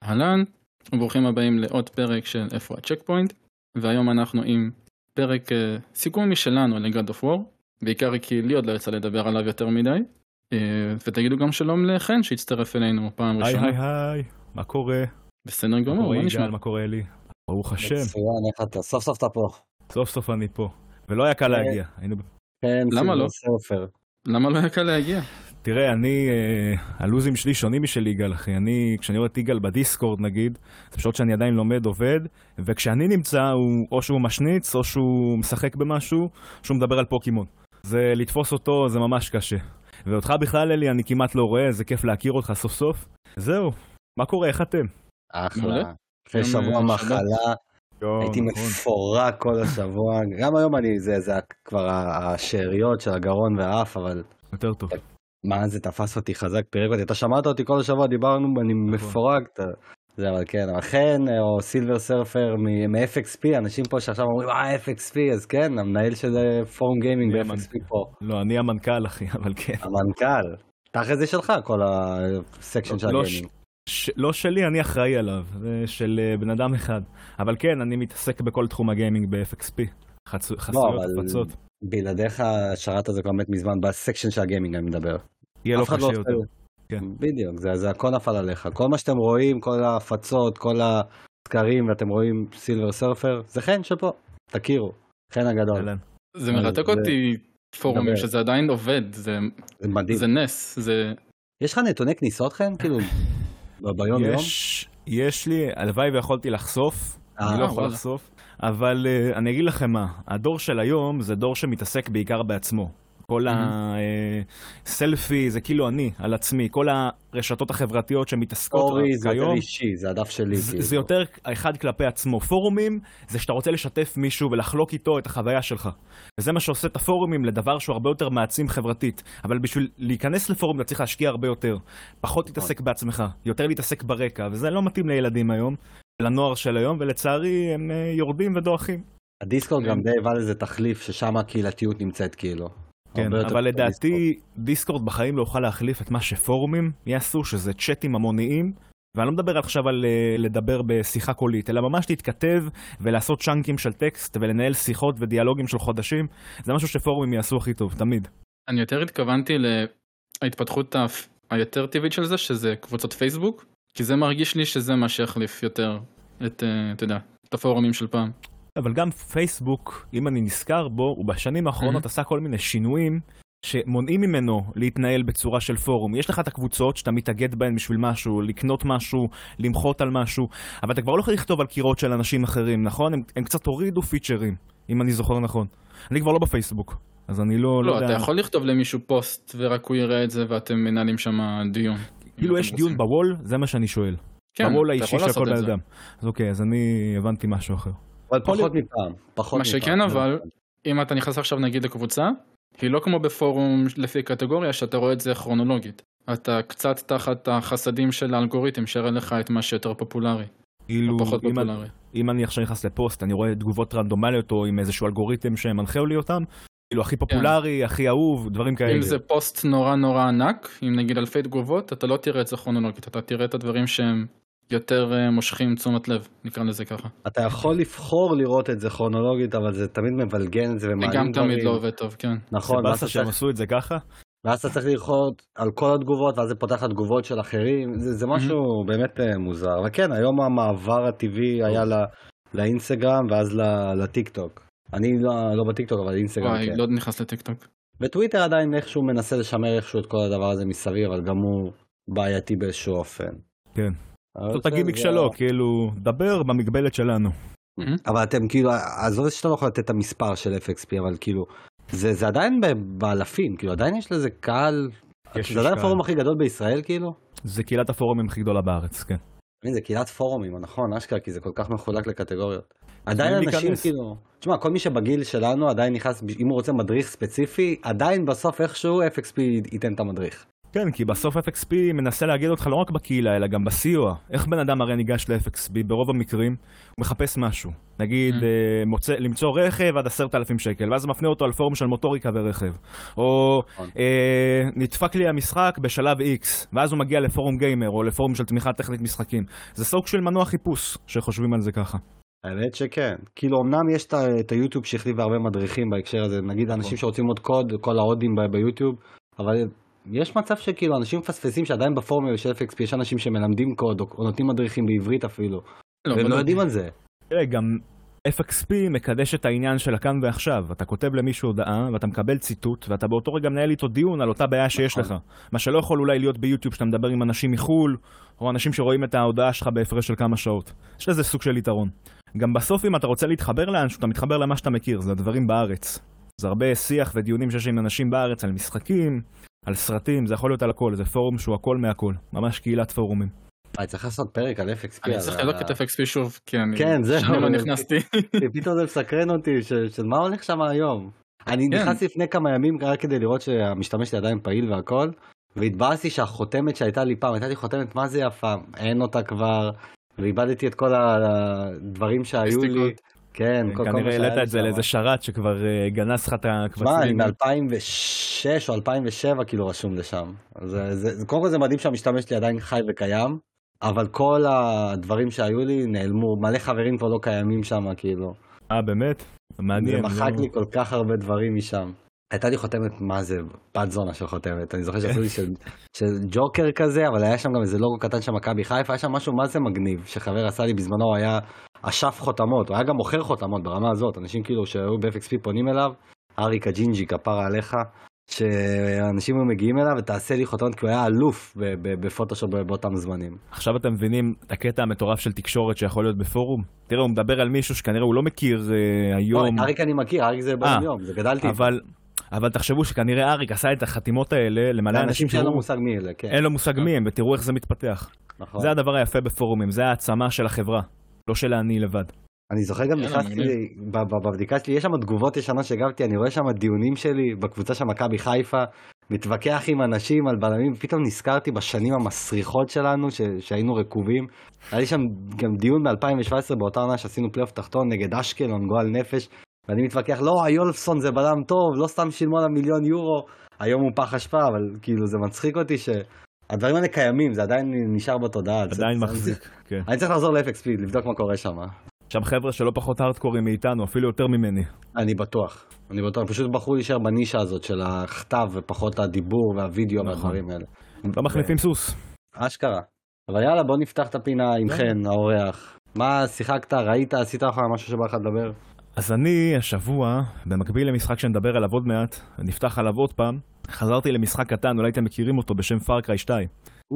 אהלן, וברוכים הבאים לעוד פרק של איפה הצ'ק פוינט, והיום אנחנו עם פרק סיכומי שלנו ל-God of War, בעיקר כי לי עוד לא יצא לדבר עליו יותר מדי, ותגידו גם שלום לחן שהצטרף אלינו פעם ראשונה. היי, מה קורה? בסדר גמור, מה נשמע? מה קורה לי? ברוך השם. מצוין, איך אתה? סוף סוף אתה פה. סוף סוף אני פה, ולא היה קל להגיע. כן, למה לא? סופר. למה לא היה קל להגיע? תראה, הלוזים שלי שונים משל יגאל, אחי. כשאני רואה את יגאל בדיסקורד נגיד, זה פשוט שאני עדיין לומד, עובד, וכשאני נמצא, או שהוא משניץ, או שהוא משחק במשהו, שהוא מדבר על פוקימון. זה לתפוס אותו, זה ממש קשה. ואותך בכלל, אלי, אני כמעט לא רואה, זה כיף להכיר אותך סוף סוף. זהו, מה קורה, איך אתם? אחלה. אחרי שבוע מחלה, הייתי מפורק כל השבוע. גם היום זה כבר השאריות של הגרון והאף, אבל... יותר טוב. מה זה תפס אותי חזק, פירק אותי. אתה שמעת אותי כל השבוע, דיברנו, אני מפורק. זה אבל כן, אכן, או סילבר סרפר מ-FXP, אנשים פה שעכשיו אומרים, FXP, אז כן, המנהל של פורום גיימינג ב-FXP פה. לא, אני המנכ"ל, אחי, אבל כן. המנכ"ל. תחת זה שלך, כל הסקשן של הגיימינג. לא שלי, אני אחראי עליו, זה של בן אדם אחד. אבל כן, אני מתעסק בכל תחום הגיימינג ב-FXP. חסויות, חפצות. בלעדיך השרת הזה כבר מת מזמן, בסקשן של הגיימינג אני מדבר. יהיה לו קשה יותר. בדיוק, זה הכל נפל עליך. כל מה שאתם רואים, כל ההפצות, כל הסקרים, ואתם רואים סילבר סרפר, זה חן שפה, תכירו, חן הגדול. זה מרתק אותי פורומים שזה עדיין עובד, זה מדהים. זה נס, זה... יש לך נתוני כניסות חן? כאילו, ביום יום? יש לי, הלוואי ויכולתי לחשוף, אני לא יכול לחשוף, אבל אני אגיד לכם מה, הדור של היום זה דור שמתעסק בעיקר בעצמו. כל הסלפי זה כאילו אני על עצמי, כל הרשתות החברתיות שמתעסקות כיום. זה יותר אישי, זה הדף שלי. זה יותר אחד כלפי עצמו. פורומים זה שאתה רוצה לשתף מישהו ולחלוק איתו את החוויה שלך. וזה מה שעושה את הפורומים לדבר שהוא הרבה יותר מעצים חברתית. אבל בשביל להיכנס לפורום אתה צריך להשקיע הרבה יותר. פחות להתעסק בעצמך, יותר להתעסק ברקע, וזה לא מתאים לילדים היום, לנוער של היום, ולצערי הם יורדים ודועכים. הדיסקורד גם די הבא לזה תחליף ששם הקהילתיות נמצאת כאילו. כן, אבל לדעתי דיסקורד בחיים לא יוכל להחליף את מה שפורומים יעשו, שזה צ'אטים המוניים, ואני לא מדבר עכשיו על לדבר בשיחה קולית, אלא ממש להתכתב ולעשות צ'אנקים של טקסט ולנהל שיחות ודיאלוגים של חודשים, זה משהו שפורומים יעשו הכי טוב, תמיד. אני יותר התכוונתי להתפתחות היותר טבעית של זה, שזה קבוצות פייסבוק, כי זה מרגיש לי שזה מה שיחליף יותר את הפורומים של פעם. אבל גם פייסבוק, אם אני נזכר בו, הוא בשנים האחרונות עשה כל מיני שינויים שמונעים ממנו להתנהל בצורה של פורום. יש לך את הקבוצות שאתה מתאגד בהן בשביל משהו, לקנות משהו, למחות על משהו, אבל אתה כבר לא יכול לכתוב על קירות של אנשים אחרים, נכון? הם קצת הורידו פיצ'רים, אם אני זוכר נכון. אני כבר לא בפייסבוק, אז אני לא יודע... אתה יכול לכתוב למישהו פוסט ורק הוא יראה את זה ואתם מנהלים שם דיון. כאילו יש דיון בוול, זה מה שאני שואל. בוול האישי של כל אדם. אז אוקיי, אז אני הבנתי משהו אחר. אבל פחות מפעם. מה שכן אבל, אם אתה נכנס עכשיו נגיד לקבוצה, היא לא כמו בפורום לפי קטגוריה שאתה רואה את זה כרונולוגית. אתה קצת תחת החסדים של האלגוריתם שראה לך את מה שיותר פופולרי. או פחות פופולרי. אם אני עכשיו נכנס לפוסט, אני רואה תגובות רנדומליות או עם איזשהו אלגוריתם שמנחה לי אותם, כאילו הכי פופולרי, הכי אהוב, דברים כאלה. אם זה פוסט נורא נורא ענק, אם נגיד אלפי תגובות, אתה לא תראה את זה כרונולוגית, אתה תראה את הדברים שהם יותר מושכים תשומת לב, נקרא לזה ככה. אתה יכול לבחור לראות את זה כרונולוגית, אבל זה תמיד מבלגן את זה ומעלים דברים. גם תמיד לא עובד טוב, כן. נכון. זה בסה שהם עשו את זה ככה? ואז אתה צריך לראות על כל התגובות, ואז זה פותח התגובות של אחרים, זה משהו באמת מוזר. וכן, היום המעבר הטבעי היה לאינסטגרם, ואז לטיק טוק. אני לא בטיק טוק, אבל אינסטגרם כן. לא נכנס לטיק טוק. וטוויטר עדיין איכשהו מנסה לשמר איכשהו את כל הדבר הזה מסביב, אבל גם הוא בעייתי באיזשהו אופן. כן. זאת הגימיק שלו, כאילו, דבר במגבלת שלנו. אבל אתם כאילו, עזוב שאתה לא יכול לתת את המספר של FXP, אבל כאילו, זה עדיין באלפים, כאילו, עדיין יש לזה קהל, זה עדיין הפורום הכי גדול בישראל, כאילו? זה קהילת הפורומים הכי גדולה בארץ, כן. זה קהילת פורומים, נכון, אשכרה, כי זה כל כך מחולק לקטגוריות. עדיין אנשים כאילו, תשמע, כל מי שבגיל שלנו עדיין נכנס, אם הוא רוצה מדריך ספציפי, עדיין בסוף איכשהו FXP ייתן את המדריך. כן, כי בסוף FXP מנסה להגיד אותך לא רק בקהילה, אלא גם בסיוע. איך בן אדם הרי ניגש ל-FXP? ברוב המקרים הוא מחפש משהו. נגיד, למצוא רכב עד 10,000 שקל, ואז מפנה אותו על פורום של מוטוריקה ורכב. או נדפק לי המשחק בשלב X, ואז הוא מגיע לפורום גיימר, או לפורום של תמיכה טכנית משחקים. זה סוג של מנוע חיפוש, שחושבים על זה ככה. האמת שכן. כאילו, אמנם יש את היוטיוב שהחליף הרבה מדריכים בהקשר הזה. נגיד, אנשים שרוצים עוד קוד, כל ההודים ביוטיוב, אבל יש מצב שכאילו אנשים מפספסים שעדיין בפורמל של FXP יש אנשים שמלמדים קוד או נותנים מדריכים בעברית אפילו והם לא יודעים על זה. תראה, גם FXP מקדש את העניין של הכאן ועכשיו. אתה כותב למישהו הודעה ואתה מקבל ציטוט ואתה באותו רגע מנהל איתו דיון על אותה בעיה שיש לך, מה שלא יכול אולי להיות ביוטיוב שאתה מדבר עם אנשים מחול או אנשים שרואים את ההודעה שלך בהפרש של כמה שעות. יש לזה סוג של יתרון. גם בסוף אם אתה רוצה להתחבר לאנשהו, אתה מתחבר למה שאתה מכיר, זה הדברים בארץ. זה הרבה שיח ודיונים שיש עם אנשים בארץ על משחקים, על סרטים, זה יכול להיות על הכל, זה פורום שהוא הכל מהכל, ממש קהילת פורומים. צריך לעשות פרק על FXP. אני צריך לבדוק את FXP שוב, כי אני שנים לא נכנסתי. פתאום זה מסקרן אותי, של מה הולך שם היום. אני נכנסתי לפני כמה ימים רק כדי לראות שהמשתמש שלי עדיין פעיל והכל, והתבאסתי שהחותמת שהייתה לי פעם, הייתה לי חותמת מה זה יפה, אין אותה כבר, ואיבדתי את כל הדברים שהיו לי. כן, כנראה העלית את זה לאיזה שרת שכבר גנס לך את הקבצים. מה, אני מ-2006 או 2007 כאילו רשום לשם. קודם כל זה מדהים שהמשתמש שלי עדיין חי וקיים, אבל כל הדברים שהיו לי נעלמו, מלא חברים כבר לא קיימים שם כאילו. באמת? מעניין. זה מחק לי כל כך הרבה דברים משם. הייתה לי חותמת, מה זה, בת זונה של חותמת. אני זוכר שאפילו לי של ג'וקר כזה, אבל היה שם גם איזה לוגו קטן של מכבי חיפה, היה שם משהו מה זה מגניב, שחבר עשה לי בזמנו, הוא היה אשף חותמות, הוא היה גם מוכר חותמות ברמה הזאת, אנשים כאילו שהיו ב-FXP פונים אליו, אריק הג'ינג'י כפרה עליך, שאנשים היו מגיעים אליו ותעשה לי חותמות, כי הוא היה אלוף בפוטושופ באותם זמנים. עכשיו אתם מבינים את הקטע המטורף של תקשורת שיכול להיות בפורום? תראה, הוא מדבר על מישהו שכנראה הוא לא מכיר היום. אריק אני מכיר, אריק זה ביום, זה גדלתי. אבל תחשבו שכנראה אריק עשה את החתימות האלה למלא אנשים שאין לו מושג מי אלה, כן. אין לו מושג מי הם, ותראו איך זה מתפתח. נכון. זה הדבר היפה בפורומים, זה העצמה של החברה, לא של אני לבד. אני זוכר גם נכנסתי בבדיקה שלי, יש שם תגובות ישנה שהגבתי, אני רואה שם דיונים שלי בקבוצה של מכבי חיפה, מתווכח עם אנשים על בלמים, ופתאום נזכרתי בשנים המסריחות שלנו שהיינו רקובים. היה לי שם גם דיון ב-2017 באותה עונה שעשינו פלייאוף תחתון נגד אשקלון, גועל נפש, ואני מתווכח, לא, היולפסון זה בלם טוב, לא סתם שילמו לה €1,000,000, היום הוא פח אשפה, אבל כאילו זה מצחיק אותי שהדברים האלה קיימים, זה עדיין נשאר בתודעה. עדיין מחזיק, כן. אני צריך לחזור ל-FXP, לבדוק מה קורה שם. שם חבר'ה שלא פחות הארדקורים מאיתנו, אפילו יותר ממני. אני בטוח, פשוט בחרו להישאר בנישה הזאת של הכתב ופחות הדיבור והווידאו והדברים האלה. לא מחליפים סוס. אשכרה. אבל יאללה, בוא נפתח את הפינה עם חן, האורח. מה שיחקת, ראית, עשית לך משהו שבא לך לדבר? אז אני השבוע, במקביל למשחק שנדבר עליו עוד מעט, נפתח עליו עוד פעם, חזרתי למשחק קטן, אולי אתם מכירים אותו בשם פאר קריי 2.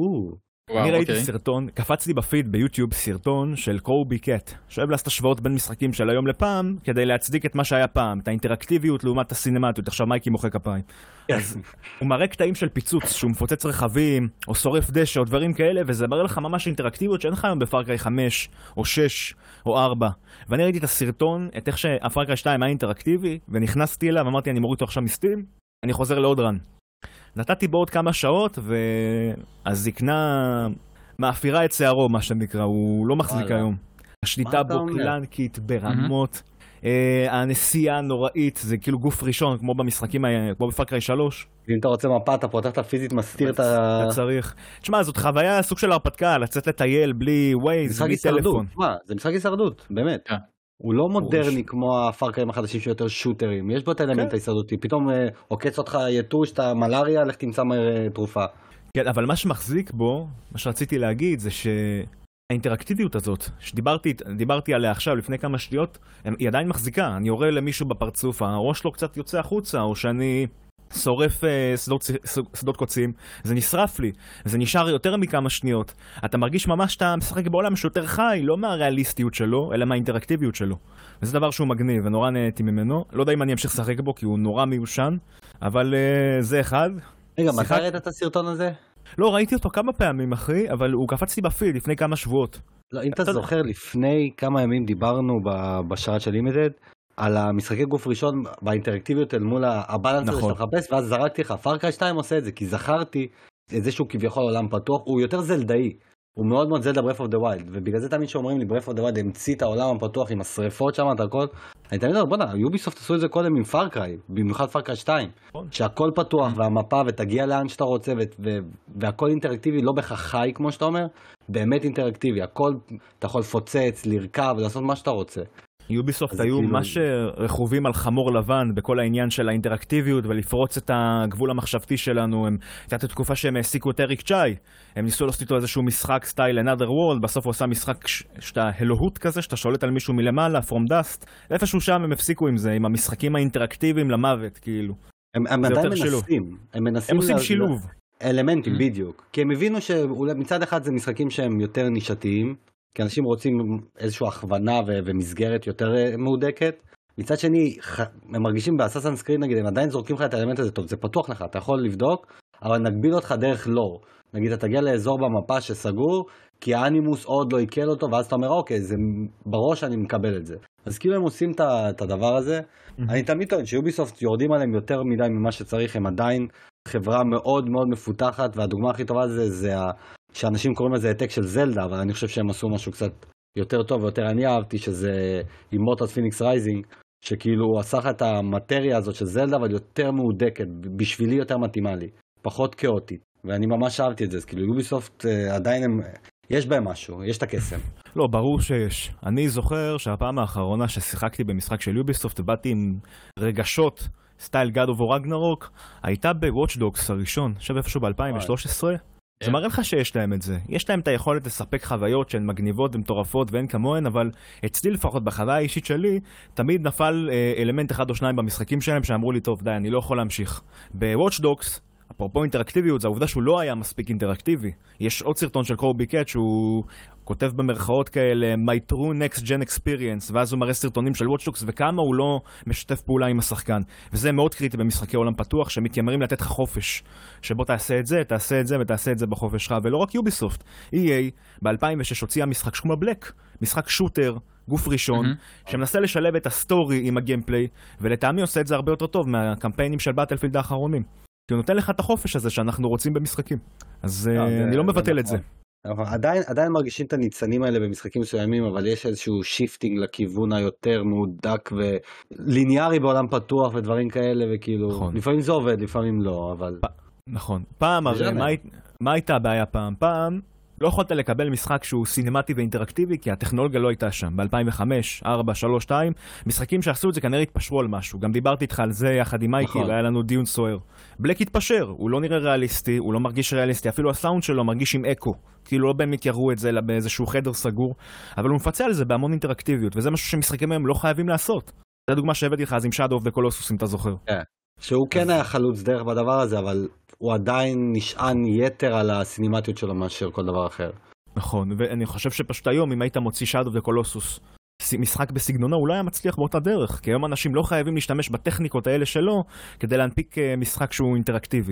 אני ראיתי סרטון, קפצתי בפיד ביוטיוב סרטון של קובי קט, שאוהב לעשות השוואות בין משחקים של היום לפעם, כדי להצדיק את מה שהיה פעם, את האינטראקטיביות לעומת הסינמטיות. עכשיו מייקי מוחא כפיים. אז הוא מראה קטעים של פיצוץ, שהוא מפוצץ רכבים, או שורף דשא, או דברים כאלה, וזה מראה לך ממש אינטראקטיביות שאין לך היום בפאר קריי 5, או 6, או 4. ואני ראיתי את הסרטון, את איך שהפאר קריי 2 היה אינטראקטיבי, ונכנסתי אליו, אמרתי אני מוריד אותו עכשיו מסטים, אני חוזר לעוד רן. נתתי בו עוד כמה שעות, והזקנה מאפירה את שערו, מה שנקרא, הוא לא מחזיק היום. השליטה בו קלנקית ברמות, הנסיעה הנוראית, זה כאילו גוף ראשון, כמו במשחקים, כמו בפאר קריי 3. אם אתה רוצה מפה, אתה פותח את הפיזית, מסתיר את ה... אתה צריך. תשמע, זאת חוויה סוג של הרפתקה, לצאת לטייל בלי ווייז, בלי טלפון. זה משחק הישרדות, באמת. הוא לא מודרני כמו הפארקרים החדשים שיותר שוטרים, יש בו את האלמנט ההישרדותי, פתאום עוקץ אותך יתוש, את המלאריה, לך תמצא תרופה. כן, אבל מה שמחזיק בו, מה שרציתי להגיד זה שהאינטראקטיביות הזאת, שדיברתי עליה עכשיו לפני כמה שניות, היא עדיין מחזיקה. אני יורה למישהו בפרצוף, הראש לו קצת יוצא החוצה, או שאני שורף שדות קוצים, זה נשרף לי, זה נשאר יותר מכמה שניות. אתה מרגיש ממש שאתה משחק בעולם שיותר חי, לא מהריאליסטיות שלו, אלא מהאינטראקטיביות שלו. וזה דבר שהוא מגניב, ונורא נהניתי ממנו. לא יודע אם אני אמשיך לשחק בו, כי הוא נורא מיושן, אבל זה אחד. רגע, מתי ראית את הסרטון הזה? לא, ראיתי אותו כמה פעמים, אחי, אבל הוא קפצתי בפיד לפני כמה שבועות. לא, אם אתה זוכר, לפני כמה ימים דיברנו בשרת של לימיטד, על המשחקי גוף ראשון באינטראקטיביות אל מול הבלנס הזה שאתה מחפש, ואז זרקתי לך, פאר קריי 2 עושה את זה, כי זכרתי איזשהו כביכול עולם פתוח, הוא יותר זלדאי. הוא מאוד מאוד זלדה ברף אוף דה ווילד, ובגלל זה תמיד שאומרים לי ברף אוף דה ווילד המציא את העולם הפתוח עם השריפות שם, את הכל, אני תמיד אומר, בוא'נה, יוביסופט עשו את זה קודם עם פארקריי, במיוחד פארקריי 2, שהכל פתוח והמפה ותגיע לאן שאתה רוצה, והכל אינטראקטיבי, לא בכך חי כמו שאתה אומר, באמת אינטראקטיבי, הכל אתה יכול לפוצץ, לרכב ולעשות מה שאתה רוצה. יוביסופט היו ממש רכובים על חמור לבן בכל העניין של האינטראקטיביות ולפרוץ את הגבול המחשבתי שלנו. הייתה תקופה שהם העסיקו את אריק צ'אי, הם ניסו לעשות איתו איזשהו משחק סטייל Another World, בסוף הוא עשה משחק שאתה אלוהות כזה, שאתה שולט על מישהו מלמעלה, From Dust, איפשהו שם הם הפסיקו עם זה, עם המשחקים האינטראקטיביים למוות, כאילו. הם עדיין מנסים. הם עושים שילוב. אלמנטים, בדיוק. כי הם הבינו שמצד אחד זה משחקים שהם יותר נישתיים, כי אנשים רוצים איזושהי הכוונה ומסגרת יותר מהודקת. מצד שני, הם מרגישים באסאסינס קריד, נגיד, הם עדיין זורקים לך את האלמנט הזה, טוב, זה פתוח לך, אתה יכול לבדוק, אבל נגביל אותך דרך לור. נגיד, אתה תגיע לאזור במפה שסגור, כי האנימוס עוד לא יקל אותו, ואז אתה אומר, אוקיי, זה בראש אני מקבל את זה. אז כאילו הם עושים את הדבר הזה. אני תמיד טוען שיוביסופט יורדים עליהם יותר מדי ממה שצריך, הם עדיין חברה מאוד מאוד מפותחת, והדוגמה הכי טובה זה שאנשים קוראים לזה העתק של זלדה, אבל אני חושב שהם עשו משהו קצת יותר טוב ויותר אני אהבתי, שזה אימורטלס פיניקס רייזינג, שכאילו עשה לך את המטריה הזאת של זלדה, אבל יותר מהודקת, בשבילי יותר מתאימה לי, פחות כאוטית, ואני ממש אהבתי את זה, אז כאילו יוביסופט עדיין הם, יש בהם משהו, יש את הקסם. לא, ברור שיש. אני זוכר שהפעם האחרונה ששיחקתי במשחק של יוביסופט, ובאתי עם רגשות סטייל God of War Ragnarok, הייתה ב-Watch Dogs הראשון, שב איפשהו ב-2013, זה מראה לך שיש להם את זה. יש להם את היכולת לספק חוויות שהן מגניבות ומטורפות ואין כמוהן, אבל אצלי לפחות בחוויה האישית שלי, תמיד נפל אלמנט אחד או שניים במשחקים שלהם שאמרו לי, טוב, די, אני לא יכול להמשיך. ב-Watch Dogs, אפרופו אינטראקטיביות, זה העובדה שהוא לא היה מספיק אינטראקטיבי. יש עוד סרטון של קורבי קט שהוא כותב במרכאות כאלה My True Next Gen Experience, ואז הוא מראה סרטונים של Watch Dogs וכמה הוא לא משתף פעולה עם השחקן. וזה מאוד קריטי במשחקי עולם פתוח, שמתיימרים לתת לך חופש, שבו תעשה את זה, תעשה את זה ותעשה את זה בחופש שלך, ולא רק יוביסופט. EA ב-2006 הוציאה משחק שקוראים לו בלק, משחק שוטר, גוף ראשון, שמנסה לשלב את הסטורי עם הגיימפליי, ולטעמי עושה את זה הרבה יותר טוב מהקמפיינים של באטלפילד האחרונים. כי הוא נותן לך את החופש הזה שאנחנו רוצים במשחקים. אז אני לא מבטל את זה. עדיין מרגישים את הניצנים האלה במשחקים מסוימים, אבל יש איזשהו שיפטינג לכיוון היותר מהודק וליניארי בעולם פתוח ודברים כאלה, וכאילו, לפעמים זה עובד, לפעמים לא, אבל... נכון. פעם, הרי, מה הייתה הבעיה פעם? פעם, לא יכולת לקבל משחק שהוא סינמטי ואינטראקטיבי, כי הטכנולוגיה לא הייתה שם. ב-2005, 4, 3, 2, משחקים שעשו את זה כנראה התפשרו על משהו. גם דיברתי איתך על זה יחד עם מייקי, והיה לנו דיון סוער. בלק התפשר, הוא לא נראה ריאליסטי, הוא לא מרגיש ריאליסטי, אפילו הסאונד שלו מרגיש עם אקו. כאילו לא באמת יראו את זה אלא באיזשהו חדר סגור, אבל הוא מפצה על זה בהמון אינטראקטיביות, וזה משהו שמשחקים היום לא חייבים לעשות. זו הדוגמה שהבאתי לך אז עם Shadow of the Colossus, אם אתה זוכר. שהוא כן היה חלוץ דרך בדבר הזה, אבל הוא עדיין נשען יתר על הסינימטיות שלו מאשר כל דבר אחר. נכון, ואני חושב שפשוט היום, אם היית מוציא Shadow of the Colossus, משחק בסגנונו, הוא לא היה מצליח באותה דרך, כי היום אנשים לא חייבים להשתמש בטכניקות האלה שלו, כדי להנפיק משחק שהוא אינטראקטיבי.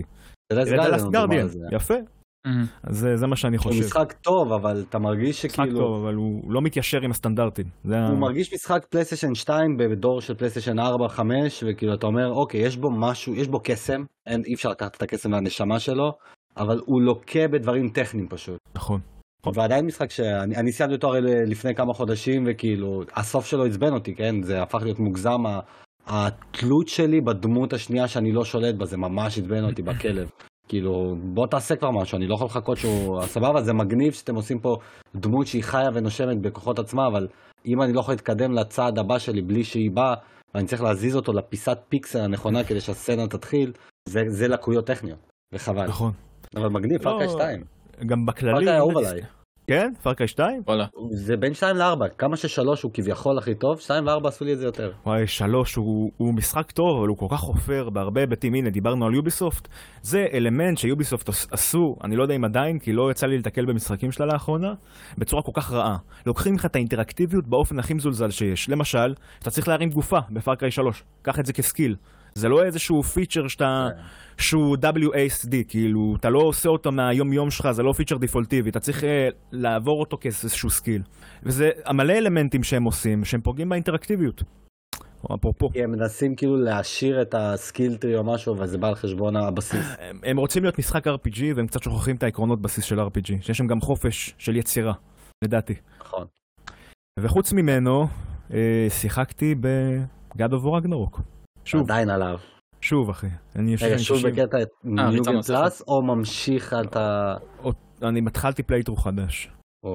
יפה. אז זה מה שאני חושב. הוא משחק טוב, אבל אתה מרגיש שכאילו... משחק טוב, אבל הוא לא מתיישר עם הסטנדרטים. הוא מרגיש משחק פלייסטיישן 2 בדור של פלייסטיישן 4, 5, וכאילו אתה אומר, אוקיי, יש בו משהו, יש בו קסם, אי אפשר לקחת את הקסם מהנשמה שלו, אבל הוא לוקה בדברים טכניים פשוט. נכון. ועדיין משחק שאני סיימתי אותו הרי לפני כמה חודשים, וכאילו, הסוף שלו עצבן אותי, כן? זה הפך להיות מוגזם, התלות שלי בדמות השנייה שאני לא שולט בה, זה ממש עצבן אותי בכלב. כאילו, בוא תעשה כבר משהו, אני לא יכול לחכות שהוא... סבבה, זה מגניב שאתם עושים פה דמות שהיא חיה ונושמת בכוחות עצמה, אבל אם אני לא יכול להתקדם לצעד הבא שלי בלי שהיא באה, ואני צריך להזיז אותו לפיסת פיקסל הנכונה כדי שהסצנה תתחיל, זה לקויות טכניות, וחבל. נכון. אבל מגניב, פארקריי 2. גם בכללי... פארקריי אהוב עליי. כן? פארקריי 2? וואלה. זה בין 2 ל-4, כמה ש3 הוא כביכול הכי טוב, 2 ו-4 עשו לי את זה יותר. וואי, 3 הוא משחק טוב, אבל הוא כל כך חופר בהרבה היבטים. הנה, דיברנו על יוביסופט. זה אלמנט שיוביסופט עשו, אני לא יודע אם עדיין, כי לא יצא לי לתקל במשחקים שלה לאחרונה, בצורה כל כך רעה. לוקחים לך את האינטראקטיביות באופן הכי מזולזל שיש. למשל, אתה צריך להרים גופה בפארקריי 3. קח את זה כסקיל. זה לא איזשהו פיצ'ר שהוא WASD, כאילו, אתה לא עושה אותו מהיום יום שלך, זה לא פיצ'ר דיפולטיבי, אתה צריך לעבור אותו כאיזשהו סקיל. וזה מלא אלמנטים שהם עושים, שהם פוגעים באינטראקטיביות. אפרופו. כי הם מנסים כאילו להשאיר את הסקיל טרי או משהו, וזה בא על חשבון הבסיס. הם רוצים להיות משחק RPG, והם קצת שוכחים את העקרונות בסיס של RPG, שיש שם גם חופש של יצירה, לדעתי. נכון. וחוץ ממנו, שיחקתי ב-God of War Ragnarok. שוב. עדיין עליו. שוב, אחי. רגע, שוב בקטע ניוגן פלאס, או ממשיך את ה... אני מתחלתי פלייטרו חדש.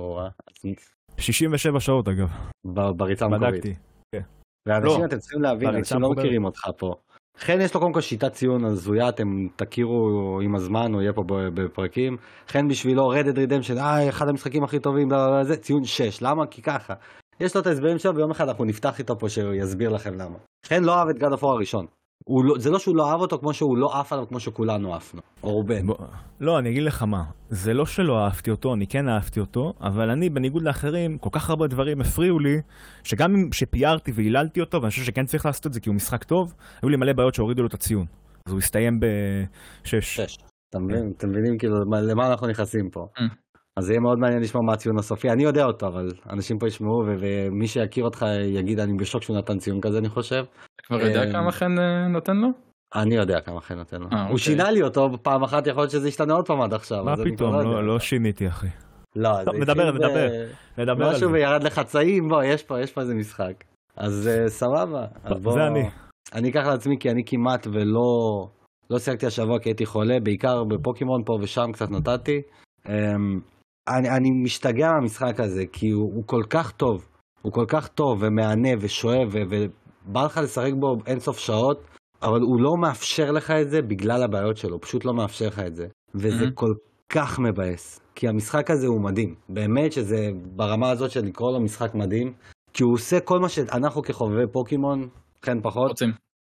67 שעות, אגב. בריצה המקורית. בדקתי. ואנשים, אתם צריכים להבין, אנשים לא מכירים אותך פה. חן יש לו קודם כל שיטת ציון הזויה, אתם תכירו עם הזמן, הוא יהיה פה בפרקים. חן בשבילו, Red Dead Redemption, אחד המשחקים הכי טובים, זה ציון 6. למה? כי ככה. יש לו את ההסברים שלו, ויום אחד אנחנו נפתח איתו פה שהוא יסביר לכם למה. חן לא אהב את God of War הראשון. זה לא שהוא לא אהב אותו כמו שהוא לא אהב עליו כמו שכולנו אהבנו, או רובן. לא, אני אגיד לך מה, זה לא שלא אהבתי אותו, אני כן אהבתי אותו, אבל אני בניגוד לאחרים, כל כך הרבה דברים הפריעו לי, שגם שפיירתי והיללתי אותו, ואני חושב שכן צריך לעשות את זה כי הוא משחק טוב, היו לי מלא בעיות שהורידו לו את הציון. אז הוא הסתיים ב-6. אתם מבינים כאילו למה אנחנו נכנסים פה. אז זה יהיה מאוד מעניין לשמוע מה הציון הסופי. אני יודע אותו, אבל אנשים פה ישמעו, ומי שיכיר אותך יגיד, אני בשוק שהוא נתן ציון כזה, אני חושב. אתה כבר יודע כמה חן נותן לו? אני יודע כמה חן נותן לו. הוא שינה לי אותו פעם אחת, יכול להיות שזה ישתנה עוד פעם עד עכשיו. מה פתאום? לא שיניתי, אחי. לא, נדבר. משהו וירד לחצאים, בוא, יש פה איזה משחק. אז סבבה. זה אני. אני אקח לעצמי, כי אני כמעט ולא שיחקתי השבוע כי הייתי חולה, בעיקר בפוקימון פה ושם קצת נתתי. אני משתגע מהמשחק הזה, כי הוא כל כך טוב, הוא כל כך טוב ומענה ושואב, ובא לך לשחק בו אינסוף שעות, אבל הוא לא מאפשר לך את זה בגלל הבעיות שלו, הוא פשוט לא מאפשר לך את זה, וזה כל כך מבאס, כי המשחק הזה הוא מדהים, באמת שזה ברמה הזאת של לקרוא לו משחק מדהים, כי הוא עושה כל מה שאנחנו כחובבי פוקימון, כן פחות,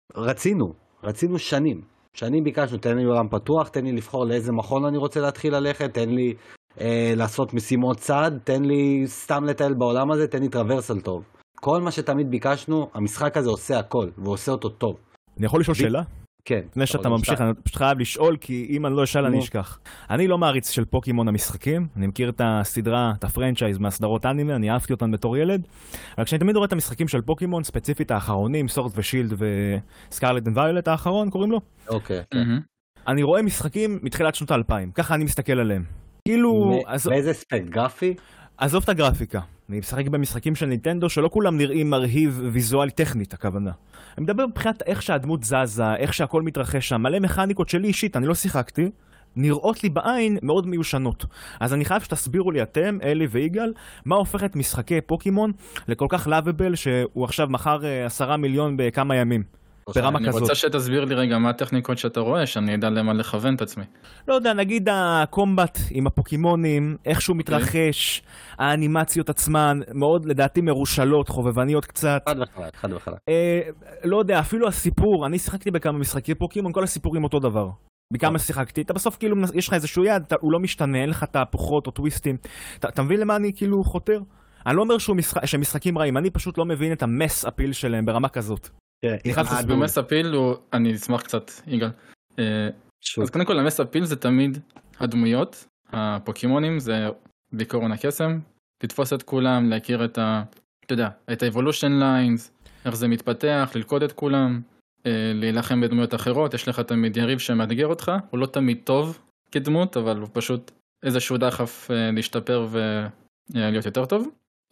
רצינו שנים ביקשנו, תן לי עולם פתוח, תן לי לבחור לאיזה מכון אני רוצה להתחיל ללכת, תן לי לעשות משימות צד, תן לי סתם לטייל בעולם הזה, תן לי טרוורסל טוב. כל מה שתמיד ביקשנו, המשחק הזה עושה הכל, והוא עושה אותו טוב. אני יכול לשאול שאלה? כן. לפני שאתה ממשיך, אני פשוט חייב לשאול, כי אם אני לא אשאל אני אשכח. אני לא מעריץ של פוקימון המשחקים, אני מכיר את הסדרה, את הפרנצ'ייז מהסדרות אנימה, אני אהבתי אותן בתור ילד, אבל כשאני תמיד רואה את המשחקים של פוקימון, ספציפית האחרונים, סורד ושילד וסקארלט אנד ויולט האחרון, קוראים לו? אוקיי. אני רואה משחקים מתחילת שנות ה-2000, ככה אני מסתכל עליהם. כאילו... באיזה ספק? גרפי? עזוב את הגרפיקה. אני משחק במשחקים של ניטנדו שלא כולם נראים מרהיב ויזואלי טכנית, הכוונה. אני מדבר מבחינת איך שהדמות זזה, איך שהכל מתרחש שם, מלא מכניקות שלי אישית, אני לא שיחקתי, נראות לי בעין מאוד מיושנות. אז אני חייב שתסבירו לי אתם, אלי ויגאל, מה הופך את משחקי פוקימון לכל כך לאביבל שהוא עכשיו מחר 10 מיליון בכמה ימים. אני רוצה שתסביר לי רגע מה הטכניקות שאתה רואה, שאני אדע למה לכוון את עצמי. לא יודע, נגיד הקומבט עם הפוקימונים, איך שהוא מתרחש, האנימציות עצמן, מאוד לדעתי מרושלות, חובבניות קצת. חד וחלק. לא יודע, אפילו הסיפור, אני שיחקתי בכמה משחקי פוקימון, כל הסיפורים אותו דבר. בכמה שיחקתי, אתה בסוף כאילו, יש לך איזשהו יד, הוא לא משתנה, אין לך תהפוכות או טוויסטים. אתה מבין למה אני כאילו חותר? אני לא אומר שמשחקים רעים, אני פשוט לא מבין את המס אפיל שלהם ברמה כזאת. במס אפיל, אני אשמח קצת, יגאל. אז קודם כל, המס אפיל זה תמיד הדמויות, הפוקימונים, זה ביקורון הקסם, לתפוס את כולם, להכיר את ה-evolution lines, איך זה מתפתח, ללכוד את כולם, להילחם בדמויות אחרות, יש לך תמיד יריב שמאתגר אותך, הוא לא תמיד טוב כדמות, אבל הוא פשוט איזשהו דחף להשתפר ולהיות יותר טוב.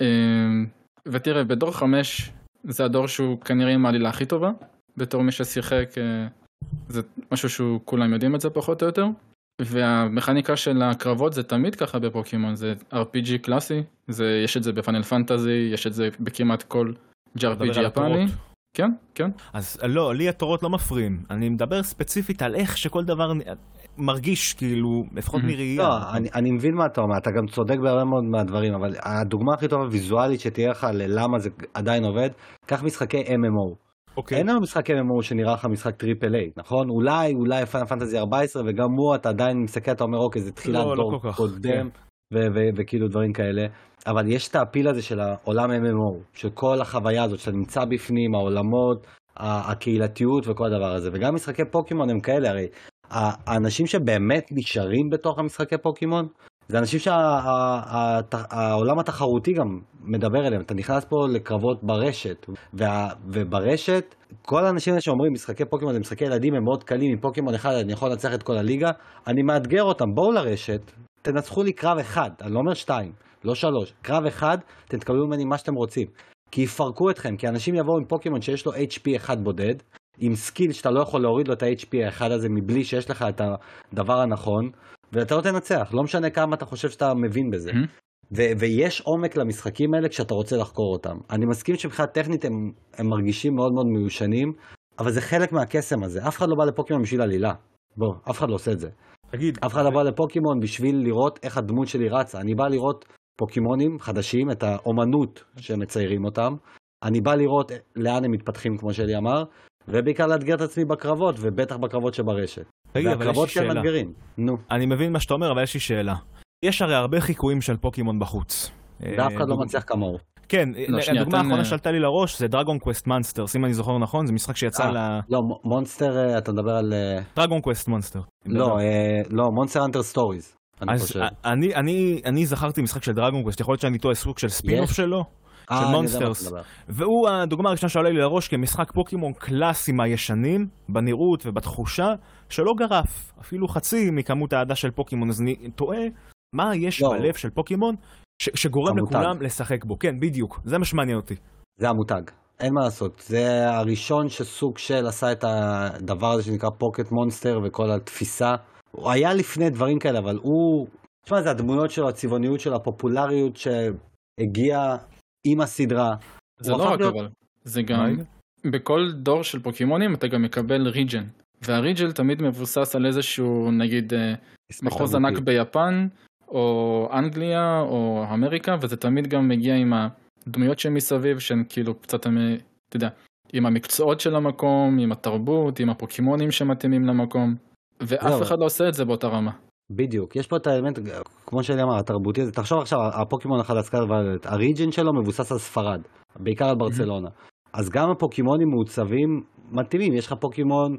ותראה, בדור 5, זה הדור שהוא כנראה עם העלילה הכי טובה, בתור מי ששיחק, זה משהו שהוא כולם יודעים את זה פחות או יותר, והמכניקה של הקרבות זה תמיד ככה בפוקימון, זה RPG קלאסי, יש את זה בפאנל פנטזי, יש את זה בכמעט כל JRPG יפני. כן, כן. אז לא, לי התורות לא מפריעים, אני מדבר ספציפית על איך שכל דבר מרגיש כאילו, לפחות מראייה. לא, אני מבין מה אתה אומר, אתה גם צודק בהרבה מאוד מהדברים, אבל הדוגמה הכי טובה ויזואלית שתהיה לך ללמה זה עדיין עובד, כך משחקי MMO. אין לנו משחק MMO שנראה לך משחק טריפל איי, נכון? אולי פאנל פנטזי 14, וגם הוא אתה עדיין מסתכל, אתה אומר אוקיי, זה תחילת דור קודם, וכאילו דברים כאלה, אבל יש את הפיל הזה של העולם MMO, של כל החוויה הזאת שאתה נמצא בפנים, העולמות, הקהילתיות וכל הדבר הזה, וגם משחקי פוקימון הם כאלה, הרי האנשים שבאמת נשארים בתוך המשחקי פוקימון, זה אנשים שהעולם התחרותי גם מדבר אליהם. אתה נכנס פה לקרבות ברשת, וברשת, כל האנשים האלה שאומרים, משחקי פוקימון זה משחקי ילדים, הם מאוד קלים, עם פוקימון אחד אני יכול לנצח את כל הליגה, אני מאתגר אותם, בואו לרשת, תנצחו לי קרב אחד, אני לא אומר 2, לא 3, קרב אחד, אתם תקבלו ממני מה שאתם רוצים. כי יפרקו אתכם, כי אנשים יבואו עם פוקימון שיש לו HP אחד בודד, עם סקיל שאתה לא יכול להוריד לו את ה-HP האחד הזה מבלי שיש לך את הדבר הנכון, ואתה לא תנצח, לא משנה כמה אתה חושב שאתה מבין בזה. ויש עומק למשחקים האלה כשאתה רוצה לחקור אותם. אני מסכים שמבחינת טכנית הם מרגישים מאוד מאוד מיושנים, אבל זה חלק מהקסם הזה. אף אחד לא בא לפוקימון בשביל עלילה. בוא, אף אחד לא עושה את זה. תגיד, אף אחד לא בא לפוקימון בשביל לראות איך הדמות שלי רצה. אני בא לראות פוקימונים חדשים, את האומנות שמציירים אותם. אני בא לראות לאן הם מתפתחים, כמו שלי אמר, ובעיקר לאתגר את עצמי בקרבות, ובטח בקרבות שברשת. והקרבות כאן מאתגרים. נו. אני מבין מה שאתה אומר, אבל יש לי שאלה. יש הרי הרבה חיקויים של פוקימון בחוץ. ואף אחד לא מצליח כמוהו. כן, הדוגמה האחרונה שעלתה לי לראש זה דרגון קווסט מונסטר, אם אני זוכר נכון, זה משחק שיצא לא, מונסטר, אתה מדבר על... דרגון קווסט מונסטר. לא, מונסטר אנטר סטוריז. אז אני זכרתי משחק של דרגון קווסט, יכול להיות שאני טועה סוג של ספין-אוף שלו, של מונסטרס, והוא הדוגמה הראשונה שעולה לי לראש כמשחק פוקימון קלאסי מהישנים, בנראות ובתחושה, שלא גרף, אפילו חצי מכמות העדה של פוקימון, אז אני טועה מה יש בלב של פוקימון שגורם לכולם לשחק בו. כן, בדיוק, זה מה שמעניין אותי. זה המותג, אין מה לעשות. זה הראשון שסוג של עשה את הדבר הזה שנקרא פוקט מונסטר וכל התפיסה. הוא היה לפני דברים כאלה, אבל הוא... תשמע, זה הדמויות שלו, הצבעוניות שלו, הפופולריות שהגיעה עם הסדרה. זה לא רק אבל, זה גם... בכל דור של פוקימונים אתה גם מקבל ריג'ן. והריג'ל תמיד מבוסס על איזשהו, נגיד, מחוז ענק ביפן, או אנגליה, או אמריקה, וזה תמיד גם מגיע עם הדמויות שמסביב, שהן כאילו קצת, אתה יודע, עם המקצועות של המקום, עם התרבות, עם הפוקימונים שמתאימים למקום, ואף אחד לא עושה את זה באותה רמה. בדיוק, יש פה את האלמנט, כמו שאני אמר, התרבותי הזה, תחשוב עכשיו, הפוקימון החדש, הריג'ן שלו מבוסס על ספרד, בעיקר על ברצלונה. אז גם הפוקימונים מעוצבים מתאימים, יש לך פוקימון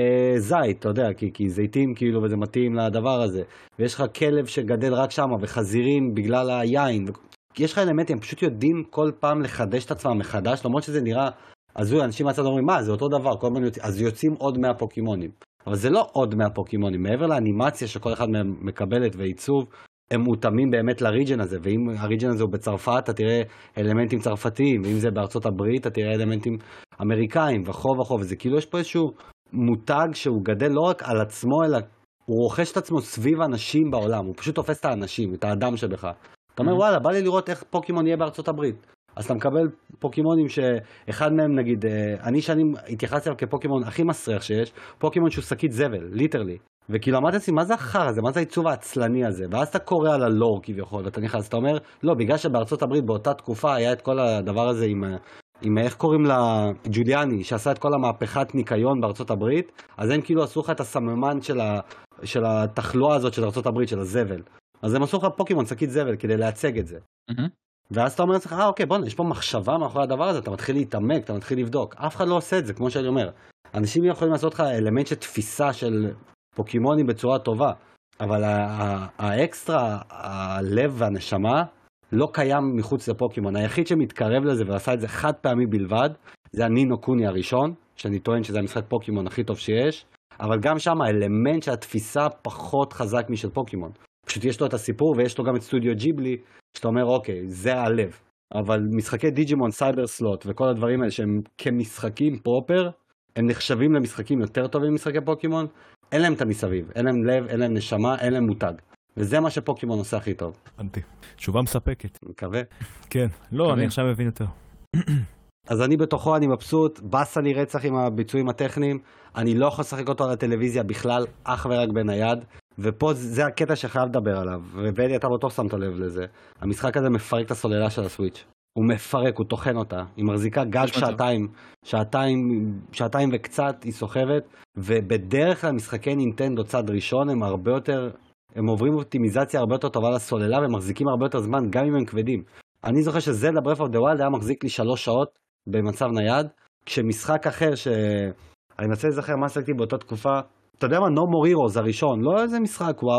זית, אתה יודע, כי זיתים כאילו, וזה מתאים לדבר הזה, ויש לך כלב שגדל רק שם, וחזירים בגלל היין, יש לך אלמנטים, הם פשוט יודעים כל פעם לחדש את עצמם מחדש, למרות שזה נראה, אז אנשים מהצד אומרים, מה, זה אותו דבר, כל פעם יוצאים, אז יוצאים עוד 100 פוקימונים, אבל זה לא עוד 100 פוקימונים, מעבר לאנימציה שכל אחד מהם מקבלת ועיצוב, הם מותאמים באמת לריג'ן הזה, ואם הריג'ן הזה הוא בצרפת, אתה תראה אלמנטים צרפתיים, ואם זה בארצות הברית, אתה תראה אלמנטים אמריקאים, וכו', וזה כאילו יש פה איזשהו מותג שהוא גדל לא רק על עצמו, אלא הוא רוכש את עצמו סביב אנשים בעולם, הוא פשוט תופס את האנשים, את האדם שבך. אתה אומר, וואלה, בא לי לראות איך פוקימון יהיה בארצות הברית. אז אתה מקבל פוקימונים שאחד מהם, נגיד, אני שאני התייחסתי אליו כפוקימון הכי מסריח שיש, פוקימון שהוא שקית זבל, ליטרלי. וכאילו אמרתי לעצמי, מה זה החר הזה? מה זה העיצוב העצלני הזה? ואז אתה קורא על הלור כביכול, ואתה נכנס, אתה אומר, לא, בגלל שבארצות הברית באותה תקופה היה את כל הדבר הזה עם איך קוראים לה, ג'וליאני, שעשה את כל המהפכת ניקיון בארצות הברית, אז הם כאילו עשו לך את הסממן של התחלואה הזאת של ארצות הברית, של הזבל. אז הם עשו לך פוקימון שקית זבל כדי להציג את זה. ואז אתה אומר לעצמך, אוקיי, בוא, יש פה מחשבה מאחורי הדבר הזה, אתה מתחיל להתעמק, אתה מתחיל לבדוק. אף אחד לא עושה את זה, כמו שאני אומר. אנשים יכולים לעשות לך אלמנט של תפיסה של פוקימונים בצורה טובה, אבל האקסטרה, הלב והנשמה, לא קיים מחוץ לפוקימון. היחיד שמתקרב לזה ועשה את זה חד פעמי בלבד, זה הנינו קוני הראשון, שאני טוען שזה המשחק פוקימון הכי טוב שיש, אבל גם שם האלמנט של התפיסה פחות חזק משל פוקימון. פשוט יש לו את הסיפור ויש לו גם את סטודיו ג'יבלי, שאתה אומר אוקיי, זה הלב. אבל משחקי דיג'ימון, סייבר סלוט וכל הדברים האלה שהם כמשחקים פרופר, הם נחשבים למשחקים יותר טובים ממשחקי פוקימון, אין להם את המסביב, אין להם לב, אין להם נשמה, אין להם מותג. וזה מה שפוקימון עושה הכי טוב. הבנתי. תשובה מספקת. מקווה. כן. לא, אני עכשיו מבין יותר. אז אני בתוכו, אני מבסוט, בסה לי רצח עם הביצועים הטכניים, אני לא יכול לשחק אותו על הטלוויזיה בכלל, אך ורק בנייד, ופה זה הקטע שחייב לדבר עליו, ובאדי אתה בטוח שמת לב לזה. המשחק הזה מפרק את הסוללה של הסוויץ'. הוא מפרק, הוא תוכן אותה, היא מחזיקה גג שעתיים וקצת היא סוחבת, ובדרך כלל משחקי נינטנדו צד ראשון הם הרבה יותר, הם עוברים אופטימיזציה הרבה יותר טובה לסוללה, ומחזיקים הרבה יותר זמן גם אם הם כבדים. אני זוכר שזלדה ברף אוף דה ווילד היה מחזיק לי 3 שעות במצב נייד, כשמשחק אחר אני מנסה לזכר מה עשיתי באותה תקופה, אתה יודע מה, No More Heroes הראשון, לא איזה משחק וואו,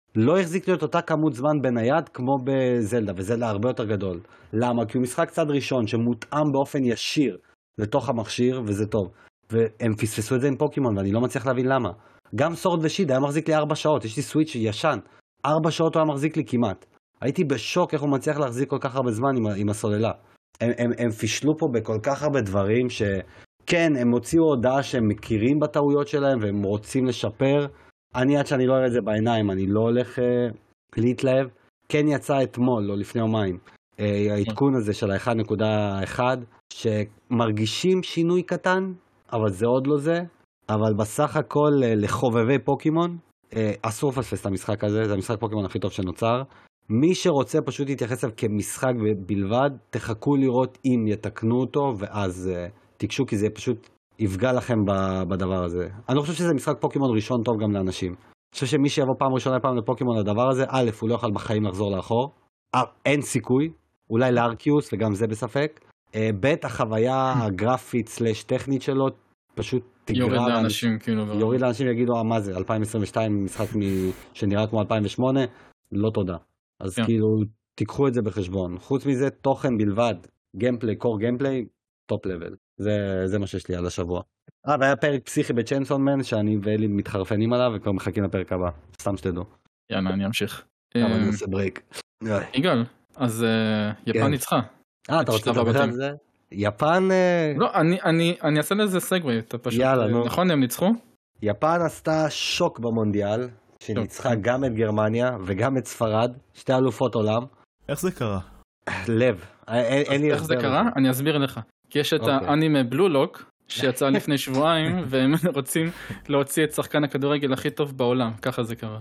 לא החזיק לי את אותה כמות זמן בנייד כמו בזלדה, וזלדה הרבה יותר גדול. למה? כי הוא משחק צד ראשון שמותאם באופן ישיר לתוך המכשיר, וזה טוב. והם פספסו את זה עם פוקימון, ואני לא מצליח להבין למה. גם סורד ושיד היה מחזיק לי 4 שעות, יש לי סוויץ' ישן. 4 שעות הוא היה מחזיק לי כמעט. הייתי בשוק איך הוא מצליח להחזיק כל כך הרבה זמן עם הסוללה. הם פישלו פה בכל כך הרבה דברים שכן, הם הוציאו הודעה שהם מכירים בטעויות שלהם והם רוצים לשפר. אני עד שאני לא אראה את זה בעיניים, אני לא הולך להתלהב. כן יצא אתמול, לא לפני יומיים, העדכון הזה של ה-1.1, שמרגישים שינוי קטן, אבל זה עוד לא זה. אבל בסך הכל לחובבי פוקימון, אסור לפספס את המשחק הזה, זה המשחק פוקימון הכי טוב שנוצר. מי שרוצה פשוט להתייחס אליו כמשחק בלבד, תחכו לראות אם יתקנו אותו, ואז תיגשו, כי זה פשוט יפגע לכם בדבר הזה. אני לא חושב שזה משחק פוקימון ראשון טוב גם לאנשים. אני חושב שמי שיבוא פעם ראשונה פעם לפוקימון לדבר הזה, א', הוא לא יוכל בחיים לחזור לאחור, אין סיכוי, אולי לארקיוס, וגם זה בספק. ב', החוויה הגרפית סלש טכנית שלו, פשוט יוריד לאנשים, כאילו. יוריד לאנשים יגידו, מה זה, 2022, משחק שנראה כמו 2008, לא תודה. אז כאילו, תיקחו את זה בחשבון. חוץ מזה, תוכן בלבד, גיימפליי, קור גיימפליי, טופ לבל. זה מה שיש לי על השבוע. והיה פרק פסיכי בצ'יינסון מן, שאני ואלי מתחרפנים עליו, וכבר מחכים לפרק הבא. סתם שתדעו. יאללה, אני אמשיך. אבל אני עושה ברייק. יגאל, אז יפן ניצחה. אתה רוצה לדבר על זה? יפן... לא, אני אעשה לזה סגווי, אתה פשוט... יאללה, נו. נכון, הם ניצחו? יפן עשתה שוק במונדיאל, שניצחה גם את גרמניה וגם את ספרד, 2 אלופות עולם. איך זה קרה? לב. אין לי... איך זה קרה? אני אסביר לך. כי יש את האנימה בלו לוק, שיצא לפני שבועיים, והם רוצים להוציא את שחקן הכדורגל הכי טוב בעולם. ככה זה קרה.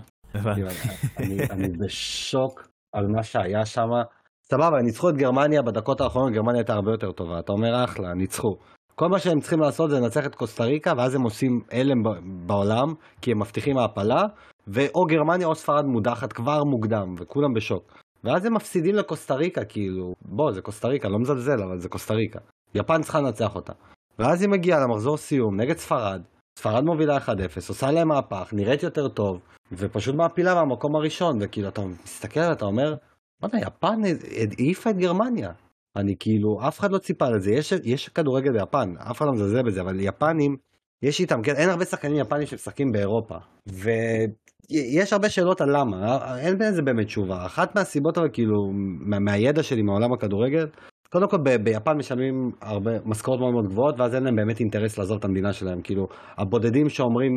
אני בשוק על מה שהיה שם. סבבה, ניצחו את גרמניה בדקות האחרונות, גרמניה הייתה הרבה יותר טובה. אתה אומר אחלה, ניצחו. כל מה שהם צריכים לעשות זה לנצח את קוסטה ריקה, ואז הם עושים אלם בעולם, כי הם מבטיחים העפלה, ואו גרמניה או ספרד מודחת כבר מוקדם, וכולם בשוק. ואז הם מפסידים לקוסטה ריקה, כאילו, זה קוסטה ריקה, לא מזלזל, אבל זה קוסטה ריקה. יפן צריכה לנצח אותה. ואז היא מגיעה למחזור סיום נגד ספרד, ספרד מובילה 1-0, עושה להם מהפך, נראית יותר טוב, ופשוט מעפילה מהמקום הראשון, וכאילו אתה מסתכל ואתה אומר, יפן העיפה את גרמניה. אני כאילו, אף אחד לא ציפה לזה, יש כדורגל ביפן, אף אחד לא מזלזל בזה, אבל יפנים, יש איתם, כן, אין הרבה שחקנים יפנים שמשחקים באירופה, ויש הרבה שאלות על למה, אין בזה באמת תשובה. אחת מהסיבות, אבל כאילו, מהידע שלי מעולם הכדורגל, קודם כל ביפן משלמים הרבה משכורות מאוד מאוד גבוהות, ואז אין להם באמת אינטרס לעזוב את המדינה שלהם, כאילו, הבודדים שאומרים,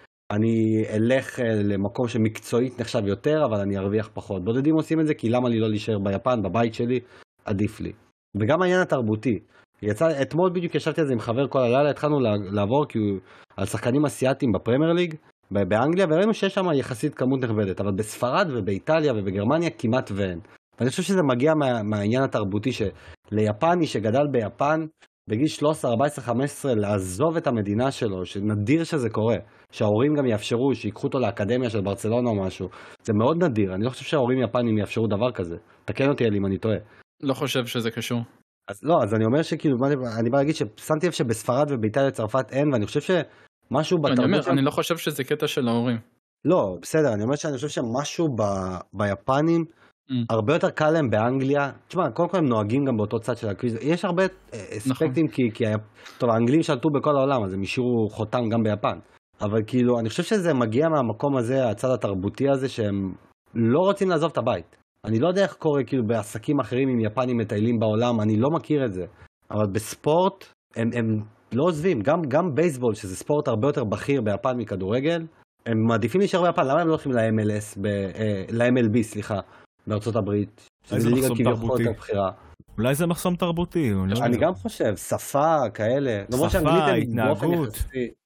אני אלך למקום שמקצועית נחשב יותר, אבל אני ארוויח פחות. בודדים עושים את זה, כי למה לי לא להישאר ביפן, בבית שלי, עדיף לי. וגם העניין התרבותי. אתמול בדיוק ישבתי על זה עם חבר כל הלילה, התחלנו לעבור על שחקנים אסיאטיים בפרמייר ליג, באנגליה, וראינו שיש שם יחסית כמות נכבדת, אבל בספרד ובאיטליה ובגרמניה כמעט ואין. ואני חושב שזה מגיע מהעניין התרבותי, שליפני שגדל ביפן, בגיל 13, 14, 15, לעזוב את המדינה שלו, שנדיר שזה קורה, שההורים גם יאפשרו, שיקחו אותו לאקדמיה של ברצלונה או משהו. זה מאוד נדיר, אני לא חושב שההורים יפנים יאפשרו דבר כזה. תקן אותי אלי אם אני טועה. לא חושב שזה קשור. אז לא, אז אני אומר שכאילו, אני בא להגיד ששמתי לב שבספרד ובאיטליה צרפת אין, ואני חושב שמשהו בתרבות... אני לא חושב שזה קטע של ההורים. לא, בסדר, אני אומר שאני חושב שמשהו ביפנים, הרבה יותר קל להם באנגליה. תשמע, קודם כל הם נוהגים גם באותו צד של הכביש. יש הרבה אספקטים, כי טוב, האנגלים שלטו בכל העולם, אז הם השאירו חותם גם ביפן. אבל כאילו, אני חושב שזה מגיע מהמקום הזה, הצד התרבותי הזה, שהם לא רוצים לעזוב את הבית. אני לא יודע איך קורה כאילו בעסקים אחרים עם יפנים מטיילים בעולם, אני לא מכיר את זה. אבל בספורט, הם לא עוזבים. גם בייסבול, שזה ספורט הרבה יותר בכיר ביפן מכדורגל, הם מעדיפים להישאר ביפן. למה הם לא הולכים ל-MLS, ל-MLB, סליחה, בארצות הברית? זה מחסום תרבותי. אולי זה מחסום תרבותי. אני גם חושב, שפה, כאלה. שפה, התנהגות.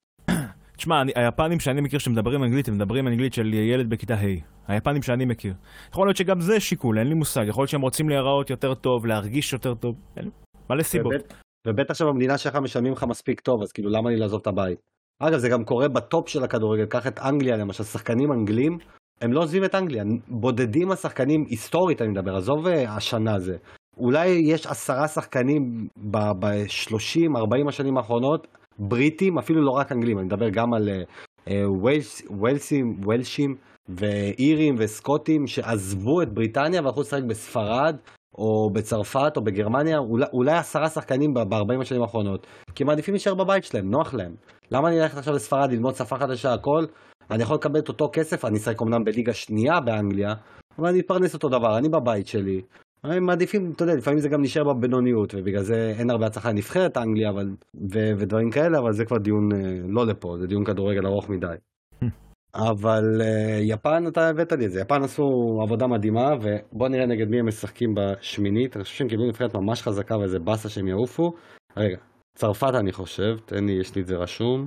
תשמע, היפנים שאני מכיר שמדברים אנגלית, הם מדברים אנגלית של ילד בכיתה ה'. היפנים שאני מכיר. יכול להיות שגם זה שיקול, אין לי מושג. יכול להיות שהם רוצים להיראות יותר טוב, להרגיש יותר טוב. מלא סיבות. ובטח שבמדינה שלך משלמים לך מספיק טוב, אז כאילו למה לי לעזוב את הבית? אגב, זה גם קורה בטופ של הכדורגל. קח את אנגליה, למשל, שחקנים אנגלים, הם לא עוזבים את אנגליה. בודדים השחקנים, היסטורית אני מדבר, עזוב השנה הזה. אולי יש 10 שחקנים ב-30-40 השנים האחרונות, בריטים, אפילו לא רק אנגלים, אני מדבר גם על וולשים ואירים וסקוטים שעזבו את בריטניה והלכו לשחק בספרד או בצרפת או בגרמניה, אולי 10 שחקנים ב-40 השנים האחרונות, כי מעדיפים להישאר בבית שלהם, נוח להם. למה אני אלך עכשיו לספרד ללמוד שפה חדשה, הכל? אני יכול לקבל את אותו כסף, אני אשחק אומנם בליגה שנייה באנגליה, אבל אני אתפרנס אותו דבר, אני בבית שלי. הם מעדיפים, אתה יודע, לפעמים זה גם נשאר בבינוניות, ובגלל זה אין הרבה הצלחה לנבחרת אנגליה, ודברים כאלה, אבל זה כבר דיון לא לפה, זה דיון כדורגל ארוך מדי. אבל יפן, אתה הבאת לי את זה, יפן עשו עבודה מדהימה, ובוא נראה נגד מי הם משחקים בשמינית. אני חושב שהם קיבלו נבחרת ממש חזקה, וזה בסה שהם יעופו. רגע, צרפת אני חושב, תן לי, יש לי את זה רשום.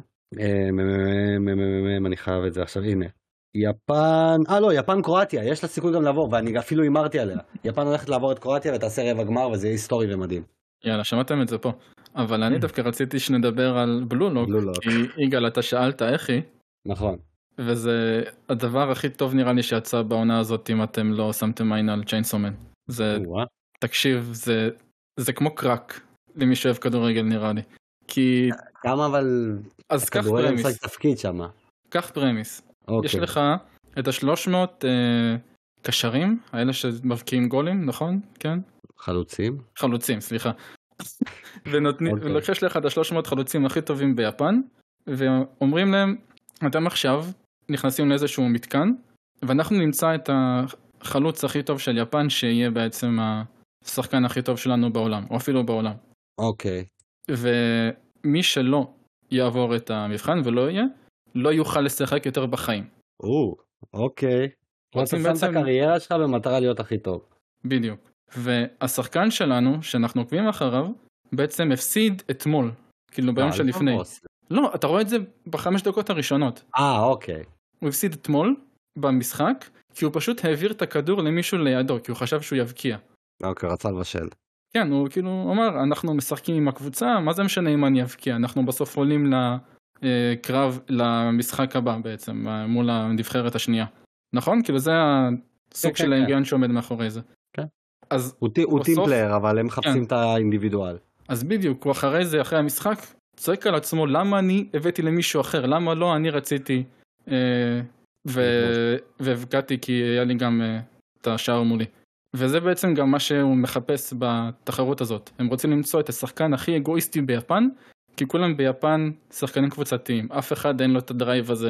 אני חייב את זה עכשיו, הנה. יפן, לא, יפן קרואטיה, יש לה סיכוי גם לעבור, ואני אפילו הימרתי עליה. יפן הולכת לעבור את קרואטיה ותעשה רבע גמר, וזה יהיה היסטורי ומדהים. יאללה, שמעתם את זה פה. אבל אני דווקא רציתי שנדבר על בלולוק, כי יגאל, אתה שאלת איך היא. נכון. וזה הדבר הכי טוב נראה לי שיצא בעונה הזאת, אם אתם לא שמתם עין על צ'יינסומן. זה, תקשיב, זה כמו קרק, למי שאוהב כדורגל נראה לי. כי... כמה אבל... אז קח פרמיס. הכדורגל משחק תפקיד שם. קח פרמיס. יש לך את 300 קשרים, האלה שמבקיעים גולים, נכון? כן? חלוצים, סליחה. ולוקחים לך את 300 חלוצים הכי טובים ביפן, ואומרים להם, אתם עכשיו נכנסים לאיזשהו מתקן, ואנחנו נמצא את החלוץ הכי טוב של יפן, שיהיה בעצם השחקן הכי טוב שלנו בעולם, או אפילו בעולם. אוקיי. ומי שלא יעבור את המבחן ולא יהיה, לא יוכל לשחק יותר בחיים. אוקיי. אתה שם את הקריירה שלך במטרה להיות הכי טוב. בדיוק. והשחקן שלנו, שאנחנו עוקבים אחריו, בעצם הפסיד אתמול, כאילו ביום שלפני. לא, אתה רואה את זה ב5 דקות הראשונות. אוקיי. הוא הפסיד אתמול במשחק, כי הוא פשוט העביר את הכדור למישהו לידו, כי הוא חשב שהוא יבקיע. אוקיי, רצה לבשל. כן, הוא כאילו אומר, אנחנו משחקים עם הקבוצה, מה זה משנה אם אני אבקיע? אנחנו בסוף עולים לקרב, למשחק הבא בעצם, מול הנבחרת השנייה. נכון? כאילו זה הסוג של ההיגיון שעומד מאחורי זה. כן. הוא טימפלר, אבל הם מחפשים את האינדיבידואל. אז בדיוק, הוא אחרי זה, אחרי המשחק, צועק על עצמו, למה אני הבאתי למישהו אחר? למה לא אני רציתי והבקעתי, כי היה לי גם את השער מולי. וזה בעצם גם מה שהוא מחפש בתחרות הזאת. הם רוצים למצוא את השחקן הכי אגואיסטי ביפן, כי כולם ביפן שחקנים קבוצתיים. אף אחד אין לו את הדרייב הזה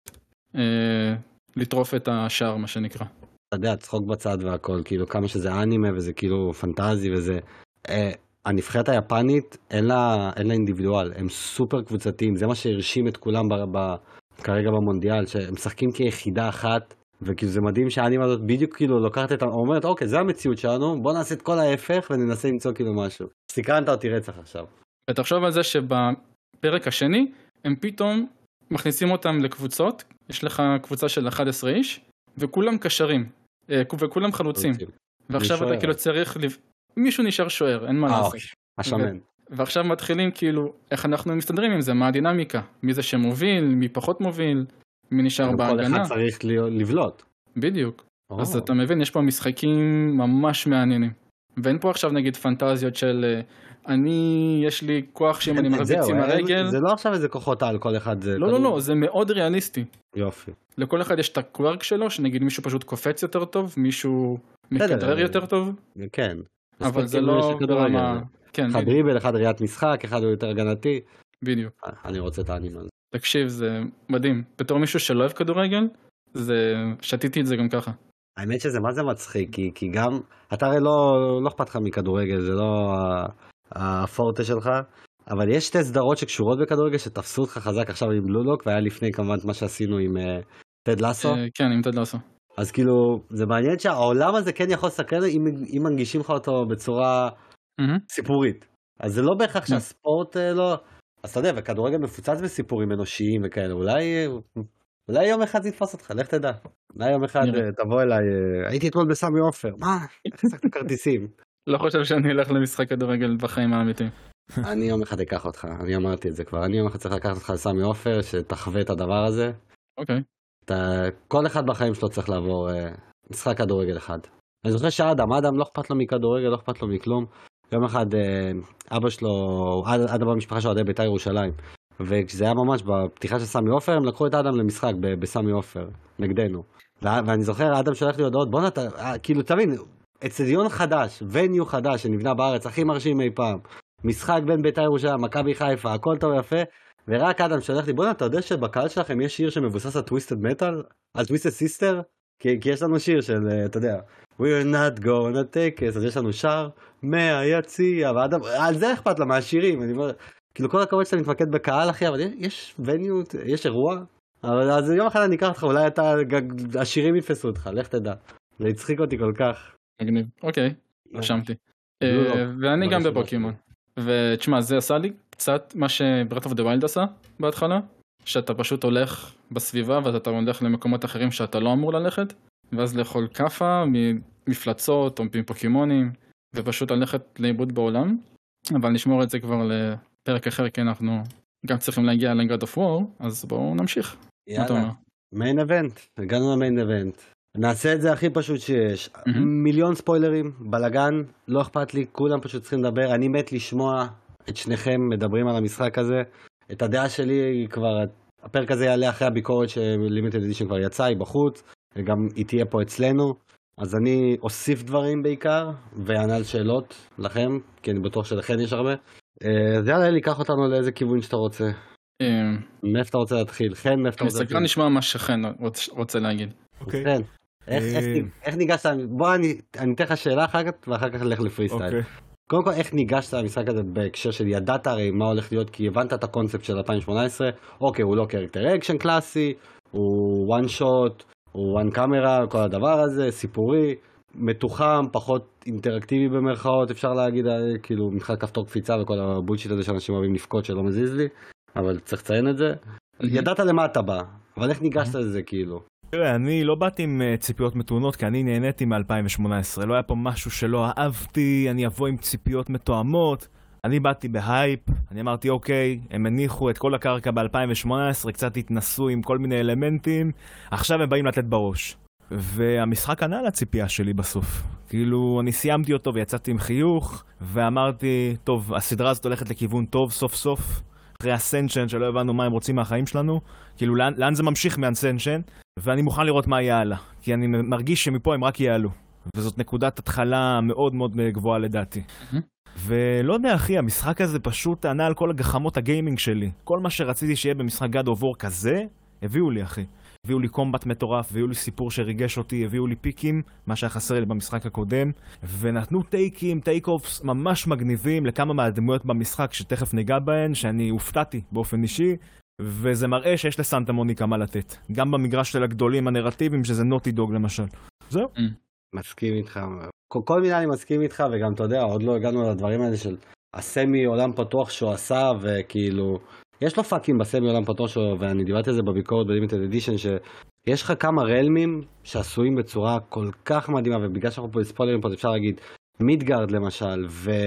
לטרוף את השער, מה שנקרא. אתה יודע, צחוק בצד והכל, כאילו כמה שזה אנימה וזה כאילו פנטזי וזה... הנבחרת היפנית אין לה אינדיבידואל, הם סופר קבוצתיים, זה מה שהרשים את כולם כרגע במונדיאל, שהם משחקים כיחידה אחת, וכאילו זה מדהים שהאנימה הזאת בדיוק כאילו לוקחת את, אומרת אוקיי, זה המציאות שלנו, בוא נעשה את כל ההפך וננסה למצוא כאילו משהו. סקרנת אותי רצח עכשיו. ותחשוב על זה שבפרק השני, הם פתאום מכניסים אותם לקבוצות, יש לך קבוצה של 11 איש, וכולם קשרים, וכולם חלוצים. ועכשיו אתה כאילו צריך... מישהו נשאר שוער, אין מה לעשות. השמן. ועכשיו מתחילים כאילו, איך אנחנו מסתדרים עם זה, מה הדינמיקה? מי זה שמוביל, מי פחות מוביל, מי נשאר בהגנה. כל אחד צריך לבלוט. בדיוק. אז אתה מבין, יש פה משחקים ממש מעניינים. ואין פה עכשיו נגיד פנטזיות של, יש לי כוח שאם אני מרביץ עם הרגל. זה לא עכשיו איזה כוחות על כל אחד. לא, זה מאוד ריאליסטי. יופי. לכל אחד יש את הקוורק שלו, שנגיד מישהו פשוט קופץ יותר טוב, מישהו מכדרר יותר טוב. כן. אבל זה לא ברמה... אחד דריבל, אחד ראיית משחק, אחד הוא יותר הגנתי. בדיוק. אני רוצה את האנימה הזה. תקשיב, זה מדהים. בתור מישהו שלא אוהב כדורגל, שתיתי את זה גם ככה. האמת שזה מה זה מצחיק, כי גם, אתה הרי לא אכפת לך מכדורגל, זה לא הפורטה שלך, אבל יש שתי סדרות שקשורות בכדורגל שתפסו אותך חזק עכשיו עם בלולוק, והיה לפני כמובן מה שעשינו עם טד לסו. כן, עם טד לסו. אז כאילו, זה מעניין שהעולם הזה כן יכול לסקרן אם מנגישים לך אותו בצורה סיפורית. אז זה לא בהכרח שהספורט לא... אז אתה יודע, וכדורגל מפוצץ בסיפורים אנושיים וכאלה, אולי יום אחד זה יתפוס אותך, לך תדע. אולי יום אחד תבוא אליי, הייתי אתמול בסמי עופר, מה? איך עסקת כרטיסים? לא חושב שאני אלך למשחק כדורגל בחיים האמיתיים. אני יום אחד אקח אותך, אני אמרתי את זה כבר, אני יום אחד צריך לקחת אותך לסמי עופר, שתחווה את הדבר הזה. אוקיי. כל אחד בחיים שלו צריך לעבור משחק כדורגל אחד. אני זוכר שאדם לא אכפת לו מכדורגל, לא אכפת לו מכלום. יום אחד אבא שלו, אבא במשפחה שלו עדי בית"ר ירושלים, וכשזה היה ממש בפתיחה של סמי עופר, הם לקחו את אדם למשחק בסמי עופר, נגדנו. ואני זוכר, אדם שלח לי הודעות, בוא ната, כאילו תבין, אצטדיון חדש, וניו חדש שנבנה בארץ, הכי מרשים אי פעם, משחק בין בית"ר ירושלים, מכבי חיפה, הכל טוב יפה, ורק אדם שלח לי, בוא אתה יודע שבקהל שלכם יש שיר שמבוסס על טוויסטד מטל? על טוויסטד סיסטר? כי יש לנו שיר של, אתה יודע, We're not gonna take it, אז יש לנו שר מהיציע, ואדם, על זה אכפת לה, מהשירים, אני אומר, כאילו כל הכבוד שאתה מתמקד בקהל אחי, אבל יש וניו, יש אירוע, אבל אז יום אחד אני אקח אותך, אולי השירים יתפסו אותך, לך תדע, זה הצחיק אותי כל כך. מגניב, אוקיי, רשמתי. ואני גם בפוקימון, ותשמע, זה עשה לי קצת מה שברט אוף דה ויילד עשה בהתחלה, שאתה פשוט הולך בסביבה ואתה הולך למקומות אחרים שאתה לא אמור ללכת, ואז לאכול קפה ממפלצות או מפוקימונים, ופשוט ללכת לאיבוד בעולם, אבל נשמור את זה כבר לפרק אחר, כי אנחנו גם צריכים להגיע ל-God of War, אז בואו נמשיך. יאללה, מיין איבנט, הגענו למיין איבנט. נעשה את זה הכי פשוט שיש. מיליון ספוילרים, בלגן, לא אכפת לי, כולם פשוט צריכים לדבר, אני מת לשמוע את שניכם מדברים על המשחק הזה. את הדעה שלי כבר, הפרק הזה יעלה אחרי הביקורת שלימיטד אדישן כבר יצא, היא בחוץ, וגם היא תהיה פה אצלנו. אז אני אוסיף דברים בעיקר, וענה על שאלות לכם, כי אני בטוח שלכן יש הרבה. אז יאללה, אלי, קח אותנו לאיזה כיוון שאתה רוצה. מאיפה אתה רוצה להתחיל? חן, מאיפה אתה רוצה להתחיל? אני נשמע מה שחן רוצה להגיד. חן, איך ניגשת? בוא אני אתן לך שאלה אחת, ואחר כך נלך לפרי סטייל. קודם כל, איך ניגשת למשחק הזה בהקשר של ידעת הרי מה הולך להיות, כי הבנת את הקונספט של 2018, אוקיי, הוא לא קרקטר אקשן קלאסי, הוא one shot, הוא one camera, כל הדבר הזה, סיפורי, מתוחם, פחות אינטראקטיבי במרכאות, אפשר להגיד, כאילו, משחק כפתור קפיצה וכל הבולשיט הזה שאנשים אוהבים לפקוד שלא מזיז לי, אבל צריך לציין את זה. ידעת למה אתה בא, אבל איך ניגשת לזה כאילו? תראה, אני לא באתי עם ציפיות מתואנות, כי אני נהניתי מ-2018, לא היה פה משהו שלא אהבתי, אני אבוא עם ציפיות מתואמות, אני באתי בהייפ, אני אמרתי אוקיי, הם הניחו את כל הקרקע ב-2018, קצת התנסו עם כל מיני אלמנטים, עכשיו הם באים לתת בראש. והמשחק ענה לציפייה שלי בסוף. כאילו, אני סיימתי אותו ויצאתי עם חיוך, ואמרתי, טוב, הסדרה הזאת הולכת לכיוון טוב סוף סוף, אחרי אסנשן שלא הבנו מה הם רוצים מהחיים שלנו, כאילו לאן זה ממשיך מאסנשן, ואני מוכן לראות מה יעלה, כי אני מרגיש שמפה הם רק יעלו, וזאת נקודת התחלה מאוד מאוד גבוהה לדעתי. ולא יודע אחי, המשחק הזה פשוט ענה על כל הגחמות הגיימינג שלי, כל מה שרציתי שיהיה במשחק God of War כזה, הביאו לי אחי. הביאו לי קומבט מטורף, הביאו לי סיפור שריגש אותי, הביאו לי פיקים, מה שהיה חסר לי במשחק הקודם, ונתנו טייק-אופס ממש מגניבים לכמה מהדמויות במשחק שתכף ניגע בהן, שאני הופתעתי באופן אישי, וזה מראה שיש לסנטה מוניקה מה לתת. גם במגרש של הגדולים הנרטיביים, שזה נוטי דוג למשל. זהו. מסכים איתך. כל מילה אני מסכים איתך, וגם אתה יודע, עוד לא הגענו לדברים האלה של הסמי עולם פתוח שהוא עשה, וכאילו... יש לו פאקים בסמי עולם פתוח שלו, ואני דיברתי על זה בביקורת בלימיטד אדישן, שיש לך כמה רלמים שעשויים בצורה כל כך מדהימה, ובגלל שאנחנו פה בספוילרים פה אפשר להגיד, מידגרד למשל,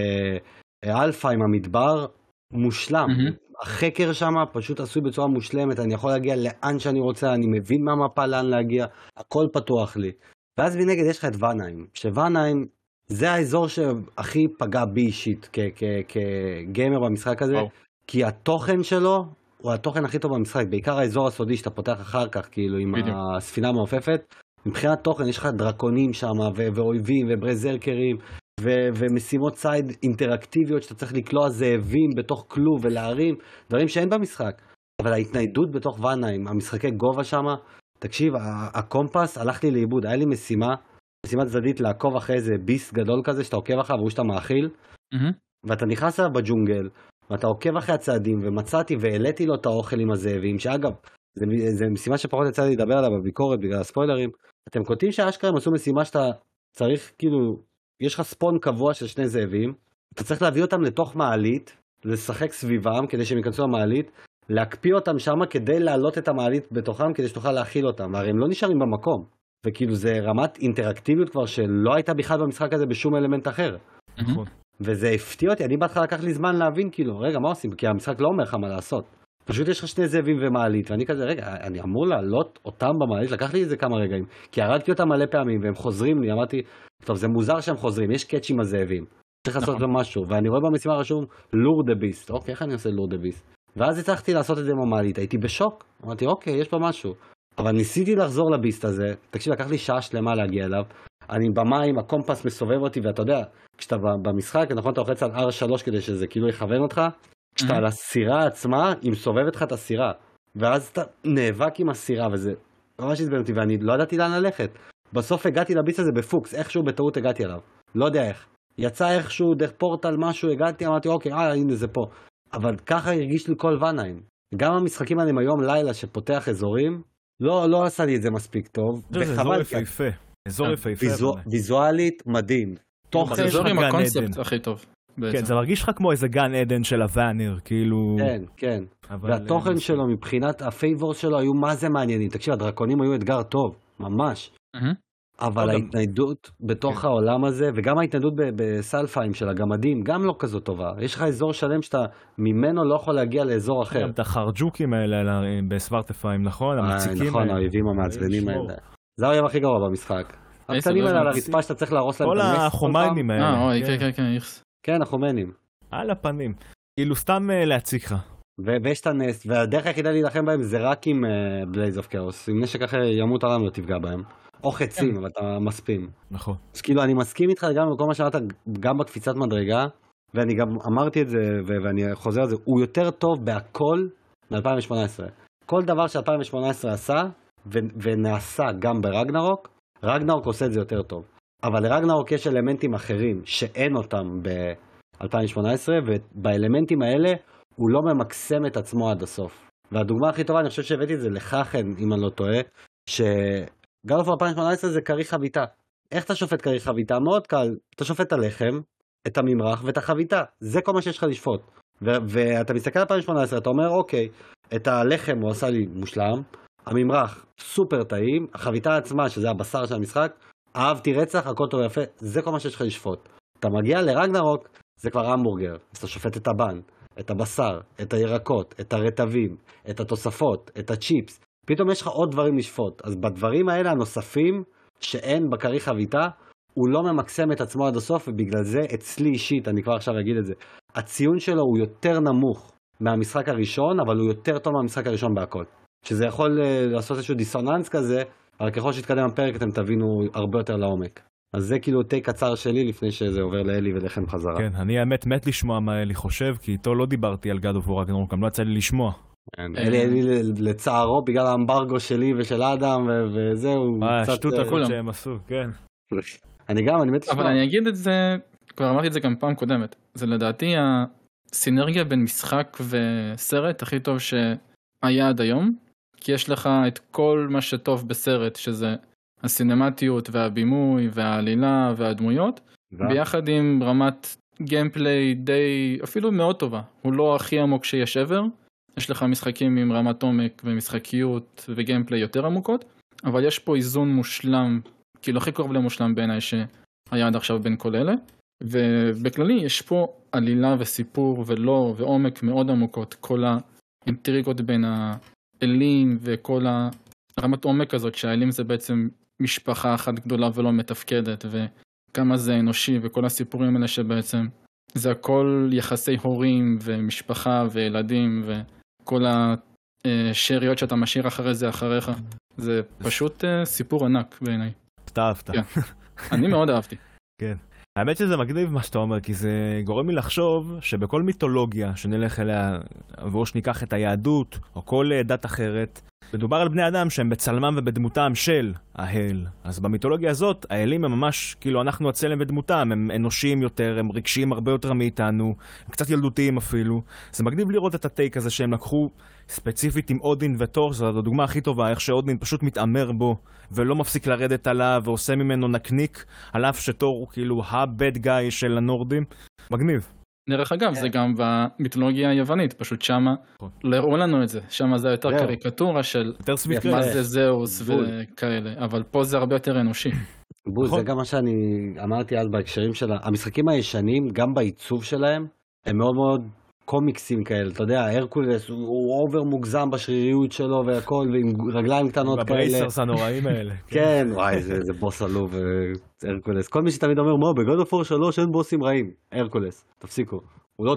ואלפא עם המדבר, מושלם. החקר שם פשוט עשוי בצורה מושלמת, אני יכול להגיע לאן שאני רוצה, אני מבין מהמפה לאן להגיע, הכל פתוח לי. ואז מנגד יש לך את ונהיים, שוונהיים זה האזור שהכי פגע בי אישית כגיימר במשחק הזה, כי התוכן שלו הוא התוכן הכי טוב במשחק, בעיקר האזור הסודי שאתה פותח אחר כך, כאילו עם הספינה המעופפת, מבחינת תוכן יש לך דרקונים שם, ואויבים וברזרקרים, ומשימות סייד אינטראקטיביות שאתה צריך לקלוע זאבים בתוך כלוב ולהרים, דברים שאין במשחק. אבל ההתניידות בתוך ונהיים, המשחקי גובה שם, תקשיב, הקומפס הלך לי לאיבוד, היה לי משימה צדדית לעקוב אחרי איזה ביסט גדול כזה שאתה עוקב אחריו והוא שאתה מאכיל, ואתה נכנס אליו בג'ונגל, ואתה עוקב אחרי הצעדים, ומצאתי והעליתי לו את האוכל עם הזאבים, שאגב, זה משימה שפחות יצא לי לדבר עליה בביקורת בגלל הספוילרים. אתם קוטעים שהאשכרה הם עשו משימה שאתה צריך, כאילו, יש לך ספון קבוע של שני זאבים, אתה צריך להביא אותם לתוך מעלית, לשחק סביבם כדי שהם ייכנסו למעלית, להקפיא אותם שם כדי להעלות את המעלית בתוכם כדי שתוכל להכיל אותם, הרי הם לא נשארים במקום, וכאילו זה רמת אינטראקטיביות כבר שלא הייתה בכלל במשחק הזה בשום אלמנט אחר. וזה הפתיע אותי, אני בהתחלה לקח לי זמן להבין כאילו, רגע מה עושים? כי המשחק לא אומר לך מה לעשות. פשוט יש לך שני זאבים ומעלית, ואני כזה, רגע, אני אמור לעלות אותם במעלית, לקח לי איזה כמה רגעים, כי הרגתי אותם מלא פעמים והם חוזרים לי, אמרתי, טוב זה מוזר שהם חוזרים, יש קאץ' עם הזאבים, צריך לעשות לו משהו, ואני רואה במשימה רשום לור דה ביסט, אוקיי, איך אני עושה לור דה ביסט? ואז הצלחתי לעשות את זה עם המעלית, הייתי בשוק, אמרתי אוקיי, יש פה משהו. אבל ניסיתי לחזור לביסט הזה, תקשיב, לקח לי שעה שלמה להגיע אליו, אני במים, הקומפס מסובב אותי, ואתה יודע, כשאתה במשחק, נכון, אתה לוחץ על R3 כדי שזה כאילו יכוון אותך, כשאתה על הסירה עצמה, היא מסובבת לך את הסירה, ואז אתה נאבק עם הסירה, וזה ממש הזבן אותי, ואני לא ידעתי לאן ללכת. בסוף הגעתי לביסט הזה בפוקס, איכשהו בטעות הגעתי עליו, לא יודע איך. יצא איכשהו דרך פורטל משהו, הגעתי, אמרתי אוקיי, הנה זה פה. אבל ככה הרגיש לי כל ונהיים. גם המשחקים האלה היום לילה שפותח אזורים, לא עשה לי את זה מספיק טוב. זה אזור יפהפה. אזור יפהפה. ויזואלית מדהים. זה אזור עם הקונספט הכי טוב. כן, זה מרגיש לך כמו איזה גן עדן של הוואנר, כאילו... כן. והתוכן שלו מבחינת הפייבורס שלו היו מה זה מעניינים. תקשיב, הדרקונים היו אתגר טוב, ממש. אבל ההתניידות בתוך העולם הזה, וגם ההתניידות בסלפיים של הגמדים, גם לא כזו טובה. יש לך אזור שלם שאתה ממנו לא יכול להגיע לאזור אחר. גם את החרג'וקים האלה בסוורטפיים, נכון? נכון, האויבים המעצבנים האלה. זה האויב הכי גרוע במשחק. הקטנים האלה על הרצפה שאתה צריך להרוס להם את המסק. כל החומיינים האלה. כן. כן, החומיינים. על הפנים. כאילו סתם להציק לך. ויש את הנס, והדרך היחידה להילחם בהם זה רק עם בלייז אוף כאוס. עם נשק אחר ימות העולם לא תפגע בהם. או חצים, אבל אתה מספים. נכון. אז כאילו אני מסכים איתך גם בכל מה שאמרת, גם בקפיצת מדרגה, ואני גם אמרתי את זה, ואני חוזר על זה, הוא יותר טוב בהכל מ-2018. כל דבר ש-2018 עשה, ונעשה גם ברגנרוק, רגנרוק עושה את זה יותר טוב. אבל לרגנרוק יש אלמנטים אחרים שאין אותם ב-2018, ובאלמנטים האלה הוא לא ממקסם את עצמו עד הסוף. והדוגמה הכי טובה, אני חושב שהבאתי את זה לככן, אם אני לא טועה, God of War 2018 זה קרי חביתה. איך אתה שופט קרי חביתה? מאוד קל. אתה שופט את הלחם, את הממרח ואת החביתה. זה כל מה שיש לך לשפוט. ואתה מסתכל על 2018, אתה אומר, אוקיי, את הלחם הוא עשה לי מושלם, הממרח סופר טעים, החביתה עצמה, שזה הבשר של המשחק, אהבתי רצח, הכל טוב יפה, זה כל מה שיש לך לשפוט. אתה מגיע לרגנרוק, זה כבר המבורגר. אז אתה שופט את הבן, את הבשר, את הירקות, את הרטבים, את התוספות, את הצ'יפס. פתאום יש לך עוד דברים לשפוט. אז בדברים האלה הנוספים שאין בקרי חביתה, הוא לא ממקסם את עצמו עד הסוף, ובגלל זה אצלי אישית, אני כבר עכשיו אגיד את זה, הציון שלו הוא יותר נמוך מהמשחק הראשון, אבל הוא יותר טוב מהמשחק הראשון בהכל. שזה יכול לעשות איזשהו דיסוננס כזה, אבל ככל שהתקדם הפרק אתם תבינו הרבה יותר לעומק. אז זה כאילו תי קצר שלי לפני שזה עובר לאלי ולכם חזרה. כן, אני האמת מת לשמוע מה אלי חושב, כי איתו לא דיברתי על God of War Ragnarok, גם לא יצא לי לשמוע. אלי לצערו בגלל האמברגו שלי ושל אדם וזהו. שטות הכל שהם עשו, כן. אני מת לשמוע. אבל אני אגיד את זה, כבר אמרתי את זה גם פעם קודמת, זה לדעתי הסינרגיה בין משחק וסרט הכי טוב שהיה עד היום, כי יש לך את כל מה שטוב בסרט, שזה הסינמטיות והבימוי והעלילה והדמויות, ביחד עם רמת גיימפליי די אפילו מאוד טובה, הוא לא הכי עמוק שיש ever, יש לך משחקים עם רמת עומק ומשחקיות וגיימפליי יותר עמוקות, אבל יש פה איזון מושלם, כאילו הכי קרוב למושלם בעיניי שהיה עד עכשיו בין כל אלה, ובכללי יש פה עלילה וסיפור ועומק מאוד עמוקות, כל האינטריגות בין האלים וכל הרמת עומק הזאת, שהאלים זה בעצם משפחה אחת גדולה ולא מתפקדת, וכמה זה אנושי, וכל הסיפורים האלה שבעצם זה הכל יחסי הורים ומשפחה וילדים, וכל השאריות שאתה משאיר אחרי זה אחריך, זה פשוט סיפור ענק בעיניי. אתה אהבת. כן. אני מאוד אהבתי. כן. האמת שזה מגניב מה שאתה אומר, כי זה גורם לי לחשוב שבכל מיתולוגיה שנלך אליה, או שניקח את היהדות, או כל דת אחרת, מדובר על בני אדם שהם בצלמם ובדמותם של האל. אז במיתולוגיה הזאת, האלים הם ממש, כאילו אנחנו הצלם ודמותם, הם אנושיים יותר, הם רגשיים הרבה יותר מאיתנו, הם קצת ילדותיים אפילו. זה מגניב לראות את הטייק הזה שהם לקחו ספציפית עם אודין ותור, זו הדוגמה הכי טובה, איך שאודין פשוט מתאמר בו, ולא מפסיק לרדת עליו, ועושה ממנו נקניק, על אף שתור הוא כאילו ה-bad guy של הנורדים. מגניב. דרך אגב, זה גם במיתולוגיה היוונית, פשוט שמה לא הראו לנו את זה, שמה זה יותר קריקטורה של מה זה זהוס וכאלה, אבל פה זה הרבה יותר אנושי. זה גם מה שאני אמרתי אז בהקשרים של המשחקים הישנים, גם בעיצוב שלהם, הם מאוד מאוד קומיקסים כאלה, אתה יודע, הרקולס הוא אובר מוגזם בשריריות שלו והכל, ועם רגליים קטנות כאלה. בברייסרס הנוראים האלה. כן, וואי, זה בוס עלוב, הרקולס. כל מי שתמיד אומר, בגוד אוף וור 3 אין בוסים רעים, הרקולס, תפסיקו, הוא לא טוב.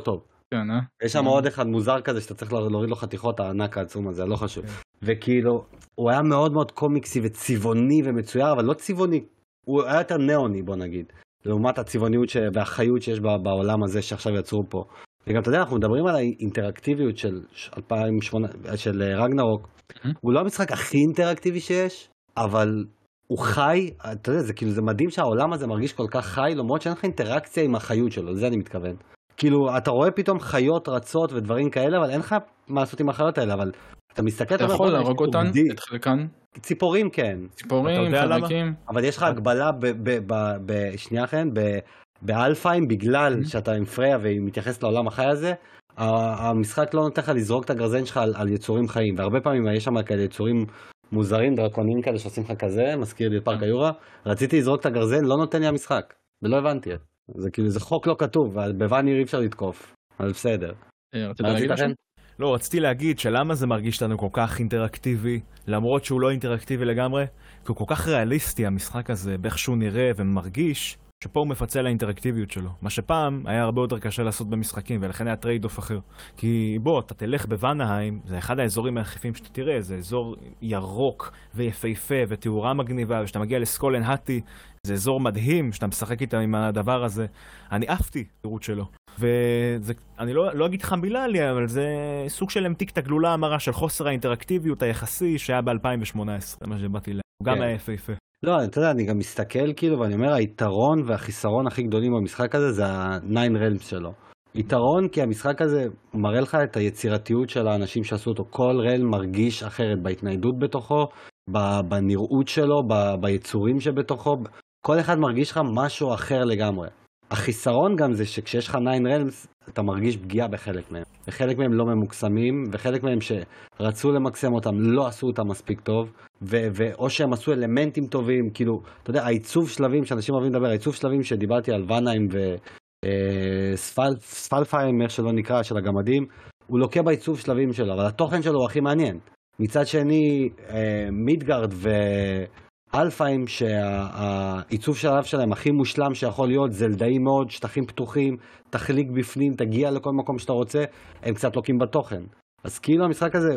כן, יש שם עוד אחד מוזר כזה שאתה צריך להוריד לו חתיכות, הענק העצום הזה, לא חשוב. וכאילו, הוא היה מאוד מאוד קומיקסי וצבעוני ומצויר, אבל לא צבעוני, הוא היה יותר נאוני, בוא נגיד. לעומת הצבעוניות והחיות שיש בעולם הזה שעכשיו יצרו פה. וגם אתה יודע, אנחנו מדברים על האינטראקטיביות של 2008, של רגנרוק. הוא לא המשחק הכי אינטראקטיבי שיש, אבל הוא חי, אתה יודע, זה כאילו, זה מדהים שהעולם הזה מרגיש כל כך חי, למרות שאין לך אינטראקציה עם החיות שלו, לזה אני מתכוון. כאילו, אתה רואה פתאום חיות רצות ודברים כאלה, אבל אין לך מה לעשות עם החיות האלה, אבל אתה מסתכל, אתה יכול להרוג אותן, את חלקן. ציפורים כן. ציפורים, חלקים. אבל יש לך הגבלה בשנייה אחרת, באלפיים, בגלל שאתה עם פריה והיא מתייחסת לעולם החי הזה, המשחק לא נותן לך לזרוק את הגרזן שלך על יצורים חיים, והרבה פעמים יש שם כאלה יצורים מוזרים, דרקונים כאלה שעושים לך כזה, מזכיר לי את פארק היורה, רציתי לזרוק את הגרזן, לא נותן לי המשחק, ולא הבנתי. זה כאילו, זה חוק לא כתוב, בוואניר אי אפשר לתקוף, אבל בסדר. לא, רציתי להגיד שלמה זה מרגיש לנו כל כך אינטראקטיבי, למרות שהוא לא אינטראקטיבי לגמרי, כי הוא כל כך ריאליסטי המשחק הזה, באיך שהוא נראה ומרגיש, שפה הוא מפצה לאינטראקטיביות שלו. מה שפעם היה הרבה יותר קשה לעשות במשחקים, ולכן היה טרייד אוף אחר. כי בוא, אתה תלך בוונהיים, זה אחד האזורים היחיפים שאתה תראה, זה אזור ירוק ויפהפה ותאורה מגניבה, ושאתה מגיע לסקולן האטי, זה אזור מדהים שאתה משחק איתה עם הדבר הזה. אני עפתי תירות שלו. ואני לא אגיד לך מילה לי, אבל זה סוג של המתיק את הגלולה המרה של חוסר האינטראקטיביות היחסי שהיה ב-2018, זה מה שבאתי לה. הוא גם היה יפהפה. לא, אתה יודע, אני גם מסתכל כאילו, ואני אומר, היתרון והחיסרון הכי גדולים במשחק הזה זה ה-9 Realms שלו. יתרון כי המשחק הזה מראה לך את היצירתיות של האנשים שעשו אותו. כל רל מרגיש אחרת בהתניידות בתוכו, בנראות שלו, ביצורים שבתוכו. כל אחד מרגיש לך משהו אחר לגמרי. החיסרון גם זה שכשיש לך 9 Realms, אתה מרגיש פגיעה בחלק מהם. וחלק מהם לא ממוקסמים, וחלק מהם שרצו למקסם אותם, לא עשו אותם מספיק טוב, או שהם עשו אלמנטים טובים, כאילו, אתה יודע, העיצוב שלבים, שאנשים אוהבים לדבר, העיצוב שלבים שדיברתי על וואנהיים וספלפיים, איך שלא נקרא, של הגמדים, הוא לוקה בעיצוב שלבים שלו, אבל התוכן שלו הוא הכי מעניין. מצד שני, מידגארד אלפיים שהעיצוב שלב שלהם הכי מושלם שיכול להיות, זלדאי מאוד, שטחים פתוחים, תחליק בפנים, תגיע לכל מקום שאתה רוצה, הם קצת לוקים בתוכן. אז כאילו המשחק הזה,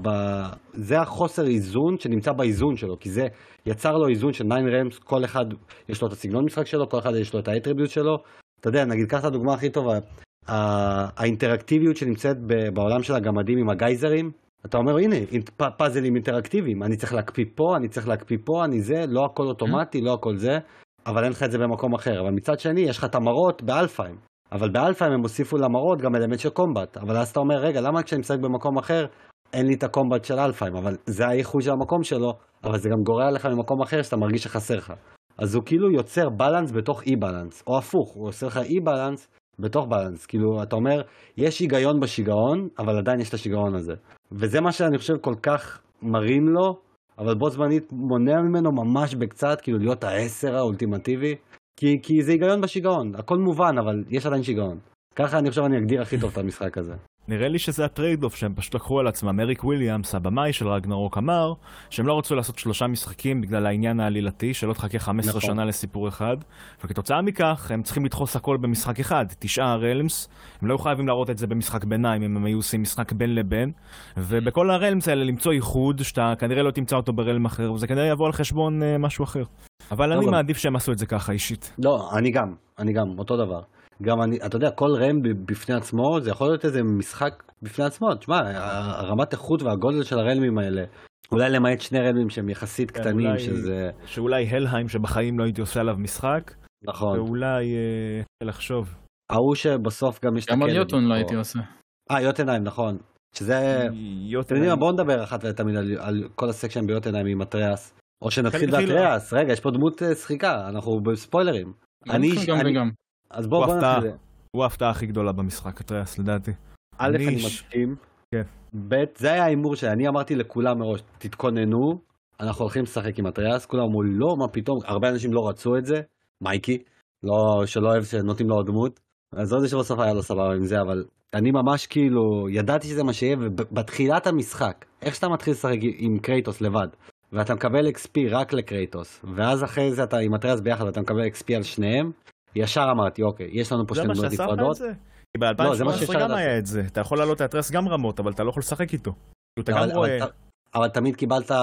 זה החוסר איזון שנמצא באיזון שלו, כי זה יצר לו איזון של 9 Realms, כל אחד יש לו את הסגנון משחק שלו, כל אחד יש לו את האטריביוט שלו. אתה יודע, נגיד קח את הדוגמה הכי טובה, האינטראקטיביות שנמצאת בעולם של הגמדים עם הגייזרים, אתה אומר, הנה, פאזלים אינטראקטיביים, אני צריך להקפיא פה, אני צריך להקפיא פה, אני זה, לא הכל אוטומטי, לא הכל זה, אבל אין לך את זה במקום אחר. אבל מצד שני, יש לך את המראות באלפיים, אבל באלפיים הם הוסיפו למראות גם אלמנט של קומבט, אבל אז אתה אומר, רגע, למה כשאני משחק במקום אחר, אין לי את הקומבט של אלפיים, אבל זה הייחוד של המקום שלו, אבל זה גם גורע לך ממקום אחר שאתה מרגיש שחסר לך. אז הוא כאילו יוצר בלנס בתוך אי בלנס, או הפוך, הוא עושה לך אי בלנס בתוך בלנס, כאילו אתה אומר, יש היגיון בשיגעון, אבל עדיין יש את השיגעון הזה. וזה מה שאני חושב כל כך מרים לו, אבל בו זמנית מונע ממנו ממש בקצת, כאילו להיות ה10 האולטימטיבי, כי זה היגיון בשיגעון, הכל מובן, אבל יש עדיין שיגעון. ככה אני חושב אני אגדיר הכי טוב את המשחק הזה. נראה לי שזה הטרייד אוף שהם פשוט לקחו על עצמם. אריק וויליאמס, הבמאי של רגנרוק, אמר שהם לא רצו לעשות 3 משחקים בגלל העניין העלילתי, שלא תחכה 15 שנה לסיפור אחד, וכתוצאה מכך הם צריכים לדחוס הכל במשחק אחד, 9 רלמס, הם לא חייבים להראות את זה במשחק ביניים, אם הם היו עושים משחק בין לבין, ובכל הרלמס האלה למצוא ייחוד, שאתה כנראה לא תמצא אותו ברלם אחר, וזה כנראה יבוא על חשבון משהו אחר. אבל אני מעדיף שהם עשו את זה ככה אישית. לא, אני גם, אותו דבר. גם אני, אתה יודע, כל רם בפני עצמו, זה יכול להיות איזה משחק בפני עצמו. תשמע, הרמת איכות והגודל של הרלמים האלה, אולי למעט 2 רלמים שהם יחסית קטנים, שזה... שאולי הלהיים שבחיים לא הייתי עושה עליו משחק. נכון. ואולי לחשוב. ההוא שבסוף גם יש... גם על יוטון לא הייתי עושה. יוטנהיים, נכון. שזה... בואו נדבר אחת ולתמיד על כל הסקשן ביוטנהיים עם אטריאס. או שנתחיל באטריאס. רגע, יש פה דמות שחיקה, אנחנו בספוילרים. אז בואו נתחיל. הוא ההפתעה הכי גדולה במשחק, אטריאס, לדעתי. א', אני מסכים. כן. ב', זה היה האימור שאני אמרתי לכולם מראש, תתכוננו, אנחנו הולכים לשחק עם אטריאס, כולם אמרו, לא, מה פתאום, הרבה אנשים לא רצו את זה, מייקי, שלא אוהב שנותנים לו דמות, אז עוד שבסוף היה לו סבבה עם זה, אבל אני ממש כאילו, ידעתי שזה מה שיהיה, ובתחילת המשחק, איך שאתה מתחיל לשחק עם קרייטוס לבד, ואתה מקבל XP רק לקרייטוס, ואז אחרי זה אתה עם אטריאס ביחד, אתה מקבל XP על שניהם, ישר אמרתי, אוקיי, יש לנו פה 2 דמות נפרדות. ב-2018 גם היה את זה, אתה יכול לעלות לאטרס גם רמות, אבל אתה לא יכול לשחק איתו. אתה גם רואה... אבל תמיד קיבלת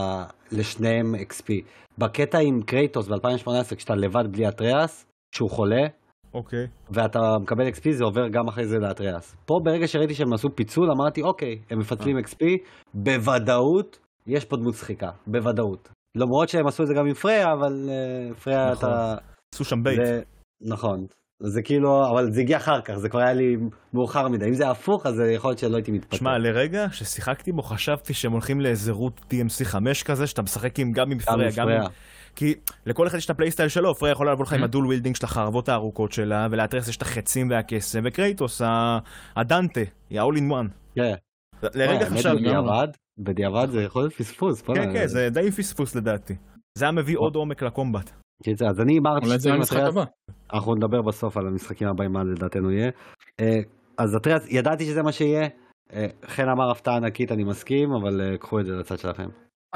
לשניהם XP. בקטע עם קרייטוס ב-2018, כשאתה לבד בלי אטריאס, כשהוא חולה, אוקיי. ואתה מקבל XP, זה עובר גם אחרי זה לאטריאס. פה ברגע שראיתי שהם עשו פיצול, אמרתי, אוקיי, הם מפצלים XP, בוודאות, יש פה דמות שחיקה, בוודאות. למרות שהם עשו את זה גם עם פריה, אבל פריה נכון. אתה... עשו שם בייט. נכון. זה כאילו, אבל זה הגיע אחר כך, זה כבר היה לי מאוחר מדי. אם זה הפוך, אז יכול להיות שלא הייתי מתפתח. שמע, לרגע ששיחקתי בו, חשבתי שהם הולכים לאיזה רוט TMC 5 כזה, שאתה משחק גם עם פריה, גם עם... כי לכל אחד יש את הפלייסטייל שלו, פריה יכולה לבוא לך עם הדול ווילדינג של החרבות הארוכות שלה, ולאטרס יש את החצים והקסם, וקרייטוס, הדנטה, היא ה-all in one. כן. לרגע חשבתי... בדיעבד זה יכול להיות פספוס. כן, כן, זה די פספוס לדעתי. זה היה מביא עוד עומק לקומבט. אז אני אמרתי... אולי זה המשחק הבא. אנחנו נדבר בסוף על המשחקים הבאים, מה לדעתנו יהיה. אז אטריאס, ידעתי שזה מה שיהיה. חן אמר הפתעה ענקית, אני מסכים, אבל קחו את זה לצד שלכם.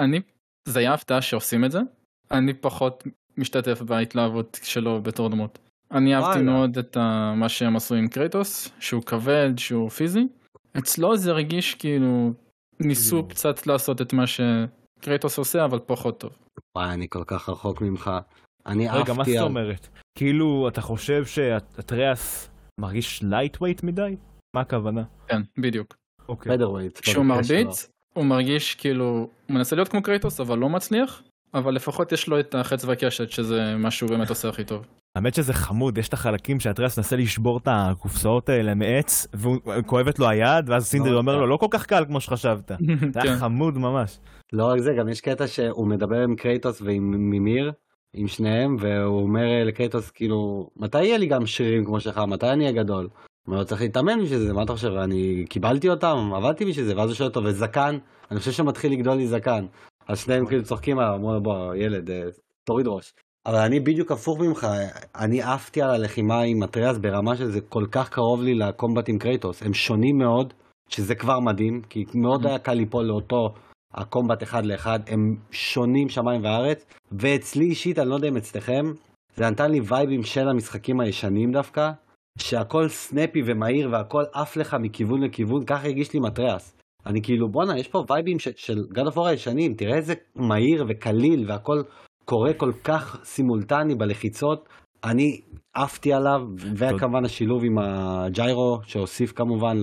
זה היה הפתעה שעושים את זה. אני פחות משתתף בהתלהבות שלו בתור דמות. אני אהבתי מאוד את מה שהם עשו עם קרייטוס, שהוא כבד, שהוא פיזי. אצלו זה רגיש כאילו ניסו קצת לעשות את מה שקרייטוס עושה, אבל פחות טוב. וואי, אני כל כך רחוק ממך. אני אהבתי... רגע, מה זאת אומרת? כאילו, אתה חושב שאטריאס מרגיש לייטווייט מדי? מה הכוונה? כן, בדיוק. פדרווייט. כשהוא מרביץ, הוא מרגיש כאילו, הוא מנסה להיות כמו קרייטוס, אבל לא מצליח, אבל לפחות יש לו את החץ והקשת, שזה מה שהוא באמת עושה הכי טוב. האמת שזה חמוד, יש את החלקים שאטריאס נסה לשבור את הקופסאות האלה מעץ, וכואבת לו היד, ואז סינדרי אומר לו, לא כל כך קל כמו שחשבת. זה היה חמוד ממש. לא רק זה, גם יש קטע שהוא מדבר עם קרייטוס ועם מימיר, עם שניהם, והוא אומר לקרייטוס, כאילו, מתי יהיה לי גם שירים כמו שלך? מתי אני אהיה גדול? הוא אומר, צריך להתאמן בשביל זה, מה אתה חושב? אני קיבלתי אותם, עבדתי בשביל זה, ואז הוא שואל אותו, וזקן? אני חושב שמתחיל לגדול לי זקן. אז שניהם כאילו צוחקים עליו, אמרו, בוא, ילד, תוריד ראש. אבל אני בדיוק הפוך ממך, אני עפתי על הלחימה עם אטריאס ברמה שזה כל כך קרוב לי לקומבט עם קרייטוס. הם שונים מאוד, שזה כבר מדהים, כי מאוד היה קל ליפול לאותו הקומבט אחד לאחד, הם שונים שמיים וארץ, ואצלי אישית, אני לא יודע אם אצלכם, זה נתן לי וייבים של המשחקים הישנים דווקא, שהכל סנפי ומהיר והכל עף לך מכיוון לכיוון, ככה הרגיש לי עם אטריאס. אני כאילו, בונה, יש פה וייבים של God of War הישנים, תראה איזה מהיר וקליל והכל קורה כל כך סימולטני בלחיצות, אני עפתי עליו, וכמובן השילוב עם הג'יירו, שהוסיף כמובן